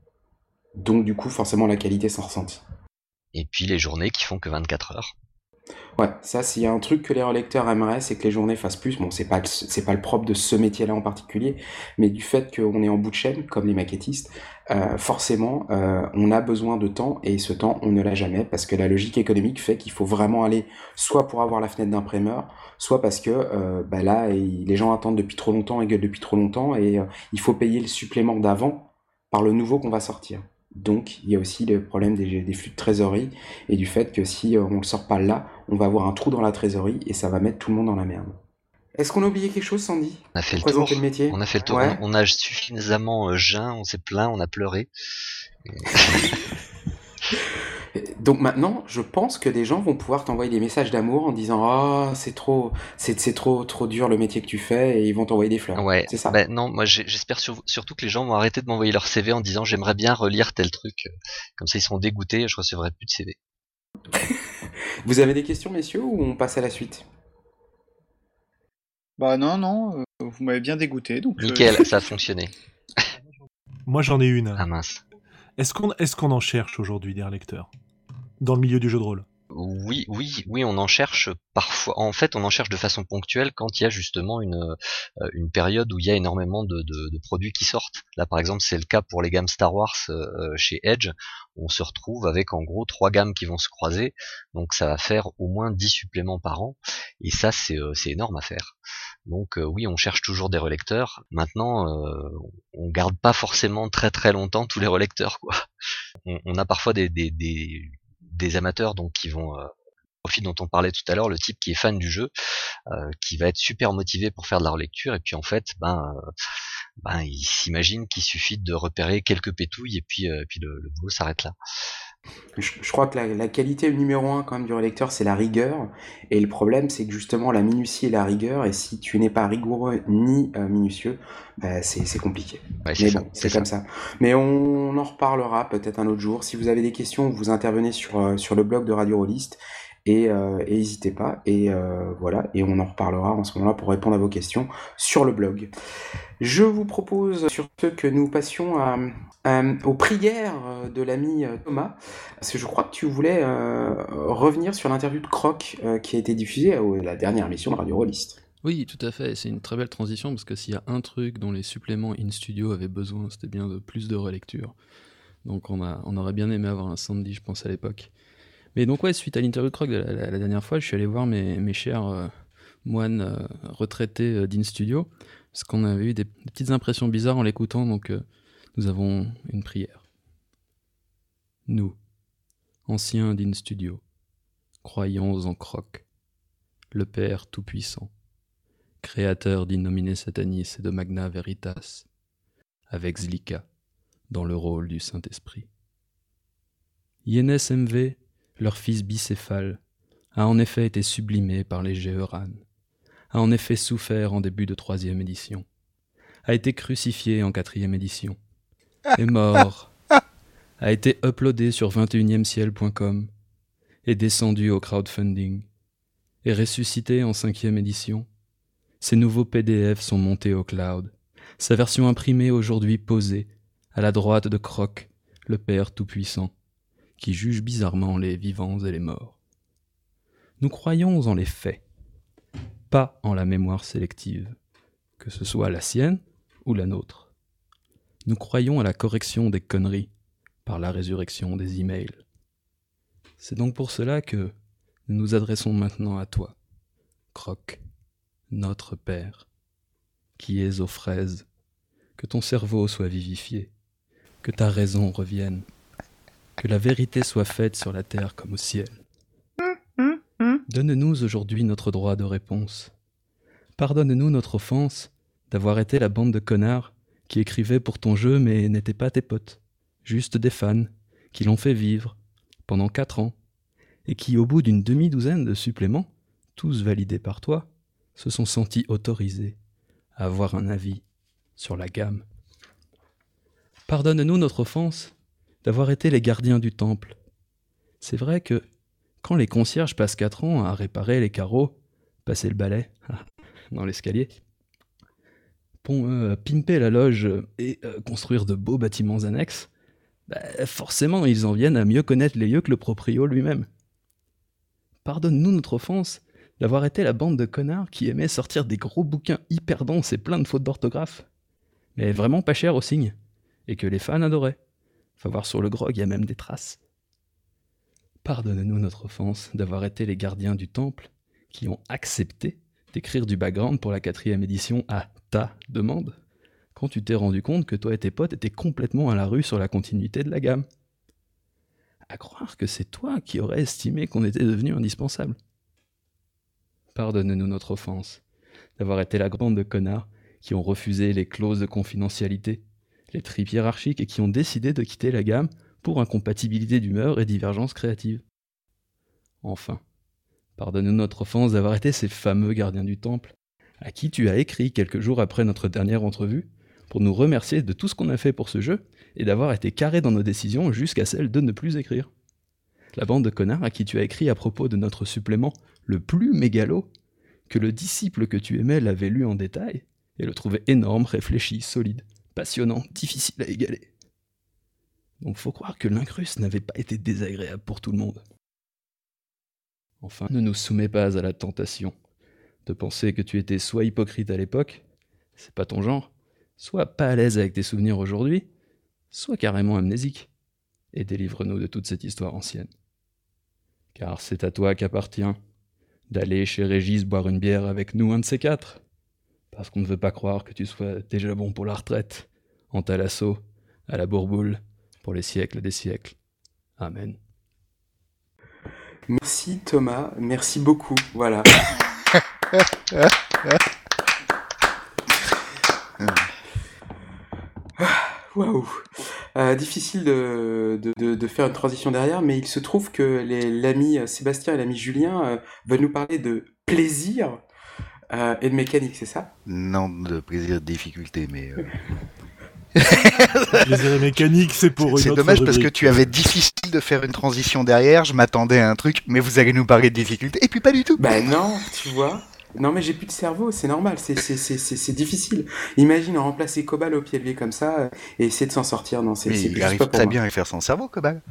Donc du coup, forcément, la qualité s'en ressentit. Et puis les journées qui font que vingt-quatre heures. Ouais, ça, s'il y a un truc que les relecteurs aimeraient, c'est que les journées fassent plus. Bon, c'est pas, c'est pas le propre de ce métier-là en particulier, mais du fait qu'on est en bout de chaîne, comme les maquettistes, euh, forcément, euh, on a besoin de temps, et ce temps, on ne l'a jamais, parce que la logique économique fait qu'il faut vraiment aller soit pour avoir la fenêtre d'imprimeur, soit parce que euh, bah là, il, les gens attendent depuis trop longtemps et gueulent depuis trop longtemps, et euh, il faut payer le supplément d'avant par le nouveau qu'on va sortir. Donc, il y a aussi le problème des, des flux de trésorerie et du fait que si on le sort pas là, on va avoir un trou dans la trésorerie et ça va mettre tout le monde dans la merde. Est-ce qu'on a oublié quelque chose, Sandy? On a fait Pour le tour. présenter le métier. On a fait le tour. Ouais. On, on a suffisamment euh, geint, on s'est plaint, on a pleuré. Donc maintenant, je pense que des gens vont pouvoir t'envoyer des messages d'amour en disant ah, c'est trop, c'est, c'est trop, trop dur le métier que tu fais, et ils vont t'envoyer des fleurs. Ouais. C'est ça. Bah, non, moi j'ai- j'espère sur- surtout que les gens vont arrêter de m'envoyer leur C V en disant j'aimerais bien relire tel truc. Comme ça ils seront dégoûtés et je recevrai plus de C V. Vous avez des questions, messieurs, ou on passe à la suite? Bah non, non, euh, vous m'avez bien dégoûté, donc... euh, Nickel, ça a fonctionné. Moi, j'en ai une. Ah mince. Est-ce qu'on est-ce qu'on en cherche aujourd'hui des relecteurs dans le milieu du jeu de rôle? Oui, oui, oui, on en cherche parfois. En fait, on en cherche de façon ponctuelle quand il y a justement une euh, une période où il y a énormément de, de, de produits qui sortent. Là, par exemple, c'est le cas pour les gammes Star Wars euh, chez Edge. On se retrouve avec en gros trois gammes qui vont se croiser, donc ça va faire au moins dix suppléments par an. Et ça, c'est euh, c'est énorme à faire. Donc euh, oui, on cherche toujours des relecteurs. Maintenant, euh, on garde pas forcément très très longtemps tous les relecteurs, quoi. On, on a parfois des des, des des amateurs donc qui vont euh, profil dont on parlait tout à l'heure, le type qui est fan du jeu, euh, qui va être super motivé pour faire de la relecture et puis en fait ben euh, ben il s'imagine qu'il suffit de repérer quelques pétouilles et puis euh, puis le, le boulot s'arrête là. Je, je crois que la, la qualité numéro un quand même du relecteur, c'est la rigueur. Et le problème, c'est que justement la minutie et la rigueur, et si tu n'es pas rigoureux ni euh, minutieux, bah, c'est, c'est compliqué. Ouais, c'est Mais ça, bon, c'est c'est comme ça. Mais on en reparlera peut-être un autre jour. Si vous avez des questions, vous intervenez sur, euh, sur le blog de Radio Rollist. Et, euh, et n'hésitez pas. Et euh, voilà. Et on en reparlera en ce moment-là pour répondre à vos questions sur le blog. Je vous propose sur ce que nous passions à, à, aux prières de l'ami Thomas, parce que je crois que tu voulais euh, revenir sur l'interview de Croc euh, qui a été diffusée à la dernière émission de Radio Rollist. Oui, tout à fait. C'est une très belle transition parce que s'il y a un truc dont les suppléments in studio avaient besoin, c'était bien de plus de relecture. Donc on, a, on aurait bien aimé avoir un Sandy, je pense, à l'époque. Mais donc ouais, suite à l'interview de Croc de la, la, la dernière fois, je suis allé voir mes, mes chers euh, moines euh, retraités euh, d'In Studio, parce qu'on avait eu des, des petites impressions bizarres en l'écoutant, donc euh, nous avons une prière. Nous, anciens d'In Studio, croyons en Croc, le Père Tout-Puissant, créateur d'In Nomine Satanis et de Magna Veritas, avec Zlika, dans le rôle du Saint-Esprit. Ienes M V, leur fils bicéphale, a en effet été sublimé par les Géoran, a en effet souffert en début de troisième édition, a été crucifié en quatrième édition, est mort, a été uploadé sur vingt et unième ciel point com, est descendu au crowdfunding, est ressuscité en cinquième édition, ses nouveaux P D F sont montés au cloud, sa version imprimée aujourd'hui posée, à la droite de Croc, le Père Tout-Puissant, qui juge bizarrement les vivants et les morts. Nous croyons en les faits, pas en la mémoire sélective, que ce soit la sienne ou la nôtre. Nous croyons à la correction des conneries par la résurrection des emails. C'est donc pour cela que nous nous adressons maintenant à toi, Croc, notre Père, qui es aux fraises, que ton cerveau soit vivifié, que ta raison revienne, que la vérité soit faite sur la terre comme au ciel. Donne-nous aujourd'hui notre droit de réponse. Pardonne-nous notre offense d'avoir été la bande de connards qui écrivaient pour ton jeu mais n'étaient pas tes potes, juste des fans qui l'ont fait vivre pendant quatre ans et qui, au bout d'une demi-douzaine de suppléments, tous validés par toi, se sont sentis autorisés à avoir un avis sur la gamme. Pardonne-nous notre offense d'avoir été les gardiens du temple. C'est vrai que quand les concierges passent quatre ans à réparer les carreaux, passer le balai dans l'escalier, pon, euh, pimper la loge et euh, construire de beaux bâtiments annexes, bah, forcément ils en viennent à mieux connaître les lieux que le proprio lui-même. Pardonne-nous notre offense d'avoir été la bande de connards qui aimait sortir des gros bouquins hyper denses et plein de fautes d'orthographe, mais vraiment pas chers au signe, et que les fans adoraient. Faut voir sur le grog, il y a même des traces. Pardonne-nous notre offense d'avoir été les gardiens du temple qui ont accepté d'écrire du background pour la quatrième édition à ta demande, quand tu t'es rendu compte que toi et tes potes étaient complètement à la rue sur la continuité de la gamme. À croire que c'est toi qui aurais estimé qu'on était devenu indispensable. Pardonne-nous notre offense, d'avoir été la bande de connards qui ont refusé les clauses de confidentialité, les tripes hiérarchiques et qui ont décidé de quitter la gamme pour incompatibilité d'humeur et divergence créative. Enfin, pardonne-nous notre offense d'avoir été ces fameux gardiens du temple, à qui tu as écrit quelques jours après notre dernière entrevue, pour nous remercier de tout ce qu'on a fait pour ce jeu, et d'avoir été carré dans nos décisions jusqu'à celle de ne plus écrire. La bande de connards à qui tu as écrit à propos de notre supplément le plus mégalo, que le disciple que tu aimais l'avait lu en détail, et le trouvait énorme, réfléchi, solide, passionnant, difficile à égaler. Donc faut croire que l'incruste n'avait pas été désagréable pour tout le monde. Enfin, ne nous soumets pas à la tentation de penser que tu étais soit hypocrite à l'époque, c'est pas ton genre, soit pas à l'aise avec tes souvenirs aujourd'hui, soit carrément amnésique, et délivre-nous de toute cette histoire ancienne. Car c'est à toi qu'appartient d'aller chez Régis boire une bière avec nous un de ces quatre, parce qu'on ne veut pas croire que tu sois déjà bon pour la retraite, en Thalasso, à la Bourboule, pour les siècles des siècles. Amen. Merci Thomas, merci beaucoup, voilà. Waouh, euh, difficile de, de, de, de faire une transition derrière, mais il se trouve que les, l'ami Sébastien et l'ami Julien euh, veulent nous parler de plaisir euh, et de mécanique, c'est ça? Non, de plaisir et de difficulté, mais... Euh... Plaisir et mécanique, c'est pour c'est, une c'est autre dommage rubrique. parce que tu avais difficile de faire une transition derrière, je m'attendais à un truc, mais vous allez nous parler de difficulté, et puis pas du tout. Ben non, tu vois. Non mais j'ai plus de cerveau, c'est normal, c'est, c'est, c'est, c'est, c'est difficile. Imagine remplacer Cobal au pied levé comme ça euh, et essayer de s'en sortir. Non, c'est, mais c'est il juste arrive pas pour très moi. bien à faire son cerveau, Cobal.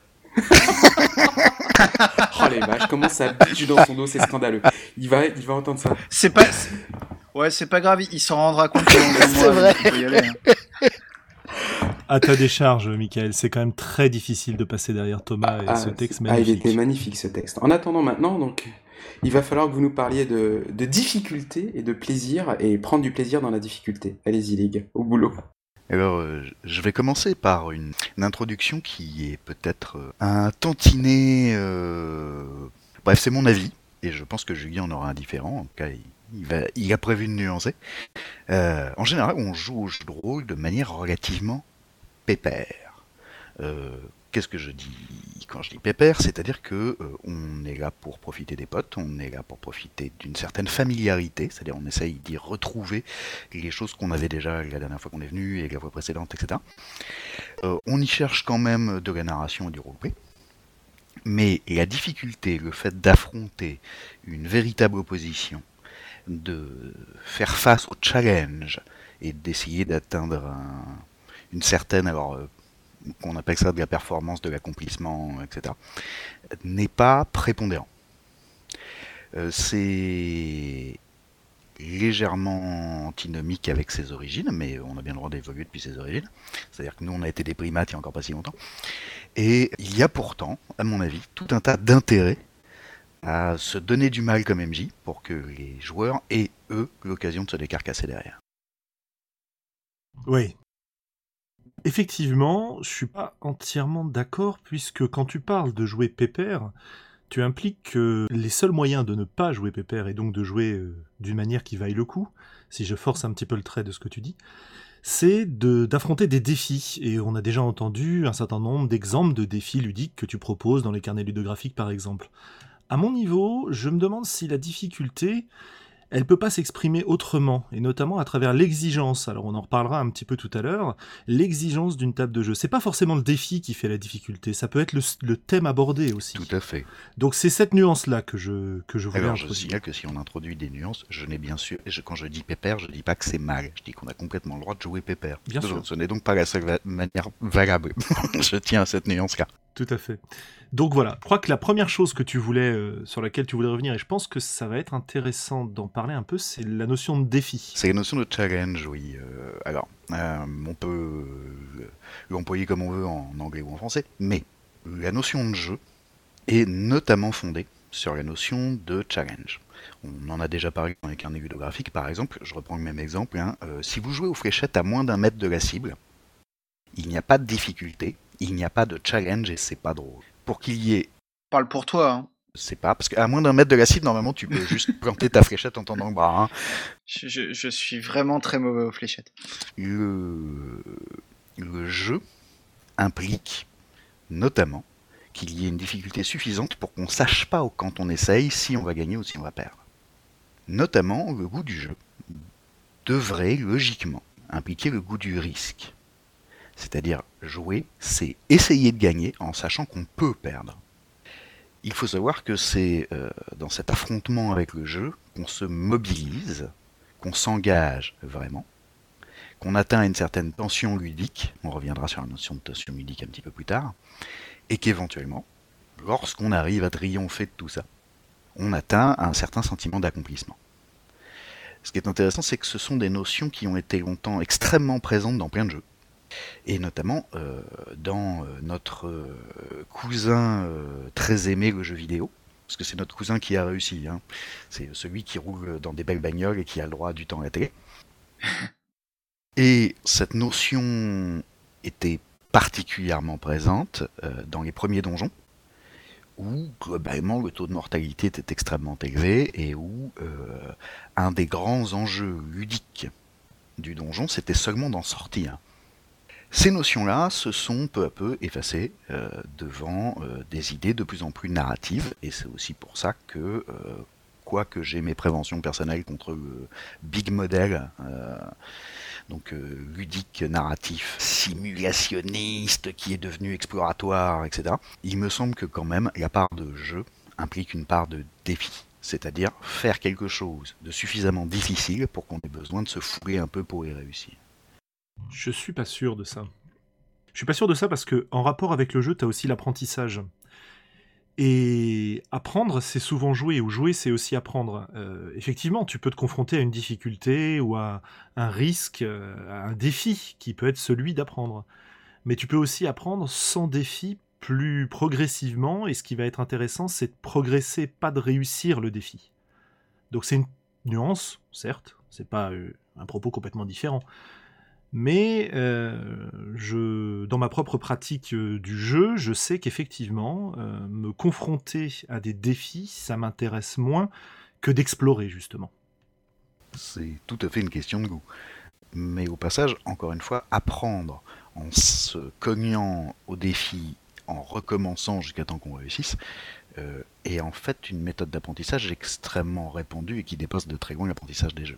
Oh les vaches, comment ça biche dans son dos, c'est scandaleux. Il va, il va entendre ça. C'est pas. c'est- Ouais, c'est pas grave, il s'en rendra compte pendant deux C'est mois, vrai. donc on peut y aller, hein. À ta décharge, Michael, c'est quand même très difficile de passer derrière Thomas et Ah, ce texte ah, il magnifique. était magnifique ce texte. En attendant maintenant, donc, il va falloir que vous nous parliez de, de difficulté et de plaisir et prendre du plaisir dans la difficulté. Allez-y les gars, au boulot. Alors, euh, je vais commencer par une, une introduction qui est peut-être euh, un tantinet... Euh... Bref, c'est mon avis, et je pense que Julien en aura un différent, en tout cas, il, il, va, il a prévu de nuancer. Euh, en général, on joue au jeu de rôle de manière relativement pépère. Euh, qu'est-ce que je dis quand je dis pépère? C'est-à-dire que euh, on est là pour profiter des potes, on est là pour profiter d'une certaine familiarité, c'est-à-dire on essaye d'y retrouver les choses qu'on avait déjà la dernière fois qu'on est venu et la fois précédente, et cetera. Euh, on y cherche quand même de la narration et du roleplay, mais la difficulté, le fait d'affronter une véritable opposition, de faire face au challenge et d'essayer d'atteindre un, une certaine, alors euh, qu'on appelle ça de la performance, de l'accomplissement, et cetera, n'est pas prépondérant. Euh, c'est légèrement antinomique avec ses origines, mais on a bien le droit d'évoluer depuis ses origines. C'est-à-dire que nous, on a été des primates il n'y a encore pas si longtemps. Et il y a pourtant, à mon avis, tout un tas d'intérêts à se donner du mal comme M J pour que les joueurs aient, eux, l'occasion de se décarcasser derrière. Oui. Effectivement, je suis pas entièrement d'accord, puisque quand tu parles de jouer pépère, tu impliques que les seuls moyens de ne pas jouer pépère, et donc de jouer euh, d'une manière qui vaille le coup, si je force un petit peu le trait de ce que tu dis, c'est de, d'affronter des défis. Et on a déjà entendu un certain nombre d'exemples de défis ludiques que tu proposes dans les carnets ludographiques, par exemple. À mon niveau, je me demande si la difficulté, elle peut pas s'exprimer autrement, et notamment à travers l'exigence. Alors on en reparlera un petit peu tout à l'heure. L'exigence d'une table de jeu, c'est pas forcément le défi qui fait la difficulté, ça peut être le, le thème abordé aussi. Tout à fait. Donc c'est cette nuance-là que je que je voulais Alors, je introduire. signale que si on introduit des nuances, je n'ai bien sûr, je, quand je dis pépère, je dis pas que c'est mal. Je dis qu'on a complètement le droit de jouer pépère. Bien ce, sûr. ce n'est donc pas la seule va- manière valable. Je tiens à cette nuance-là. Tout à fait. Donc voilà, je crois que la première chose que tu voulais, euh, sur laquelle tu voulais revenir, et je pense que ça va être intéressant d'en parler un peu, c'est la notion de défi. C'est la notion de challenge, oui. Euh, alors, euh, on peut euh, l'employer comme on veut en anglais ou en français, mais la notion de jeu est notamment fondée sur la notion de challenge. On en a déjà parlé dans les carnets ludographiques, par exemple. Je reprends le même exemple. Hein. Euh, si vous jouez aux fléchettes à moins d'un mètre de la cible, il n'y a pas de difficulté, il n'y a pas de challenge et c'est pas drôle. Pour qu'il y ait... Parle pour toi, hein. C'est pas, parce qu'à moins d'un mètre de la cible, normalement, tu peux juste planter ta fléchette en tendant le bras. Hein. Je, je, je suis vraiment très mauvais aux fléchettes. Le, le jeu implique notamment qu'il y ait une difficulté suffisante pour qu'on sache pas quand on essaye si on va gagner ou si on va perdre. Notamment, le goût du jeu devrait logiquement impliquer le goût du risque. C'est-à-dire, jouer, c'est essayer de gagner en sachant qu'on peut perdre. Il faut savoir que c'est euh, dans cet affrontement avec le jeu qu'on se mobilise, qu'on s'engage vraiment, qu'on atteint une certaine tension ludique, on reviendra sur la notion de tension ludique un petit peu plus tard, et qu'éventuellement, lorsqu'on arrive à triompher de tout ça, on atteint un certain sentiment d'accomplissement. Ce qui est intéressant, c'est que ce sont des notions qui ont été longtemps extrêmement présentes dans plein de jeux. Et notamment euh, dans euh, notre euh, cousin euh, très aimé, le jeu vidéo, parce que c'est notre cousin qui a réussi, hein. C'est celui qui roule dans des belles bagnoles et qui a le droit du temps à la télé. Et cette notion était particulièrement présente euh, dans les premiers donjons, où globalement le taux de mortalité était extrêmement élevé et où euh, un des grands enjeux ludiques du donjon, c'était seulement d'en sortir. Ces notions-là se sont peu à peu effacées euh, devant euh, des idées de plus en plus narratives, et c'est aussi pour ça que, euh, quoique j'ai mes préventions personnelles contre le big model, euh, donc euh, ludique, narratif, simulationniste, qui est devenu exploratoire, et cetera, il me semble que quand même la part de jeu implique une part de défi. C'est-à-dire faire quelque chose de suffisamment difficile pour qu'on ait besoin de se fouler un peu pour y réussir. Je suis pas sûr de ça. Je suis pas sûr de ça parce que en rapport avec le jeu, t'as aussi l'apprentissage. Et apprendre, c'est souvent jouer, ou jouer, c'est aussi apprendre. Euh, effectivement, tu peux te confronter à une difficulté ou à un risque, euh, à un défi qui peut être celui d'apprendre. Mais tu peux aussi apprendre sans défi plus progressivement, et ce qui va être intéressant, c'est de progresser, pas de réussir le défi. Donc c'est une nuance, certes, c'est pas euh, un propos complètement différent. Mais euh, je, dans ma propre pratique euh, du jeu, je sais qu'effectivement, euh, me confronter à des défis, ça m'intéresse moins que d'explorer, justement. C'est tout à fait une question de goût. Mais au passage, encore une fois, apprendre en se cognant au défi, en recommençant jusqu'à temps qu'on réussisse, euh, est en fait une méthode d'apprentissage extrêmement répandue et qui dépasse de très loin l'apprentissage des jeux.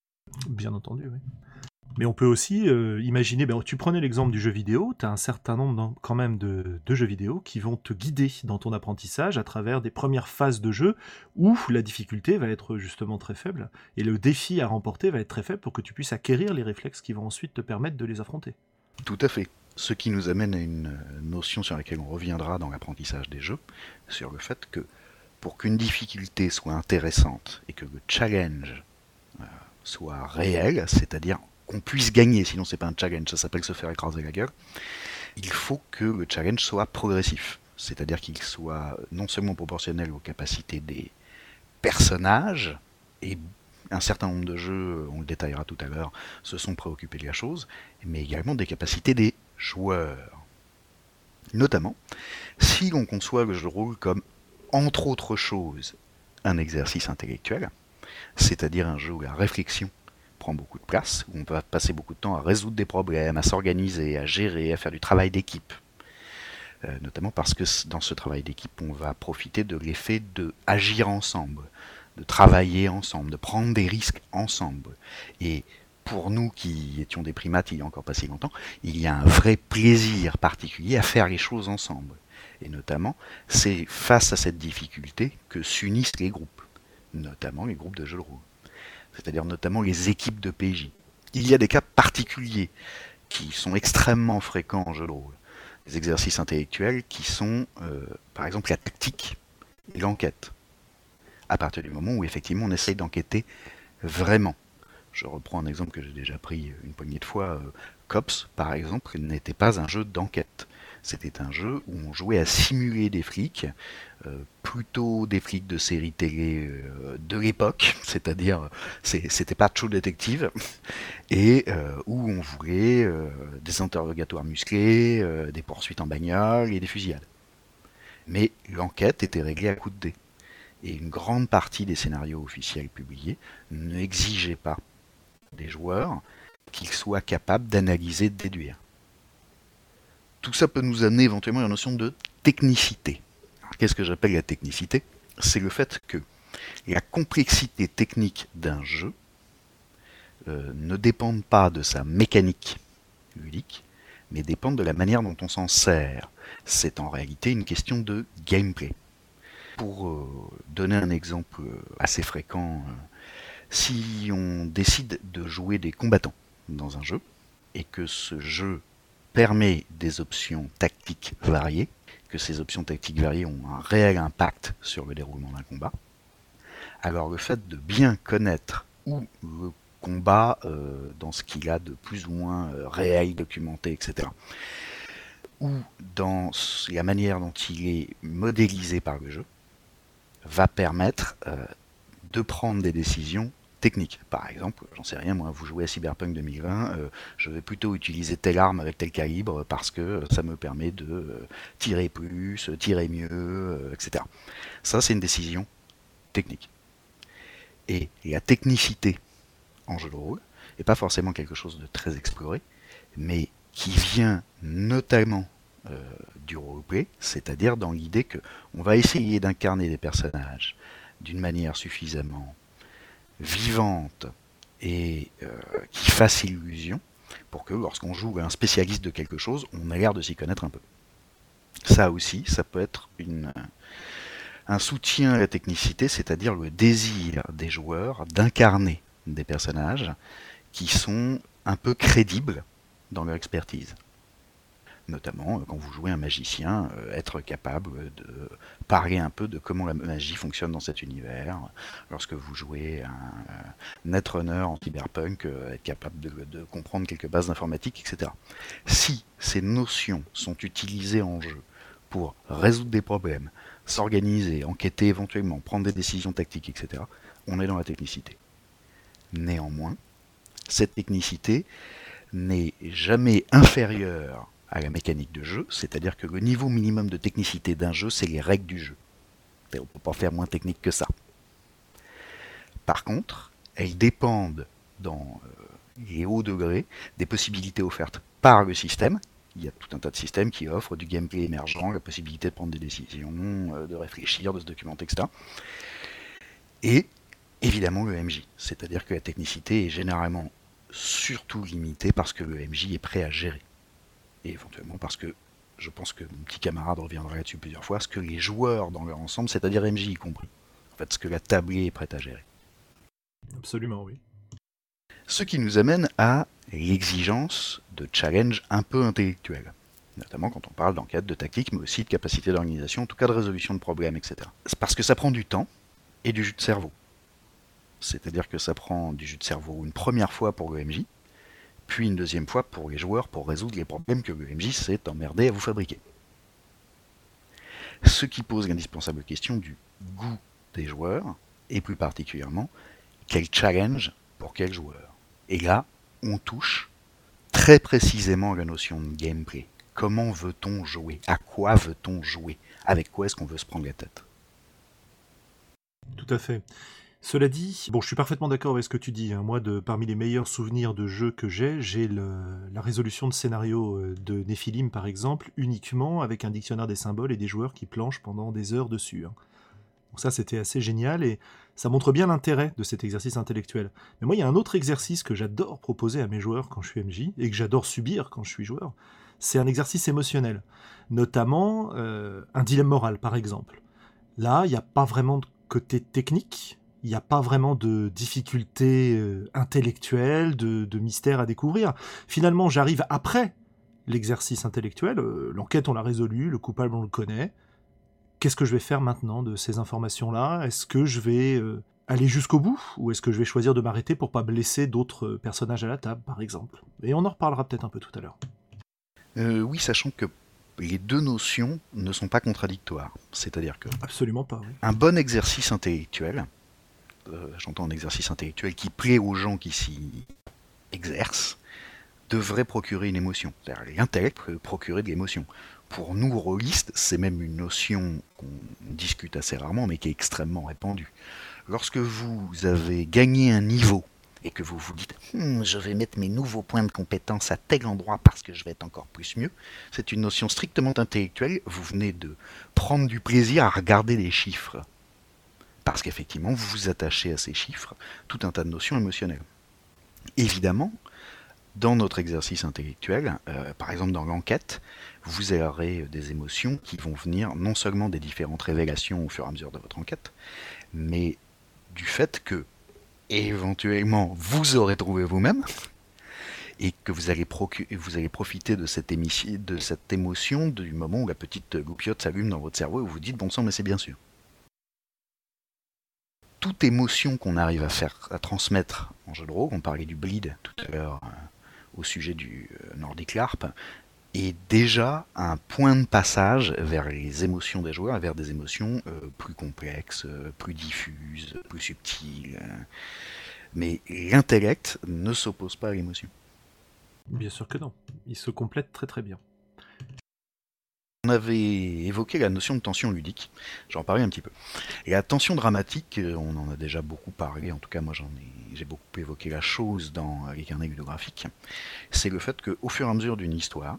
Bien entendu, oui. Mais on peut aussi euh, imaginer, ben, tu prenais l'exemple du jeu vidéo, tu as un certain nombre dans, quand même de, de jeux vidéo qui vont te guider dans ton apprentissage à travers des premières phases de jeu où la difficulté va être justement très faible et le défi à remporter va être très faible pour que tu puisses acquérir les réflexes qui vont ensuite te permettre de les affronter. Tout à fait. Ce qui nous amène à une notion sur laquelle on reviendra dans l'apprentissage des jeux, sur le fait que pour qu'une difficulté soit intéressante et que le challenge euh, soit réel, c'est-à-dire qu'on puisse gagner, sinon c'est pas un challenge, ça s'appelle se faire écraser la gueule, il faut que le challenge soit progressif, c'est-à-dire qu'il soit non seulement proportionnel aux capacités des personnages, et un certain nombre de jeux, on le détaillera tout à l'heure, se sont préoccupés de la chose, mais également des capacités des joueurs. Notamment, si l'on conçoit le jeu de rôle comme, entre autres choses, un exercice intellectuel, c'est-à-dire un jeu où la réflexion prend beaucoup de place, où on va passer beaucoup de temps à résoudre des problèmes, à s'organiser, à gérer, à faire du travail d'équipe. Euh, notamment parce que dans ce travail d'équipe, on va profiter de l'effet de agir ensemble, de travailler ensemble, de prendre des risques ensemble. Et pour nous qui étions des primates il y a encore pas si longtemps, il y a un vrai plaisir particulier à faire les choses ensemble. Et notamment, c'est face à cette difficulté que s'unissent les groupes, notamment les groupes de jeux de rôle. C'est-à-dire notamment les équipes de P J. Il y a des cas particuliers qui sont extrêmement fréquents en jeu de rôle. Des exercices intellectuels qui sont, euh, par exemple, la tactique et l'enquête. À partir du moment où, effectivement, on essaye d'enquêter vraiment. Je reprends un exemple que j'ai déjà pris une poignée de fois. Euh, Cops, par exemple, n'était pas un jeu d'enquête. C'était un jeu où on jouait à simuler des flics, euh, plutôt des flics de séries télé euh, de l'époque, c'est-à-dire c'est, c'était pas True Detective, et euh, où on voulait euh, des interrogatoires musclés, euh, des poursuites en bagnole et des fusillades. Mais l'enquête était réglée à coups de dés. Et une grande partie des scénarios officiels publiés n'exigeaient pas des joueurs qu'ils soient capables d'analyser et de déduire. Tout ça peut nous amener éventuellement à la notion de technicité. Alors, qu'est-ce que j'appelle la technicité ? C'est le fait que la complexité technique d'un jeu euh, ne dépend pas de sa mécanique ludique, mais dépend de la manière dont on s'en sert. C'est en réalité une question de gameplay. Pour euh, donner un exemple assez fréquent, euh, si on décide de jouer des combattants dans un jeu, et que ce jeu permet des options tactiques variées, que ces options tactiques variées ont un réel impact sur le déroulement d'un combat, alors le fait de bien connaître où le combat, euh, dans ce qu'il a de plus ou moins euh, réel, documenté, et cetera, ou dans la manière dont il est modélisé par le jeu, va permettre euh, de prendre des décisions techniques. Par exemple, j'en sais rien, moi, vous jouez à Cyberpunk deux mille vingt, euh, je vais plutôt utiliser telle arme avec tel calibre parce que ça me permet de euh, tirer plus, tirer mieux, euh, et cetera. Ça, c'est une décision technique. Et la technicité en jeu de rôle n'est pas forcément quelque chose de très exploré, mais qui vient notamment euh, du roleplay, c'est-à-dire dans l'idée que on va essayer d'incarner des personnages d'une manière suffisamment vivante et euh, qui fasse illusion pour que lorsqu'on joue à un spécialiste de quelque chose, on ait l'air de s'y connaître un peu. Ça aussi, ça peut être une, un soutien à la technicité, c'est-à-dire le désir des joueurs d'incarner des personnages qui sont un peu crédibles dans leur expertise. Notamment quand vous jouez un magicien, euh, être capable de parler un peu de comment la magie fonctionne dans cet univers. Lorsque vous jouez un euh, netrunner en cyberpunk, euh, être capable de, de comprendre quelques bases d'informatique, et cetera. Si ces notions sont utilisées en jeu pour résoudre des problèmes, s'organiser, enquêter éventuellement, prendre des décisions tactiques, et cetera, on est dans la technicité. Néanmoins, cette technicité n'est jamais inférieure à la mécanique de jeu, c'est-à-dire que le niveau minimum de technicité d'un jeu, c'est les règles du jeu. On ne peut pas faire moins technique que ça. Par contre, elles dépendent, dans euh, les hauts degrés, des possibilités offertes par le système. Il y a tout un tas de systèmes qui offrent du gameplay émergent, la possibilité de prendre des décisions, euh, de réfléchir, de se documenter, et cetera. Et évidemment le M J, c'est-à-dire que la technicité est généralement surtout limitée parce que le M J est prêt à gérer. Et éventuellement parce que, je pense que mon petit camarade reviendra là-dessus plusieurs fois, ce que les joueurs dans leur ensemble, c'est-à-dire M J y compris, en fait, ce que la tablée est prête à gérer. Absolument, oui. Ce qui nous amène à l'exigence de challenge un peu intellectuel, notamment quand on parle d'enquête, de tactique, mais aussi de capacité d'organisation, en tout cas de résolution de problèmes, et cetera. C'est parce que ça prend du temps et du jus de cerveau. C'est-à-dire que ça prend du jus de cerveau une première fois pour le M J, puis une deuxième fois pour les joueurs pour résoudre les problèmes que le M J s'est emmerdé à vous fabriquer. Ce qui pose l'indispensable question du goût des joueurs, et plus particulièrement, quel challenge pour quel joueur. Et là, on touche très précisément la notion de gameplay. Comment veut-on jouer ? À quoi veut-on jouer ? Avec quoi est-ce qu'on veut se prendre la tête ? Tout à fait. Cela dit, bon, je suis parfaitement d'accord avec ce que tu dis. Hein. Moi, de, parmi les meilleurs souvenirs de jeux que j'ai, j'ai le, la résolution de scénario de Nephilim, par exemple, uniquement avec un dictionnaire des symboles et des joueurs qui planchent pendant des heures dessus. Hein. Donc ça, c'était assez génial et ça montre bien l'intérêt de cet exercice intellectuel. Mais moi, il y a un autre exercice que j'adore proposer à mes joueurs quand je suis M J et que j'adore subir quand je suis joueur. C'est un exercice émotionnel, notamment euh, un dilemme moral, par exemple. Là, il n'y a pas vraiment de côté technique. Il n'y a pas vraiment de difficulté euh, intellectuelle, de, de mystère à découvrir. Finalement, j'arrive après l'exercice intellectuel. Euh, l'enquête, on l'a résolue, le coupable, on le connaît. Qu'est-ce que je vais faire maintenant de ces informations-là ? Est-ce que je vais euh, aller jusqu'au bout ? Ou est-ce que je vais choisir de m'arrêter pour pas blesser d'autres personnages à la table, par exemple ? Et on en reparlera peut-être un peu tout à l'heure. Euh, oui, sachant que les deux notions ne sont pas contradictoires. C'est-à-dire que Absolument pas, oui. un bon exercice intellectuel, euh, j'entends un exercice intellectuel qui plaît aux gens qui s'y exercent, devrait procurer une émotion. C'est-à-dire l'intellect peut procurer de l'émotion. Pour nous, rôlistes, c'est même une notion qu'on discute assez rarement, mais qui est extrêmement répandue. Lorsque vous avez gagné un niveau, et que vous vous dites hm, « je vais mettre mes nouveaux points de compétence à tel endroit parce que je vais être encore plus mieux », c'est une notion strictement intellectuelle. Vous venez de prendre du plaisir à regarder les chiffres. Parce qu'effectivement, vous vous attachez à ces chiffres, tout un tas de notions émotionnelles. Évidemment, dans notre exercice intellectuel, euh, par exemple dans l'enquête, vous aurez des émotions qui vont venir non seulement des différentes révélations au fur et à mesure de votre enquête, mais du fait que éventuellement vous aurez trouvé vous-même et que vous allez, procu- vous allez profiter de cette, émi- de cette émotion du moment où la petite goupillotte s'allume dans votre cerveau et vous vous dites bon sang mais c'est bien sûr. Toute émotion qu'on arrive à faire, à transmettre en jeu de rôle, on parlait du bleed tout à l'heure euh, au sujet du euh, Nordic LARP, est déjà un point de passage vers les émotions des joueurs, vers des émotions euh, plus complexes, euh, plus diffuses, plus subtiles. euh. Mais l'intellect ne s'oppose pas à l'émotion. Bien sûr que non. Ils se complètent très très bien. On avait évoqué la notion de tension ludique, j'en parlais un petit peu. Et la tension dramatique, euh, on en a déjà beaucoup parlé, en tout cas moi j'en ai, j'ai beaucoup évoqué la chose dans les carnets ludographiques. C'est le fait qu'au fur et à mesure d'une histoire,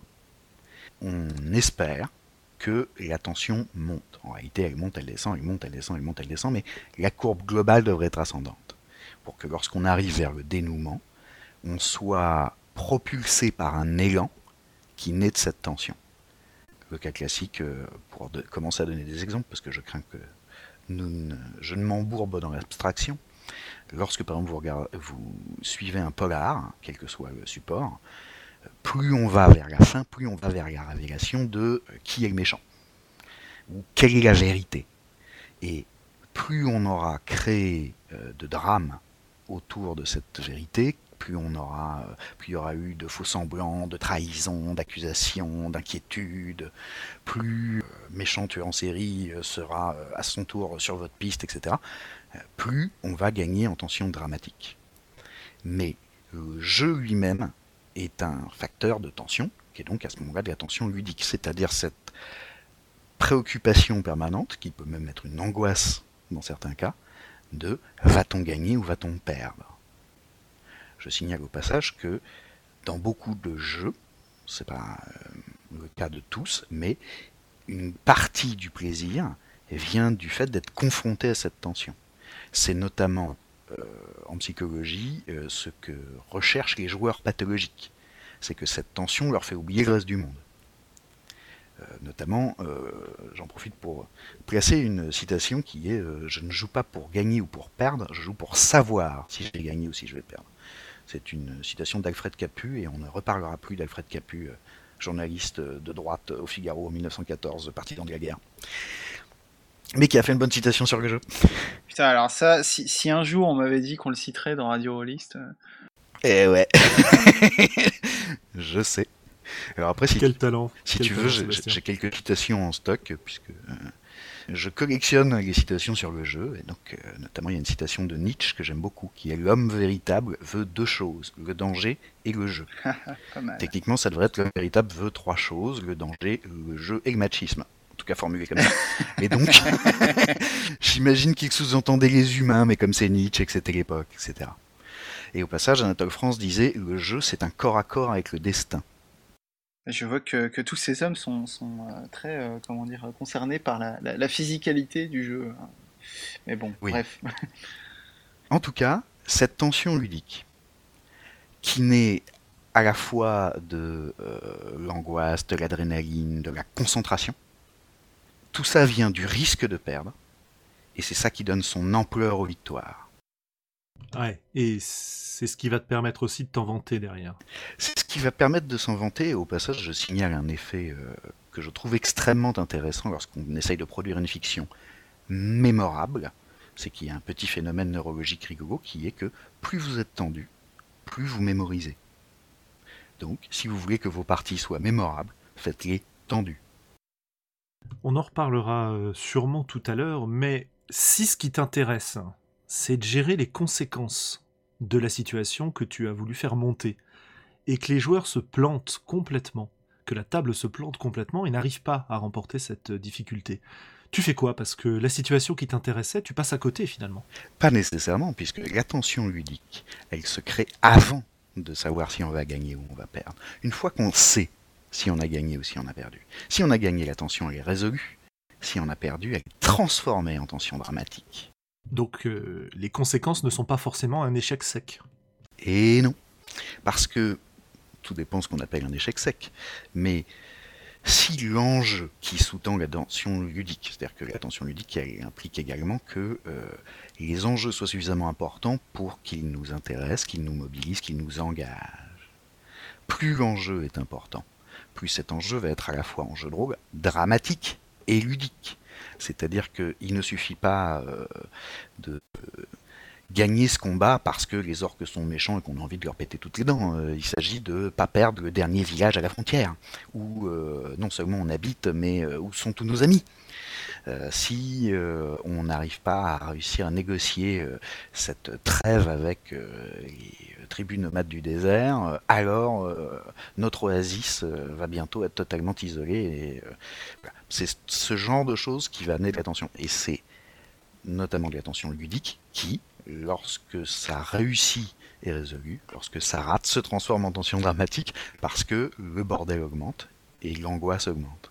on espère que la tension monte. En réalité, elle monte, elle descend, elle monte, elle descend, elle monte, elle descend, mais la courbe globale devrait être ascendante. Pour que lorsqu'on arrive vers le dénouement, on soit propulsé par un élan qui naît de cette tension. Le cas classique, euh, pour de, commencer à donner des exemples, parce que je crains que nous ne, je ne m'embourbe dans l'abstraction, lorsque par exemple vous, regardez, vous suivez un polar, quel que soit le support, plus on va vers la fin, plus on va vers la révélation de qui est le méchant, ou quelle est la vérité. Et plus on aura créé euh, de drame autour de cette vérité, plus on aura, plus il y aura eu de faux semblants, de trahisons, d'accusations, d'inquiétudes, plus euh, méchant tueur en série euh, sera euh, à son tour sur votre piste, et cetera, euh, plus on va gagner en tension dramatique. Mais le jeu lui-même est un facteur de tension, qui est donc à ce moment-là de la tension ludique, c'est-à-dire cette préoccupation permanente, qui peut même être une angoisse dans certains cas, de va-t-on gagner ou va-t-on perdre. Je signale au passage que dans beaucoup de jeux, c'est pas euh, le cas de tous, mais une partie du plaisir vient du fait d'être confronté à cette tension. C'est notamment euh, en psychologie euh, ce que recherchent les joueurs pathologiques. C'est que cette tension leur fait oublier le reste du monde. Euh, notamment, euh, j'en profite pour placer une citation qui est euh, « Je ne joue pas pour gagner ou pour perdre, je joue pour savoir si je vais gagner ou si je vais perdre ». C'est une citation d'Alfred Capu, et on ne reparlera plus d'Alfred Capu, euh, journaliste de droite au Figaro en mille neuf cent quatorze, partisan de la guerre. Mais qui a fait une bonne citation sur le jeu. Putain, alors ça, si, si un jour on m'avait dit qu'on le citerait dans Radio Rollist... Euh... Eh ouais. Je sais. Alors après, si, Quel talent. Si Quel tu talent, veux, j'ai, Sébastien. j'ai quelques citations en stock, puisque euh, je collectionne les citations sur le jeu, et donc euh, notamment il y a une citation de Nietzsche que j'aime beaucoup, qui est « L'homme véritable veut deux choses, le danger et le jeu ». Pas mal. Techniquement, ça devrait être « L'homme véritable veut trois choses, le danger, le jeu et le machisme ». En tout cas formulé comme ça. Et donc, j'imagine qu'il sous-entendait les humains, mais comme c'est Nietzsche et que c'était l'époque, et cetera. Et au passage, Anatole France disait « Le jeu, c'est un corps à corps avec le destin ». Je vois que, que tous ces hommes sont, sont euh, très euh, comment dire, concernés par la, la, la physicalité du jeu. Mais bon, oui. Bref. En tout cas, cette tension ludique, qui naît à la fois de euh, l'angoisse, de l'adrénaline, de la concentration, tout ça vient du risque de perdre, et c'est ça qui donne son ampleur aux victoires. Ouais, et c'est ce qui va te permettre aussi de t'en vanter derrière. C'est ce qui va permettre de s'en vanter, et au passage, je signale un effet euh, que je trouve extrêmement intéressant lorsqu'on essaye de produire une fiction mémorable, c'est qu'il y a un petit phénomène neurologique rigolo qui est que plus vous êtes tendu, plus vous mémorisez. Donc, si vous voulez que vos parties soient mémorables, faites-les tendues. On en reparlera euh, sûrement tout à l'heure, mais si ce qui t'intéresse, c'est de gérer les conséquences de la situation que tu as voulu faire monter, et que les joueurs se plantent complètement, que la table se plante complètement et n'arrive pas à remporter cette difficulté, tu fais quoi? Parce que la situation qui t'intéressait, tu passes à côté finalement. Pas nécessairement, puisque l'attention ludique, elle se crée avant de savoir si on va gagner ou on va perdre. Une fois qu'on sait si on a gagné ou si on a perdu. Si on a gagné, la tension elle est résolue. Si on a perdu, elle est transformée en tension dramatique. Donc euh, les conséquences ne sont pas forcément un échec sec. Et non. Parce que tout dépend de ce qu'on appelle un échec sec. Mais si l'enjeu qui sous-tend la tension ludique, c'est-à-dire que la tension ludique elle implique également que euh, les enjeux soient suffisamment importants pour qu'ils nous intéressent, qu'ils nous mobilisent, qu'ils nous engagent. Plus l'enjeu est important, plus cet enjeu va être à la fois enjeu de rôle, dramatique et ludique. C'est-à-dire qu'il ne suffit pas euh, de euh, gagner ce combat parce que les orques sont méchants et qu'on a envie de leur péter toutes les dents. Euh, il s'agit de ne pas perdre le dernier village à la frontière, où euh, non seulement on habite, mais euh, où sont tous nos amis. Euh, si euh, on n'arrive pas à réussir à négocier euh, cette trêve avec euh, les tribus nomades du désert, euh, alors euh, notre oasis euh, va bientôt être totalement isolée. Et, euh, voilà. C'est ce genre de choses qui va amener de l'attention. Et c'est notamment de l'attention ludique qui, lorsque ça réussit est résolu, lorsque ça rate, se transforme en tension dramatique parce que le bordel augmente et l'angoisse augmente.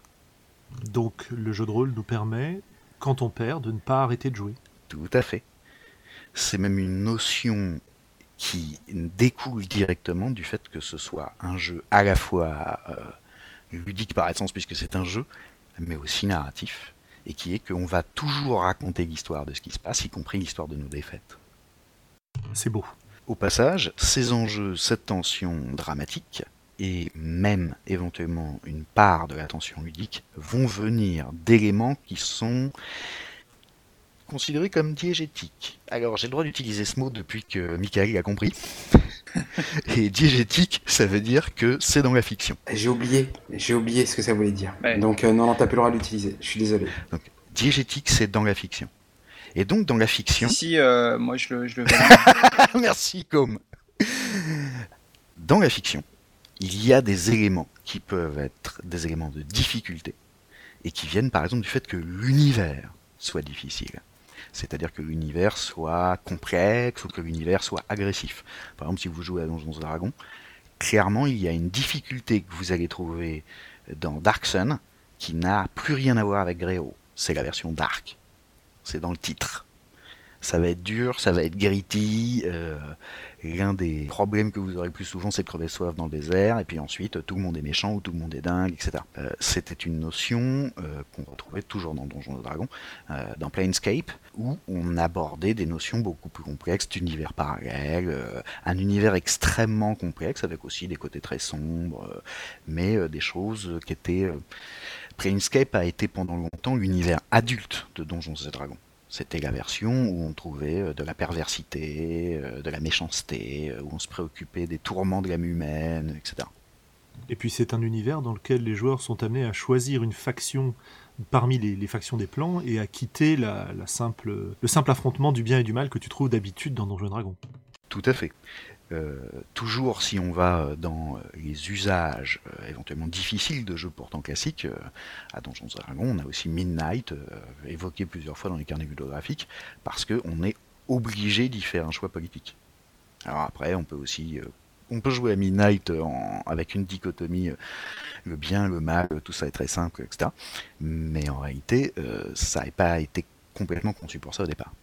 Donc le jeu de rôle nous permet, quand on perd, de ne pas arrêter de jouer. Tout à fait. C'est même une notion qui découle directement du fait que ce soit un jeu à la fois euh, ludique par essence puisque c'est un jeu, mais aussi narratif, et qui est qu'on va toujours raconter l'histoire de ce qui se passe, y compris l'histoire de nos défaites. C'est beau. Au passage, ces enjeux, cette tension dramatique, et même éventuellement une part de la tension ludique, vont venir d'éléments qui sont considérés comme diégétiques. Alors, j'ai le droit d'utiliser ce mot depuis que Michael l'a compris. Et diégétique, ça veut dire que c'est dans la fiction. J'ai oublié, j'ai oublié ce que ça voulait dire. Ouais. Donc euh, non, non, t'as plus le droit de l'utiliser. Je suis désolé. Donc, diégétique, c'est dans la fiction. Et donc, dans la fiction... Si, si, euh, moi je le, je le valide. Merci, Com. Dans la fiction, il y a des éléments qui peuvent être des éléments de difficulté et qui viennent par exemple du fait que l'univers soit difficile. C'est-à-dire que l'univers soit complexe ou que l'univers soit agressif. Par exemple, si vous jouez à Donjons et Dragons, clairement, il y a une difficulté que vous allez trouver dans Dark Sun qui n'a plus rien à voir avec Greyhawk. C'est la version Dark. C'est dans le titre. Ça va être dur, ça va être gritty. Euh, l'un des problèmes que vous aurez le plus souvent, c'est de crever de soif dans le désert. Et puis ensuite, tout le monde est méchant ou tout le monde est dingue, et cetera. Euh, c'était une notion euh, qu'on retrouvait toujours dans Donjons et Dragons, euh, dans Planescape, où on abordait des notions beaucoup plus complexes d'univers parallèle, euh, un univers extrêmement complexe, avec aussi des côtés très sombres, euh, mais euh, des choses qui étaient... Euh, Planescape a été pendant longtemps l'univers adulte de Donjons et Dragons. C'était la version où on trouvait de la perversité, de la méchanceté, où on se préoccupait des tourments de l'âme humaine, et cetera. Et puis c'est un univers dans lequel les joueurs sont amenés à choisir une faction parmi les, les factions des plans et à quitter la, la simple, le simple affrontement du bien et du mal que tu trouves d'habitude dans Donjons et Dragons. Tout à fait. Euh, toujours si on va dans les usages euh, éventuellement difficiles de jeux pourtant classiques, euh, à Donjons et Dragons, on a aussi Midnight, euh, évoqué plusieurs fois dans les carnets ludographiques, parce qu'on est obligé d'y faire un choix politique. Alors après, on peut aussi... Euh, on peut jouer à Midnight en, avec une dichotomie, euh, le bien, le mal, tout ça est très simple, et cetera. Mais en réalité, euh, ça n'a pas été complètement conçu pour ça au départ.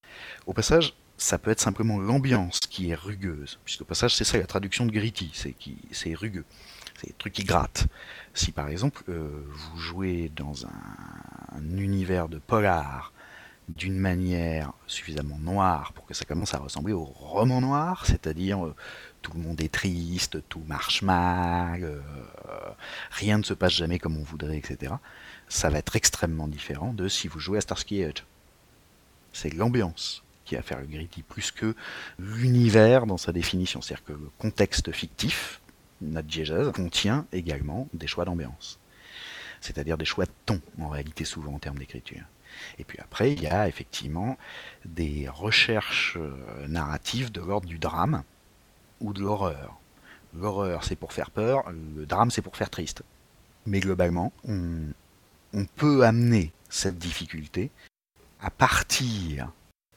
Au passage, ça peut être simplement l'ambiance qui est rugueuse, puisqu'au passage, c'est ça la traduction de gritty, c'est, qui, c'est rugueux, c'est des trucs qui grattent. Si par exemple, euh, vous jouez dans un, un univers de polar d'une manière suffisamment noire pour que ça commence à ressembler au roman noir, c'est-à-dire euh, tout le monde est triste, tout marche mal, euh, rien ne se passe jamais comme on voudrait, et cetera, ça va être extrêmement différent de si vous jouez à Starsky Edge. C'est l'ambiance qui va faire le gritty plus que l'univers dans sa définition. C'est-à-dire que le contexte fictif, notre diégèse, contient également des choix d'ambiance. c'est-à-dire des choix de ton, en réalité, souvent en termes d'écriture. Et puis après, il y a effectivement des recherches euh, narratives de l'ordre du drame ou de l'horreur. L'horreur, c'est pour faire peur, le drame, c'est pour faire triste. Mais globalement, on, on peut amener cette difficulté à partir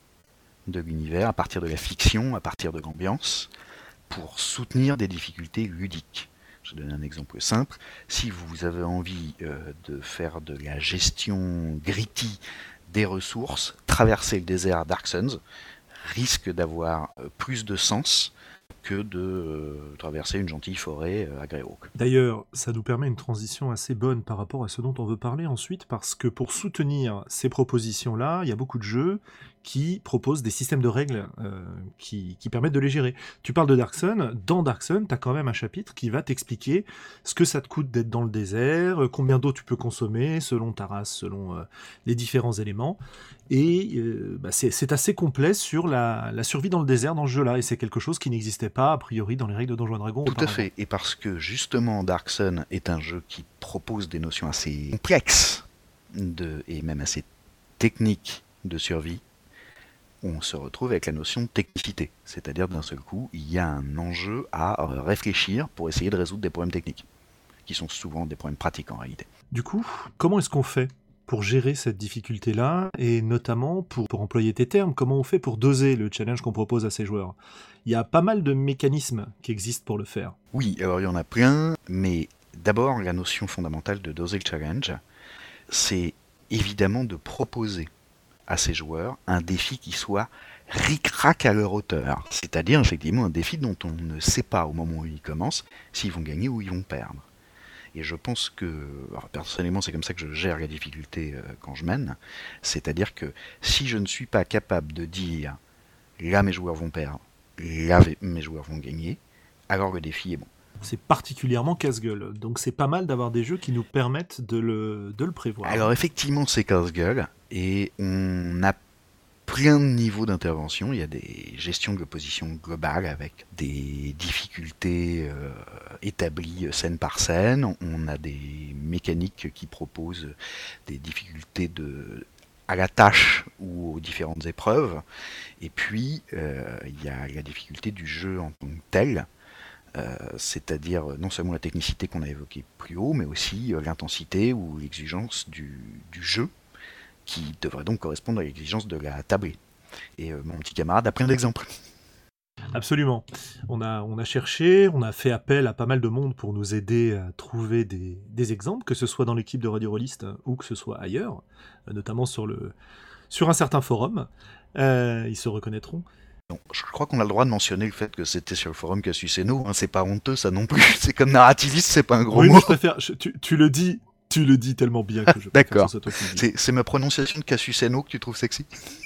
de l'univers, à partir de la fiction, à partir de l'ambiance, pour soutenir des difficultés ludiques. Je donne un exemple simple. Si vous avez envie euh, de faire de la gestion gritty des ressources, traverser le désert Dark Suns risque d'avoir euh, plus de sens que de euh, traverser une gentille forêt euh, à Greyhawk. D'ailleurs, ça nous permet une transition assez bonne par rapport à ce dont on veut parler ensuite, parce que pour soutenir ces propositions-là, il y a beaucoup de jeux qui proposent des systèmes de règles euh, qui, qui permettent de les gérer. Tu parles de Dark Sun, dans Dark Sun, tu as quand même un chapitre qui va t'expliquer ce que ça te coûte d'être dans le désert, combien d'eau tu peux consommer selon ta race, selon euh, les différents éléments, et euh, bah c'est, c'est assez complet sur la, la survie dans le désert dans ce jeu-là, et c'est quelque chose qui n'existait pas a priori dans les règles de Donjons et Dragons. Tout à fait, et parce que justement Dark Sun est un jeu qui propose des notions assez complexes de, et même assez techniques de survie, on se retrouve avec la notion de technicité, c'est-à-dire d'un seul coup, il y a un enjeu à réfléchir pour essayer de résoudre des problèmes techniques, qui sont souvent des problèmes pratiques en réalité. Du coup, comment est-ce qu'on fait pour gérer cette difficulté-là, et notamment, pour, pour employer tes termes, comment on fait pour doser le challenge qu'on propose à ces joueurs ? Il y a pas mal de mécanismes qui existent pour le faire. Oui, alors il y en a plein, mais d'abord, la notion fondamentale de doser le challenge, c'est évidemment de proposer à ces joueurs un défi qui soit ric-rac à leur hauteur. C'est-à-dire effectivement un défi dont on ne sait pas au moment où ils commencent s'ils vont gagner ou ils vont perdre. Et je pense que, alors personnellement c'est comme ça que je gère la difficulté euh, quand je mène, c'est-à-dire que si je ne suis pas capable de dire là mes joueurs vont perdre, là mes joueurs vont gagner, alors le défi est bon. C'est particulièrement casse-gueule, donc c'est pas mal d'avoir des jeux qui nous permettent de le, de le prévoir. Alors effectivement c'est casse-gueule, et on a plein de niveaux d'intervention. Il y a des gestions de l'opposition globale avec des difficultés euh, établies scène par scène. On a des mécaniques qui proposent des difficultés de, à la tâche ou aux différentes épreuves. Et puis euh, il y a la difficulté du jeu en tant que tel. Euh, c'est-à-dire non seulement la technicité qu'on a évoquée plus haut, mais aussi euh, l'intensité ou l'exigence du, du jeu, qui devrait donc correspondre à l'exigence de la tablée. Et euh, mon petit camarade a plein d'exemples. Absolument. On a, on a cherché, on a fait appel à pas mal de monde pour nous aider à trouver des, des exemples, que ce soit dans l'équipe de Radio Rollist ou que ce soit ailleurs, notamment sur, le, sur un certain forum. Euh, ils se reconnaîtront. Donc, je crois qu'on a le droit de mentionner le fait que c'était sur le forum Casus Eno, hein, c'est pas honteux ça non plus, c'est comme narrativiste, c'est pas un gros oui, mot. Mais je préfère, je, tu, tu le dis, tu le dis tellement bien que je préfère. D'accord, que ce soit toi qui le dis. c'est, c'est ma prononciation de Casus Eno que tu trouves sexy.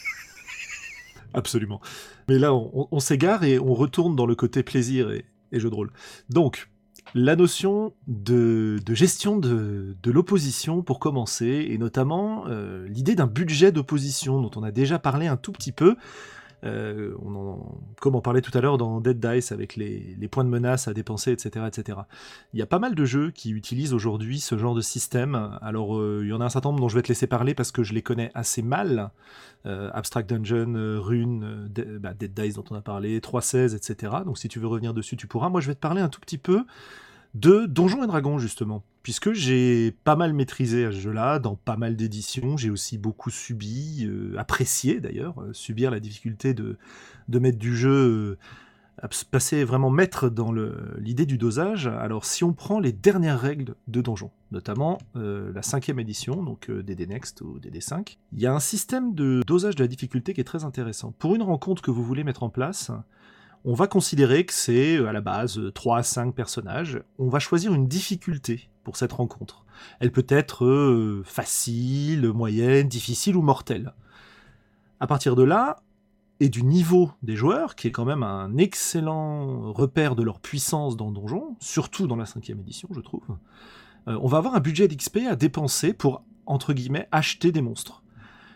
Absolument. Mais là, on, on, on s'égare et on retourne dans le côté plaisir et, et jeu de rôle. Donc, la notion de, de gestion de, de l'opposition pour commencer, et notamment euh, l'idée d'un budget d'opposition dont on a déjà parlé un tout petit peu. Euh, on en, comme on parlait tout à l'heure dans Dead Dice avec les, les points de menace à dépenser, et cetera, et cetera. Il y a pas mal de jeux qui utilisent aujourd'hui ce genre de système. Alors, euh, il y en a un certain nombre dont je vais te laisser parler parce que je les connais assez mal. Euh, Abstract Dungeon, euh, Rune, euh, De- bah, Dead Dice dont on a parlé, trois seize, et cetera. Donc, si tu veux revenir dessus, tu pourras. Moi, je vais te parler un tout petit peu de Donjons et Dragons, justement, puisque j'ai pas mal maîtrisé à ce jeu-là, dans pas mal d'éditions, j'ai aussi beaucoup subi, euh, apprécié d'ailleurs, euh, subir la difficulté de, de mettre du jeu, euh, à s- passer vraiment maître dans le- l'idée du dosage. Alors si on prend les dernières règles de Donjons, notamment euh, la cinquième édition, donc euh, D D Next ou D D cinq, il y a un système de dosage de la difficulté qui est très intéressant. Pour une rencontre que vous voulez mettre en place, on va considérer que c'est à la base trois à cinq personnages. On va choisir une difficulté pour cette rencontre. Elle peut être euh, facile, moyenne, difficile ou mortelle. À partir de là, et du niveau des joueurs, qui est quand même un excellent repère de leur puissance dans le donjon, surtout dans la cinquième édition, je trouve, euh, on va avoir un budget d'X P à dépenser pour, entre guillemets, acheter des monstres.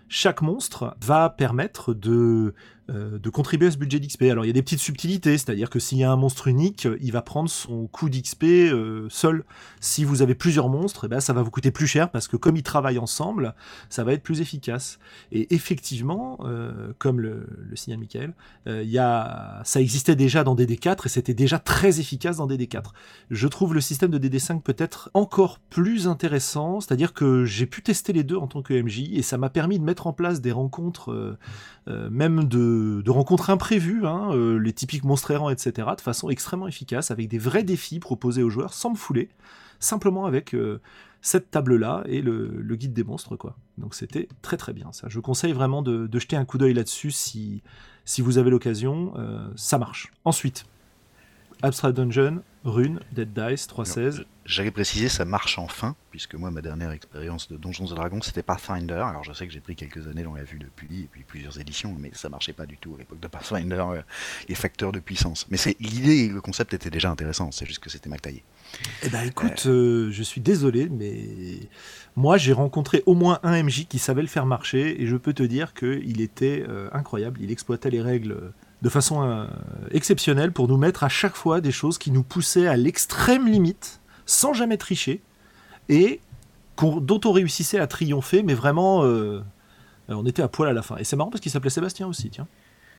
chaque monstre va permettre de, euh, de contribuer à ce budget d'X P. Alors il y a des petites subtilités, c'est-à-dire que s'il y a un monstre unique, il va prendre son coût d'X P euh, seul. Si vous avez plusieurs monstres, eh ben, ça va vous coûter plus cher parce que comme ils travaillent ensemble, ça va être plus efficace. Et effectivement, euh, comme le, le signale Michael, euh, y a, ça existait déjà dans D D quatre et c'était déjà très efficace dans D D quatre. Je trouve le système de D D cinq peut-être encore plus intéressant, c'est-à-dire que j'ai pu tester les deux en tant que M J et ça m'a permis de mettre en place des rencontres, euh, euh, même de, de rencontres imprévues, hein, euh, les typiques monstres errants, et cetera, de façon extrêmement efficace, avec des vrais défis proposés aux joueurs sans me fouler, simplement avec euh, cette table-là et le, le guide des monstres, quoi. Donc c'était très très bien ça. Je vous conseille vraiment de, de jeter un coup d'œil là-dessus si, si vous avez l'occasion, euh, ça marche. Ensuite, Abstract Dungeon, Rune, Dead Dice, trois seize. J'allais préciser, ça marche enfin, puisque moi, ma dernière expérience de Donjons et Dragons, c'était Pathfinder. Alors, je sais que j'ai pris quelques années dans la vue depuis, et puis plusieurs éditions, mais ça marchait pas du tout à l'époque de Pathfinder, euh, les facteurs de puissance. Mais c'est l'idée et le concept étaient déjà intéressants, c'est juste que c'était mal taillé. Eh ben, écoute, euh... Euh, je suis désolé, mais moi, j'ai rencontré au moins un M J qui savait le faire marcher, et je peux te dire qu'il était euh, incroyable. Il exploitait les règles de façon euh, exceptionnelle pour nous mettre à chaque fois des choses qui nous poussaient à l'extrême limite, sans jamais tricher, et dont on réussissait à triompher, mais vraiment, euh, on était à poil à la fin. Et c'est marrant parce qu'il s'appelait Sébastien aussi, tiens.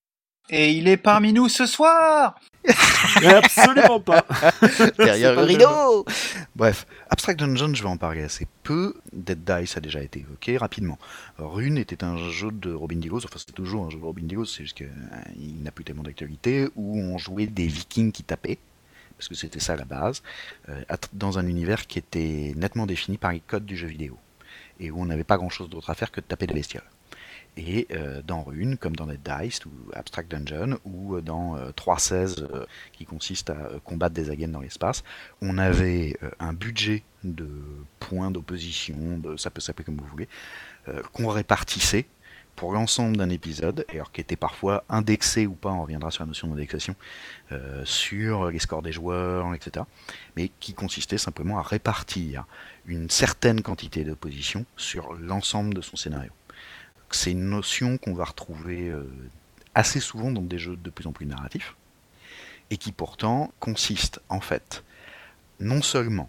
Et il est parmi nous ce soir. Absolument pas. Derrière le rideau. Bref, Abstract Dungeon, je vais en parler assez peu. Dead Dice a déjà été évoqué rapidement. Rune était un jeu de Robin DeGoes, enfin c'est toujours un jeu de Robin DeGoes, c'est juste qu'il n'a plus tellement d'actualité, où on jouait des vikings qui tapaient, parce que c'était ça à la base, euh, dans un univers qui était nettement défini par les codes du jeu vidéo, et où on n'avait pas grand chose d'autre à faire que de taper des bestioles. Et euh, dans Rune, comme dans Dead Dice ou Abstract Dungeon, ou dans euh, trois seize, euh, qui consiste à euh, combattre des aliens dans l'espace, on avait euh, un budget de points d'opposition, de, ça peut s'appeler comme vous voulez, euh, qu'on répartissait pour l'ensemble d'un épisode, et alors qui était parfois indexé ou pas, on reviendra sur la notion d'indexation, euh, sur les scores des joueurs, et cetera, mais qui consistait simplement à répartir une certaine quantité d'opposition sur l'ensemble de son scénario. C'est une notion qu'on va retrouver euh, assez souvent dans des jeux de plus en plus narratifs, et qui pourtant consiste en fait non seulement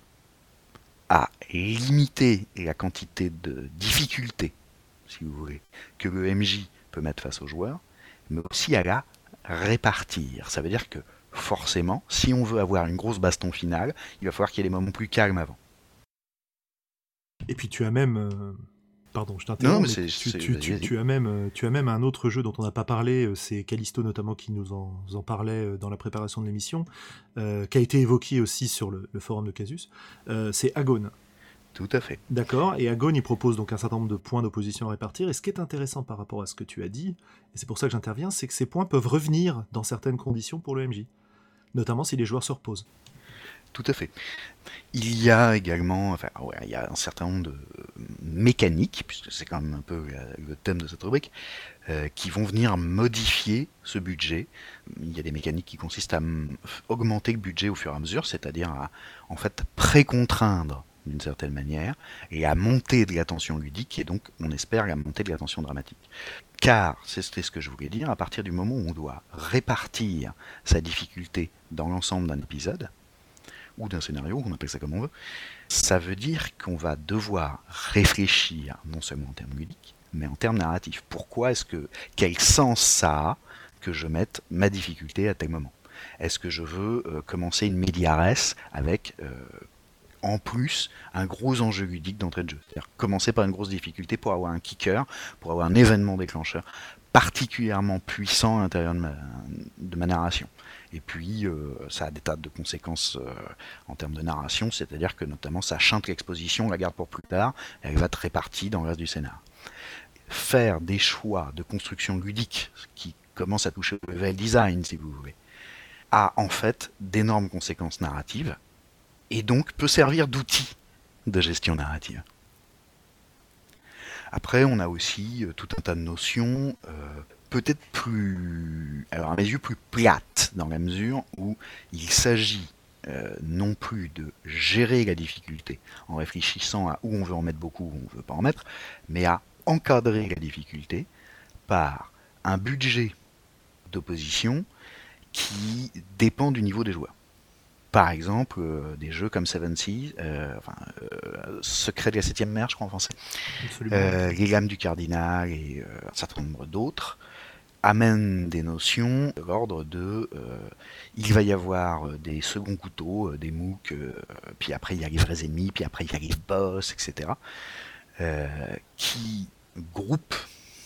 à limiter la quantité de difficultés, si vous voulez, que le M J peut mettre face aux joueurs, mais aussi à la répartir. Ça veut dire que forcément, si on veut avoir une grosse baston finale, il va falloir qu'il y ait des moments plus calmes avant. Et puis tu as même... Euh... Pardon, je t'interromps. Non, mais mais c'est, tu, c'est, tu, tu, tu, as même, tu as même un autre jeu dont on n'a pas parlé, c'est Callisto notamment qui nous en, en parlait dans la préparation de l'émission, euh, qui a été évoqué aussi sur le, le forum de Casus, euh, c'est Agone. Tout à fait. D'accord, et Agone, il propose donc un certain nombre de points d'opposition à répartir, et ce qui est intéressant par rapport à ce que tu as dit, et c'est pour ça que j'interviens, c'est que ces points peuvent revenir dans certaines conditions pour le M J, notamment si les joueurs se reposent. Tout à fait. Il y a également, enfin, ouais, il y a un certain nombre de mécaniques, puisque c'est quand même un peu le thème de cette rubrique, euh, qui vont venir modifier ce budget. Il y a des mécaniques qui consistent à m- augmenter le budget au fur et à mesure, c'est-à-dire à, en fait, pré-contraindre d'une certaine manière, et à monter de la tension ludique, et donc, on espère, la montée de la tension dramatique. Car, c'était ce que je voulais dire, à partir du moment où on doit répartir sa difficulté dans l'ensemble d'un épisode, ou d'un scénario, on appelle ça comme on veut, ça veut dire qu'on va devoir réfléchir, non seulement en termes ludiques, mais en termes narratifs. Pourquoi est-ce que, quel sens ça a que je mette ma difficulté à tel moment ? Est-ce que je veux euh, commencer une médiaresse avec, euh, en plus, un gros enjeu ludique d'entrée de jeu ? C'est-à-dire commencer par une grosse difficulté pour avoir un kicker, pour avoir un événement déclencheur particulièrement puissant à l'intérieur de ma, de ma narration. Et puis, euh, ça a des tas de conséquences euh, en termes de narration, c'est-à-dire que notamment ça chante l'exposition, on la garde pour plus tard, et elle va être répartie dans le reste du scénar. Faire des choix de construction ludique qui commencent à toucher au level design, si vous voulez, a en fait d'énormes conséquences narratives, et donc peut servir d'outil de gestion narrative. Après, on a aussi euh, tout un tas de notions, euh, peut-être plus, alors à mes yeux, plus plates, dans la mesure où il s'agit euh, non plus de gérer la difficulté en réfléchissant à où on veut en mettre beaucoup, où on ne veut pas en mettre, mais à encadrer la difficulté par un budget d'opposition qui dépend du niveau des joueurs. Par exemple, euh, des jeux comme Seven Seas, euh, enfin, euh, Secret de la septième mer, je crois en français, euh, Les Lames du Cardinal et euh, un certain nombre d'autres, amènent des notions de l'ordre de euh, il va y avoir des seconds couteaux, euh, des mooks, euh, puis après il y a les vrais ennemis, puis après il y a les boss, et cetera, euh, qui groupent,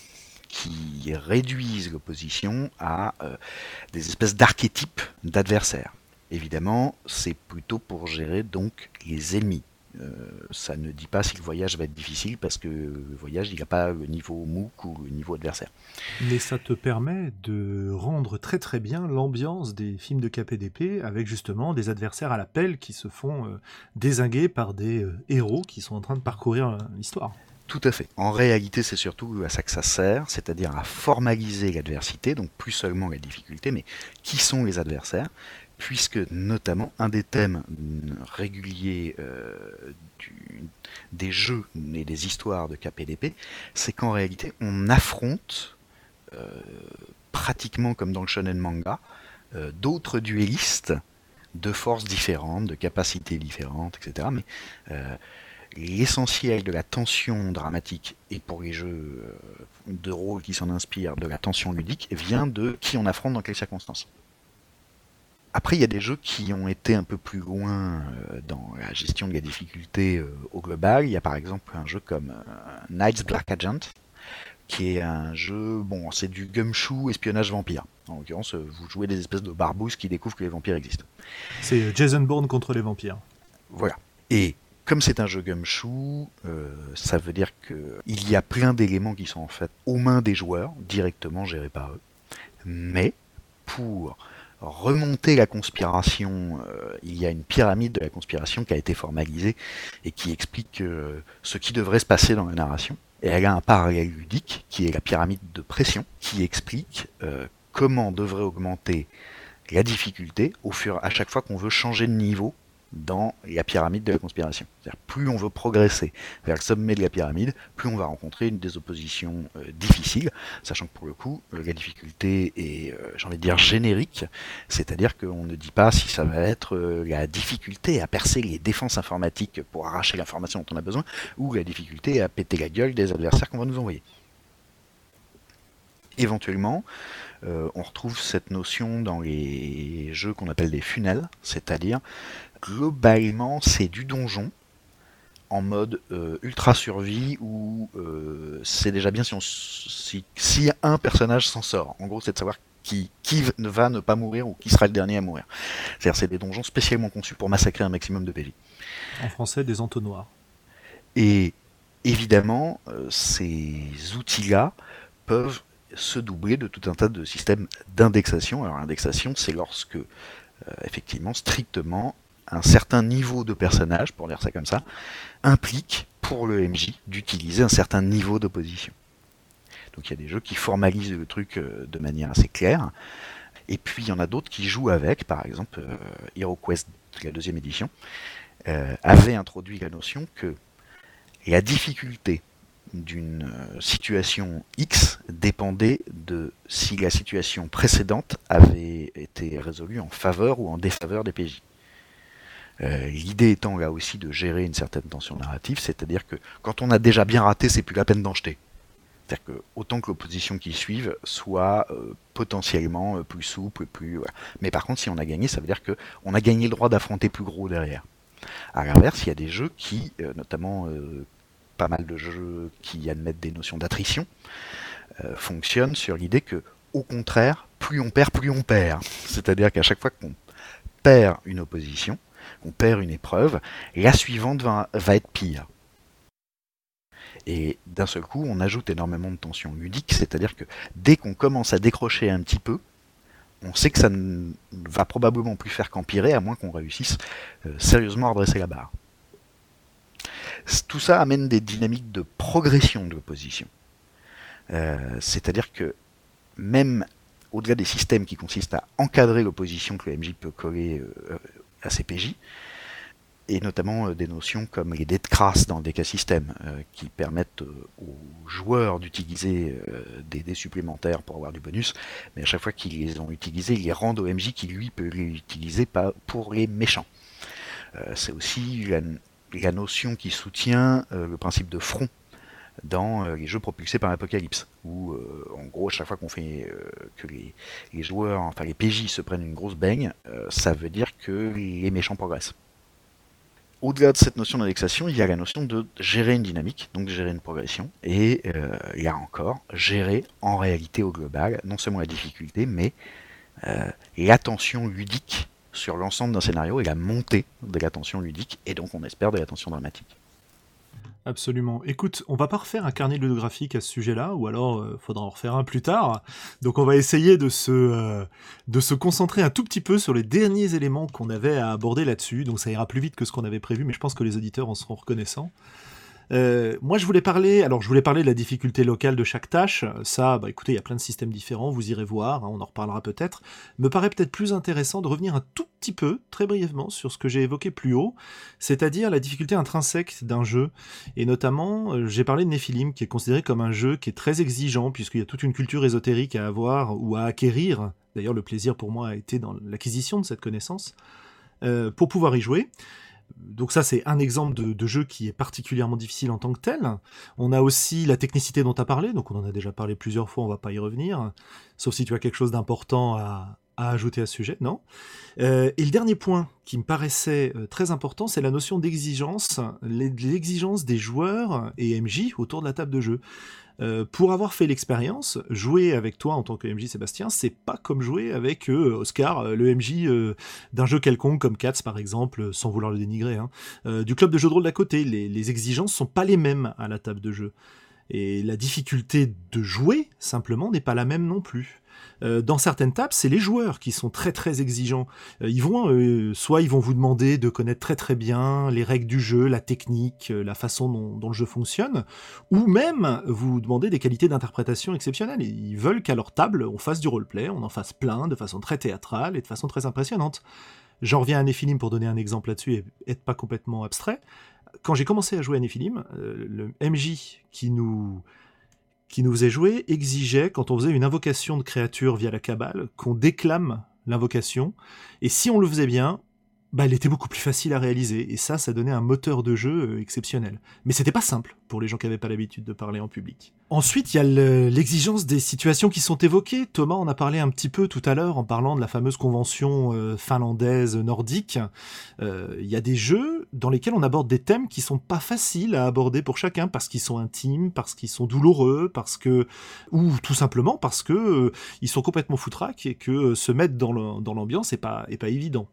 qui réduisent l'opposition à euh, des espèces d'archétypes d'adversaires. Évidemment, c'est plutôt pour gérer donc les ennemis. Euh, ça ne dit pas si le voyage va être difficile parce que le voyage il n'a pas le niveau MOOC ou le niveau adversaire. Mais ça te permet de rendre très très bien l'ambiance des films de K P D P avec justement des adversaires à la pelle qui se font euh, dézinguer par des euh, héros qui sont en train de parcourir euh, l'histoire. Tout à fait. En réalité, c'est surtout à ça que ça sert, c'est-à-dire à formaliser l'adversité, donc plus seulement la difficulté, mais qui sont les adversaires, puisque notamment un des thèmes réguliers euh, du, des jeux et des histoires de K P D P, c'est qu'en réalité on affronte, euh, pratiquement comme dans le shonen manga, euh, d'autres duellistes de forces différentes, de capacités différentes, et cetera. Mais euh, l'essentiel de la tension dramatique, et pour les jeux de rôle qui s'en inspirent, de la tension ludique, vient de qui on affronte dans quelles circonstances. Après, il y a des jeux qui ont été un peu plus loin euh, dans la gestion de la difficulté euh, au global. Il y a par exemple un jeu comme euh, Night's Black Agent, qui est un jeu, bon, c'est du gumshoe espionnage vampire. En l'occurrence, vous jouez des espèces de barbouzes qui découvrent que les vampires existent. C'est Jason Bourne contre les vampires. Voilà. Et comme c'est un jeu gumshoe, euh, ça veut dire qu'il y a plein d'éléments qui sont en fait aux mains des joueurs, directement gérés par eux. Mais pour remonter la conspiration, euh, il y a une pyramide de la conspiration qui a été formalisée et qui explique euh, ce qui devrait se passer dans la narration. Et elle a un parallèle ludique qui est la pyramide de pression, qui explique euh, comment devrait augmenter la difficulté au fur à chaque fois qu'on veut changer de niveau dans la pyramide de la conspiration. C'est-à-dire, plus on veut progresser vers le sommet de la pyramide, plus on va rencontrer une des oppositions euh, difficiles, sachant que pour le coup, euh, la difficulté est, euh, j'ai envie de dire, générique, c'est-à-dire qu'on ne dit pas si ça va être euh, la difficulté à percer les défenses informatiques pour arracher l'information dont on a besoin, ou la difficulté à péter la gueule des adversaires qu'on va nous envoyer. Éventuellement, euh, on retrouve cette notion dans les jeux qu'on appelle des funnels, c'est-à-dire globalement c'est du donjon en mode euh, ultra survie où euh, c'est déjà bien si, on, si, si un personnage s'en sort. En gros, c'est de savoir qui, qui ne va ne pas mourir ou qui sera le dernier à mourir. C'est-à-dire c'est des donjons spécialement conçus pour massacrer un maximum de P J. En français, des entonnoirs. Et évidemment, euh, ces outils-là peuvent se doubler de tout un tas de systèmes d'indexation. Alors l'indexation, c'est lorsque, euh, effectivement, strictement, un certain niveau de personnage, pour dire ça comme ça, implique pour le M J d'utiliser un certain niveau d'opposition. Donc il y a des jeux qui formalisent le truc euh, de manière assez claire, et puis il y en a d'autres qui jouent avec, par exemple euh, HeroQuest, la deuxième édition, euh, avait introduit la notion que la difficulté d'une situation X dépendait de si la situation précédente avait été résolue en faveur ou en défaveur des P J. Euh, l'idée étant là aussi de gérer une certaine tension narrative, c'est-à-dire que quand on a déjà bien raté, c'est plus la peine d'en jeter. C'est-à-dire que autant que l'opposition qui suive soit euh, potentiellement euh, plus souple, plus. Voilà. Mais par contre, si on a gagné, ça veut dire que on a gagné le droit d'affronter plus gros derrière. À l'inverse, il y a des jeux qui, euh, notamment euh, pas mal de jeux qui admettent des notions d'attrition, euh, fonctionnent sur l'idée que, au contraire, plus on perd, plus on perd. C'est-à-dire qu'à chaque fois qu'on perd une opposition, qu'on perd une épreuve, la suivante va, va être pire. Et d'un seul coup, on ajoute énormément de tension ludique, c'est-à-dire que dès qu'on commence à décrocher un petit peu, on sait que ça ne va probablement plus faire qu'empirer, à moins qu'on réussisse euh, sérieusement à redresser la barre. Tout ça amène des dynamiques de progression de l'opposition. Euh, c'est-à-dire que même au-delà des systèmes qui consistent à encadrer l'opposition que le M J peut coller euh, à ses P J, et notamment euh, des notions comme les dead crass dans le D K system, euh, qui permettent euh, aux joueurs d'utiliser euh, des dés supplémentaires pour avoir du bonus, mais à chaque fois qu'ils les ont utilisés, ils les rendent au M J qui lui peut les utiliser pas pour les méchants. Euh, c'est aussi la, la notion qui soutient euh, le principe de front dans euh, les jeux propulsés par l'Apocalypse, où euh, en gros à chaque fois qu'on fait euh, que les, les joueurs, enfin les P J se prennent une grosse baigne, euh, ça veut dire que les méchants progressent. Au-delà de cette notion d'indexation, il y a la notion de gérer une dynamique, donc gérer une progression, et euh, là encore, gérer en réalité au global, non seulement la difficulté, mais euh, l'attention ludique sur l'ensemble d'un scénario et la montée de l'attention ludique, et donc on espère de l'attention dramatique. Absolument. Écoute, on va pas refaire un carnet ludographique à ce sujet-là, ou alors euh, faudra en refaire un plus tard. Donc on va essayer de se, euh, de se concentrer un tout petit peu sur les derniers éléments qu'on avait à aborder là-dessus. Donc ça ira plus vite que ce qu'on avait prévu, mais je pense que les auditeurs en seront reconnaissants. Euh, moi, je voulais parler, alors je voulais parler de la difficulté locale de chaque tâche. Ça, bah écoutez, il y a plein de systèmes différents, vous irez voir, hein, on en reparlera peut-être. Me paraît peut-être plus intéressant de revenir un tout petit peu, très brièvement, sur ce que j'ai évoqué plus haut, c'est-à-dire la difficulté intrinsèque d'un jeu. Et notamment, euh, j'ai parlé de Nephilim, qui est considéré comme un jeu qui est très exigeant, puisqu'il y a toute une culture ésotérique à avoir ou à acquérir. D'ailleurs, le plaisir pour moi a été dans l'acquisition de cette connaissance, euh, pour pouvoir y jouer. Donc ça, c'est un exemple de, de jeu qui est particulièrement difficile en tant que tel. On a aussi la technicité dont tu as parlé, donc on en a déjà parlé plusieurs fois, on va pas y revenir, sauf si tu as quelque chose d'important à, à ajouter à ce sujet, non ? euh, Et le dernier point qui me paraissait euh, très important, c'est la notion d'exigence, l'exigence des joueurs et M J autour de la table de jeu. Euh, pour avoir fait l'expérience, jouer avec toi en tant que M J Sébastien, c'est pas comme jouer avec euh, Oscar, euh, le M J euh, d'un jeu quelconque comme Cats par exemple, sans vouloir le dénigrer, hein, euh, du club de jeux de rôle d'à côté. Les, les exigences sont pas les mêmes à la table de jeu. Et la difficulté de jouer, simplement, n'est pas la même non plus. Euh, dans certaines tables, c'est les joueurs qui sont très très exigeants. Euh, ils vont, euh, soit ils vont vous demander de connaître très très bien les règles du jeu, la technique, euh, la façon dont, dont le jeu fonctionne, ou même vous demander des qualités d'interprétation exceptionnelles. Et ils veulent qu'à leur table, on fasse du roleplay, on en fasse plein, de façon très théâtrale et de façon très impressionnante. J'en reviens à Nephilim pour donner un exemple là-dessus et être pas complètement abstrait. Quand j'ai commencé à jouer à Nephilim, euh, le M J qui nous... qui nous faisait jouer exigeait, quand on faisait une invocation de créature via la Kabbale, qu'on déclame l'invocation, et si on le faisait bien, bah, elle était beaucoup plus facile à réaliser, et ça, ça donnait un moteur de jeu euh, exceptionnel. Mais c'était pas simple pour les gens qui n'avaient pas l'habitude de parler en public. Ensuite, il y a le, l'exigence des situations qui sont évoquées. Thomas en a parlé un petit peu tout à l'heure en parlant de la fameuse convention euh, finlandaise nordique. Euh, il y a des jeux dans lesquels on aborde des thèmes qui sont pas faciles à aborder pour chacun, parce qu'ils sont intimes, parce qu'ils sont douloureux, parce que, ou tout simplement parce que euh, ils sont complètement foutraques et que euh, se mettre dans, le, dans l'ambiance est pas, est pas évident.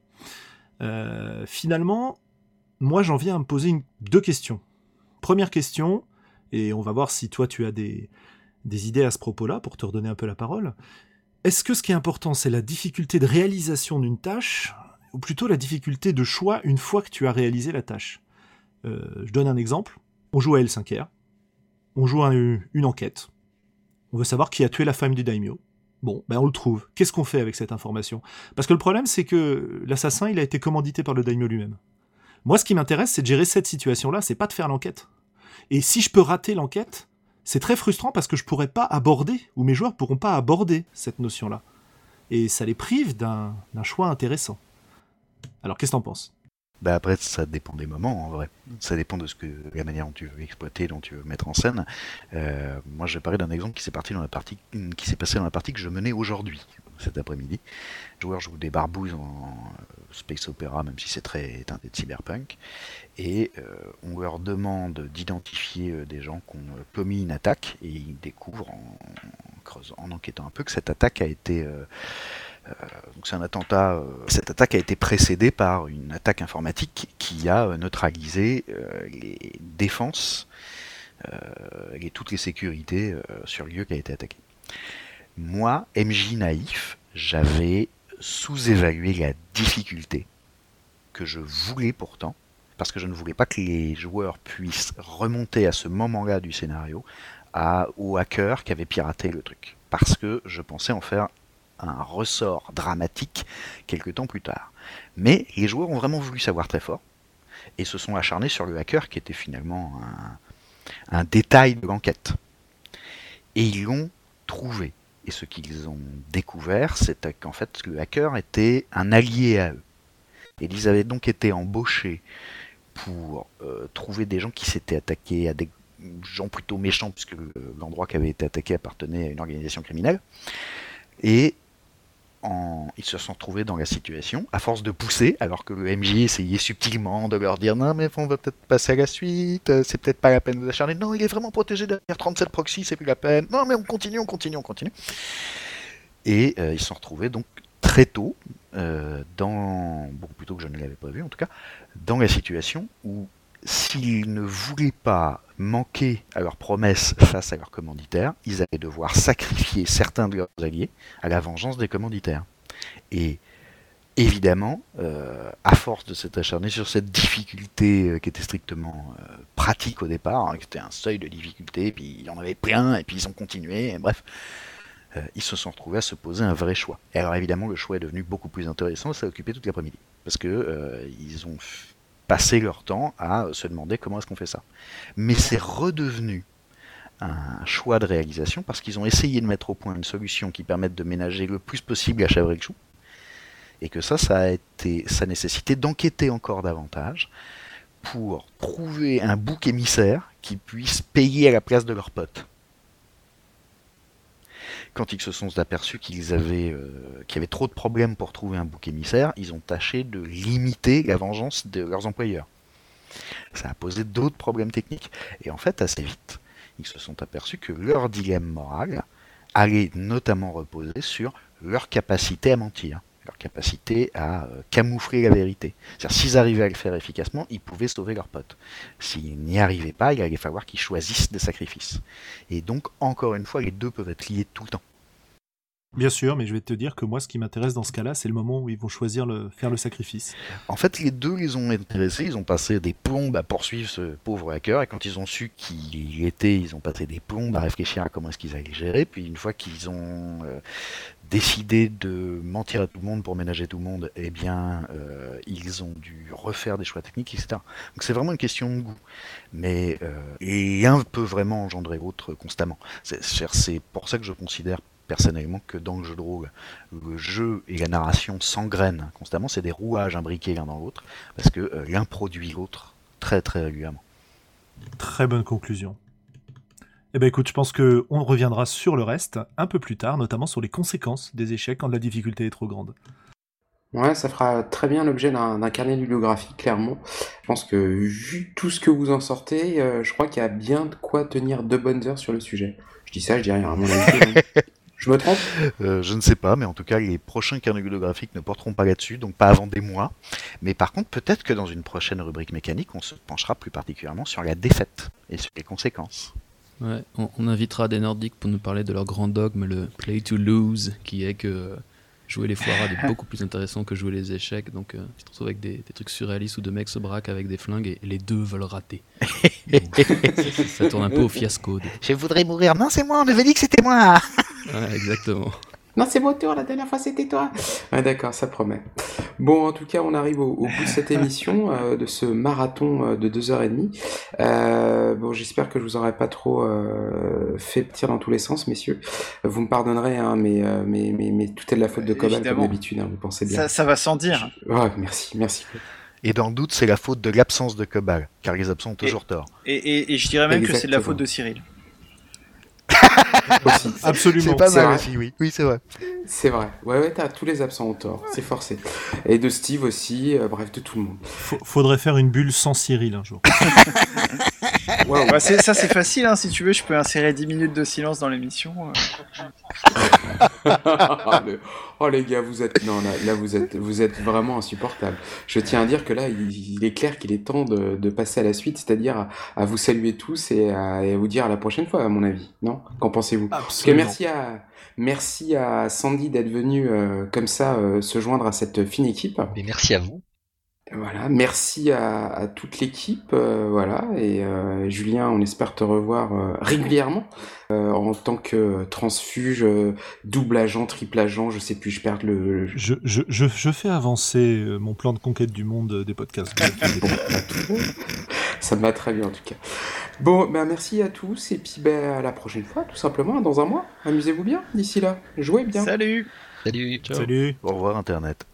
Euh, finalement, moi j'en viens à me poser une, deux questions. Première question, et on va voir si toi tu as des, des idées à ce propos-là pour te redonner un peu la parole. Est-ce que ce qui est important, c'est la difficulté de réalisation d'une tâche, ou plutôt la difficulté de choix une fois que tu as réalisé la tâche ? euh, Je donne un exemple. On joue à L cinq R, on joue à une, une enquête, on veut savoir qui a tué la femme du daimyo. Bon, ben on le trouve. Qu'est-ce qu'on fait avec cette information ? Parce que le problème, c'est que l'assassin, il a été commandité par le daimyo lui-même. Moi, ce qui m'intéresse, c'est de gérer cette situation-là, c'est pas de faire l'enquête. Et si je peux rater l'enquête, c'est très frustrant parce que je pourrais pas aborder, ou mes joueurs pourront pas aborder cette notion-là. Et ça les prive d'un, d'un choix intéressant. Alors, qu'est-ce que t'en penses ? Bah après, ça dépend des moments, en vrai. Ça dépend de ce que la manière dont tu veux exploiter, dont tu veux mettre en scène. Euh, moi, je vais parler d'un exemple qui s'est, parti dans la partie, qui s'est passé dans la partie que je menais aujourd'hui, cet après-midi. Les joueurs jouent des barbouzes en space opéra, même si c'est très teinté de cyberpunk. Et euh, on leur demande d'identifier des gens qui ont commis une attaque, et ils découvrent, en, en, creusant, en enquêtant un peu, que cette attaque a été... Euh, Euh, donc c'est un attentat. Euh, cette attaque a été précédée par une attaque informatique qui a euh, neutralisé euh, les défenses euh, et toutes les sécurités euh, sur le lieu qui a été attaqué. Moi, M J naïf, j'avais sous-évalué la difficulté que je voulais pourtant, parce que je ne voulais pas que les joueurs puissent remonter à ce moment-là du scénario à, au hacker qui avait piraté le truc, parce que je pensais en faire un ressort dramatique quelques temps plus tard. Mais les joueurs ont vraiment voulu savoir très fort, et se sont acharnés sur le hacker qui était finalement un, un détail de l'enquête. Et ils l'ont trouvé. Et ce qu'ils ont découvert, c'est qu'en fait, le hacker était un allié à eux. Et ils avaient donc été embauchés pour euh, trouver des gens qui s'étaient attaqués à des gens plutôt méchants, puisque euh, l'endroit qui avait été attaqué appartenait à une organisation criminelle. Et en... ils se sont retrouvés dans la situation, à force de pousser, alors que le M J essayait subtilement de leur dire « Non, mais on va peut-être passer à la suite, c'est peut-être pas la peine de s'acharner. Non, il est vraiment protégé derrière trente-sept proxy, c'est plus la peine. Non, mais on continue, on continue, on continue. » Et euh, ils se sont retrouvés donc très tôt, euh, dans, beaucoup plus tôt que je ne l'avais pas vu en tout cas, dans la situation où s'ils ne voulaient pas manquer à leurs promesses face à leurs commanditaires, ils allaient devoir sacrifier certains de leurs alliés à la vengeance des commanditaires. Et évidemment, euh, à force de s'être acharné sur cette difficulté euh, qui était strictement euh, pratique au départ, hein, qui était un seuil de difficulté, puis il y en avait plein, et puis ils ont continué, et bref, euh, ils se sont retrouvés à se poser un vrai choix. Et alors évidemment, le choix est devenu beaucoup plus intéressant, ça a occupé toute l'après-midi, parce que euh, ils ont passer leur temps à se demander comment est-ce qu'on fait ça. Mais c'est redevenu un choix de réalisation parce qu'ils ont essayé de mettre au point une solution qui permette de ménager le plus possible la chèvre et le chou, et que ça, ça a été, ça nécessitait d'enquêter encore davantage pour trouver un bouc émissaire qui puisse payer à la place de leurs potes. Quand ils se sont aperçus qu'ils avaient, euh, qu'il y avait trop de problèmes pour trouver un bouc émissaire, ils ont tâché de limiter la vengeance de leurs employeurs. Ça a posé d'autres problèmes techniques. Et en fait, assez vite, ils se sont aperçus que leur dilemme moral allait notamment reposer sur leur capacité à mentir, leur capacité à euh, camoufler la vérité. C'est-à-dire, s'ils arrivaient à le faire efficacement, ils pouvaient sauver leurs potes. S'ils n'y arrivaient pas, il allait falloir qu'ils choisissent des sacrifices. Et donc, encore une fois, les deux peuvent être liés tout le temps. Bien sûr, mais je vais te dire que moi, ce qui m'intéresse dans ce cas-là, c'est le moment où ils vont choisir le faire le sacrifice. En fait, les deux les ont intéressés. Ils ont passé des plombes à poursuivre ce pauvre hacker. Et quand ils ont su qui il était, ils ont passé des plombes à réfléchir à comment est-ce qu'ils allaient gérer. Puis une fois qu'ils ont euh, décidé de mentir à tout le monde pour ménager tout le monde, eh bien, euh, ils ont dû refaire des choix techniques, et cetera. Donc c'est vraiment une question de goût. Mais euh, l'un peut vraiment engendrer l'autre constamment. C'est, c'est pour ça que je considère personnellement que dans le jeu de rôle, le jeu et la narration s'engrainent constamment, c'est des rouages imbriqués l'un dans l'autre, parce que euh, l'un produit l'autre très très régulièrement. Très bonne conclusion. Eh ben écoute, je pense qu'on reviendra sur le reste un peu plus tard, notamment sur les conséquences des échecs quand la difficulté est trop grande. Ouais, ça fera très bien l'objet d'un, d'un carnet bibliographique, clairement. Je pense que, vu tout ce que vous en sortez, euh, je crois qu'il y a bien de quoi tenir deux bonnes heures sur le sujet. Je dis ça, je dis rien, à mon avis. Je me trompe ? euh, Je ne sais pas, mais en tout cas, les prochains carnets bibliographiques ne porteront pas là-dessus, donc pas avant des mois. Mais par contre, peut-être que dans une prochaine rubrique mécanique, on se penchera plus particulièrement sur la défaite et sur les conséquences. Ouais, on, on invitera des Nordiques pour nous parler de leur grand dogme, le play to lose, qui est que jouer les foirades est beaucoup plus intéressant que jouer les échecs. Donc, euh, tu te retrouves avec des, des trucs surréalistes où deux mecs se braquent avec des flingues et, et les deux veulent rater. Donc, ça, ça tourne un peu au fiasco. De... Je voudrais mourir. Non, c'est moi, on avait dit que c'était moi. Ouais, exactement. Non, c'est mon tour, la dernière fois c'était toi. Ouais, d'accord, ça promet. Bon, en tout cas, on arrive au, au bout de cette émission, euh, de ce marathon euh, de deux heures et demie. Euh, bon, j'espère que je vous aurai pas trop euh, fait partir dans tous les sens, messieurs. Vous me pardonnerez, hein, mais, euh, mais, mais, mais tout est de la faute de Cobal, comme d'habitude, hein, vous pensez bien. Ça, ça va sans dire. Je... Ouais, merci, merci. Et dans le doute, c'est la faute de l'absence de Cobal, car les absents ont toujours et, tort. Et, et, et je dirais même Exactement. que c'est de la faute de Cyril. Aussi. Absolument. C'est pas mal aussi, oui. Oui, c'est vrai. C'est vrai. Ouais, ouais, t'as tous les absents ont tort. C'est forcé. Et de Steve aussi, euh, bref, de tout le monde. F- faudrait faire une bulle sans Cyril un jour. Wow. Bah, c'est, ça, c'est facile, hein. Si tu veux, je peux insérer dix minutes de silence dans l'émission. le... Oh, les gars, vous êtes... Non, là, là vous, êtes... vous êtes vraiment insupportables. Je tiens à dire que là, il, il est clair qu'il est temps de, de passer à la suite, c'est-à-dire à, à vous saluer tous et à... et à vous dire à la prochaine fois, à mon avis. Non ? Qu'en pensez-vous ? Absolument. Parce que merci à... Merci à Sandy d'être venu euh, comme ça euh, se joindre à cette fine équipe. Mais merci à vous. Voilà, merci à, à toute l'équipe, euh, voilà, et euh, Julien, on espère te revoir euh, régulièrement euh, en tant que transfuge, euh, double agent, triple agent, je sais plus, je perds le. Je, je, je, je fais avancer euh, mon plan de conquête du monde des podcasts. Ça me va très bien en tout cas. Bon, ben merci à tous et puis ben à la prochaine fois, tout simplement, dans un mois. Amusez-vous bien d'ici là, jouez bien. Salut. Salut. Ciao. Salut. Au revoir Internet.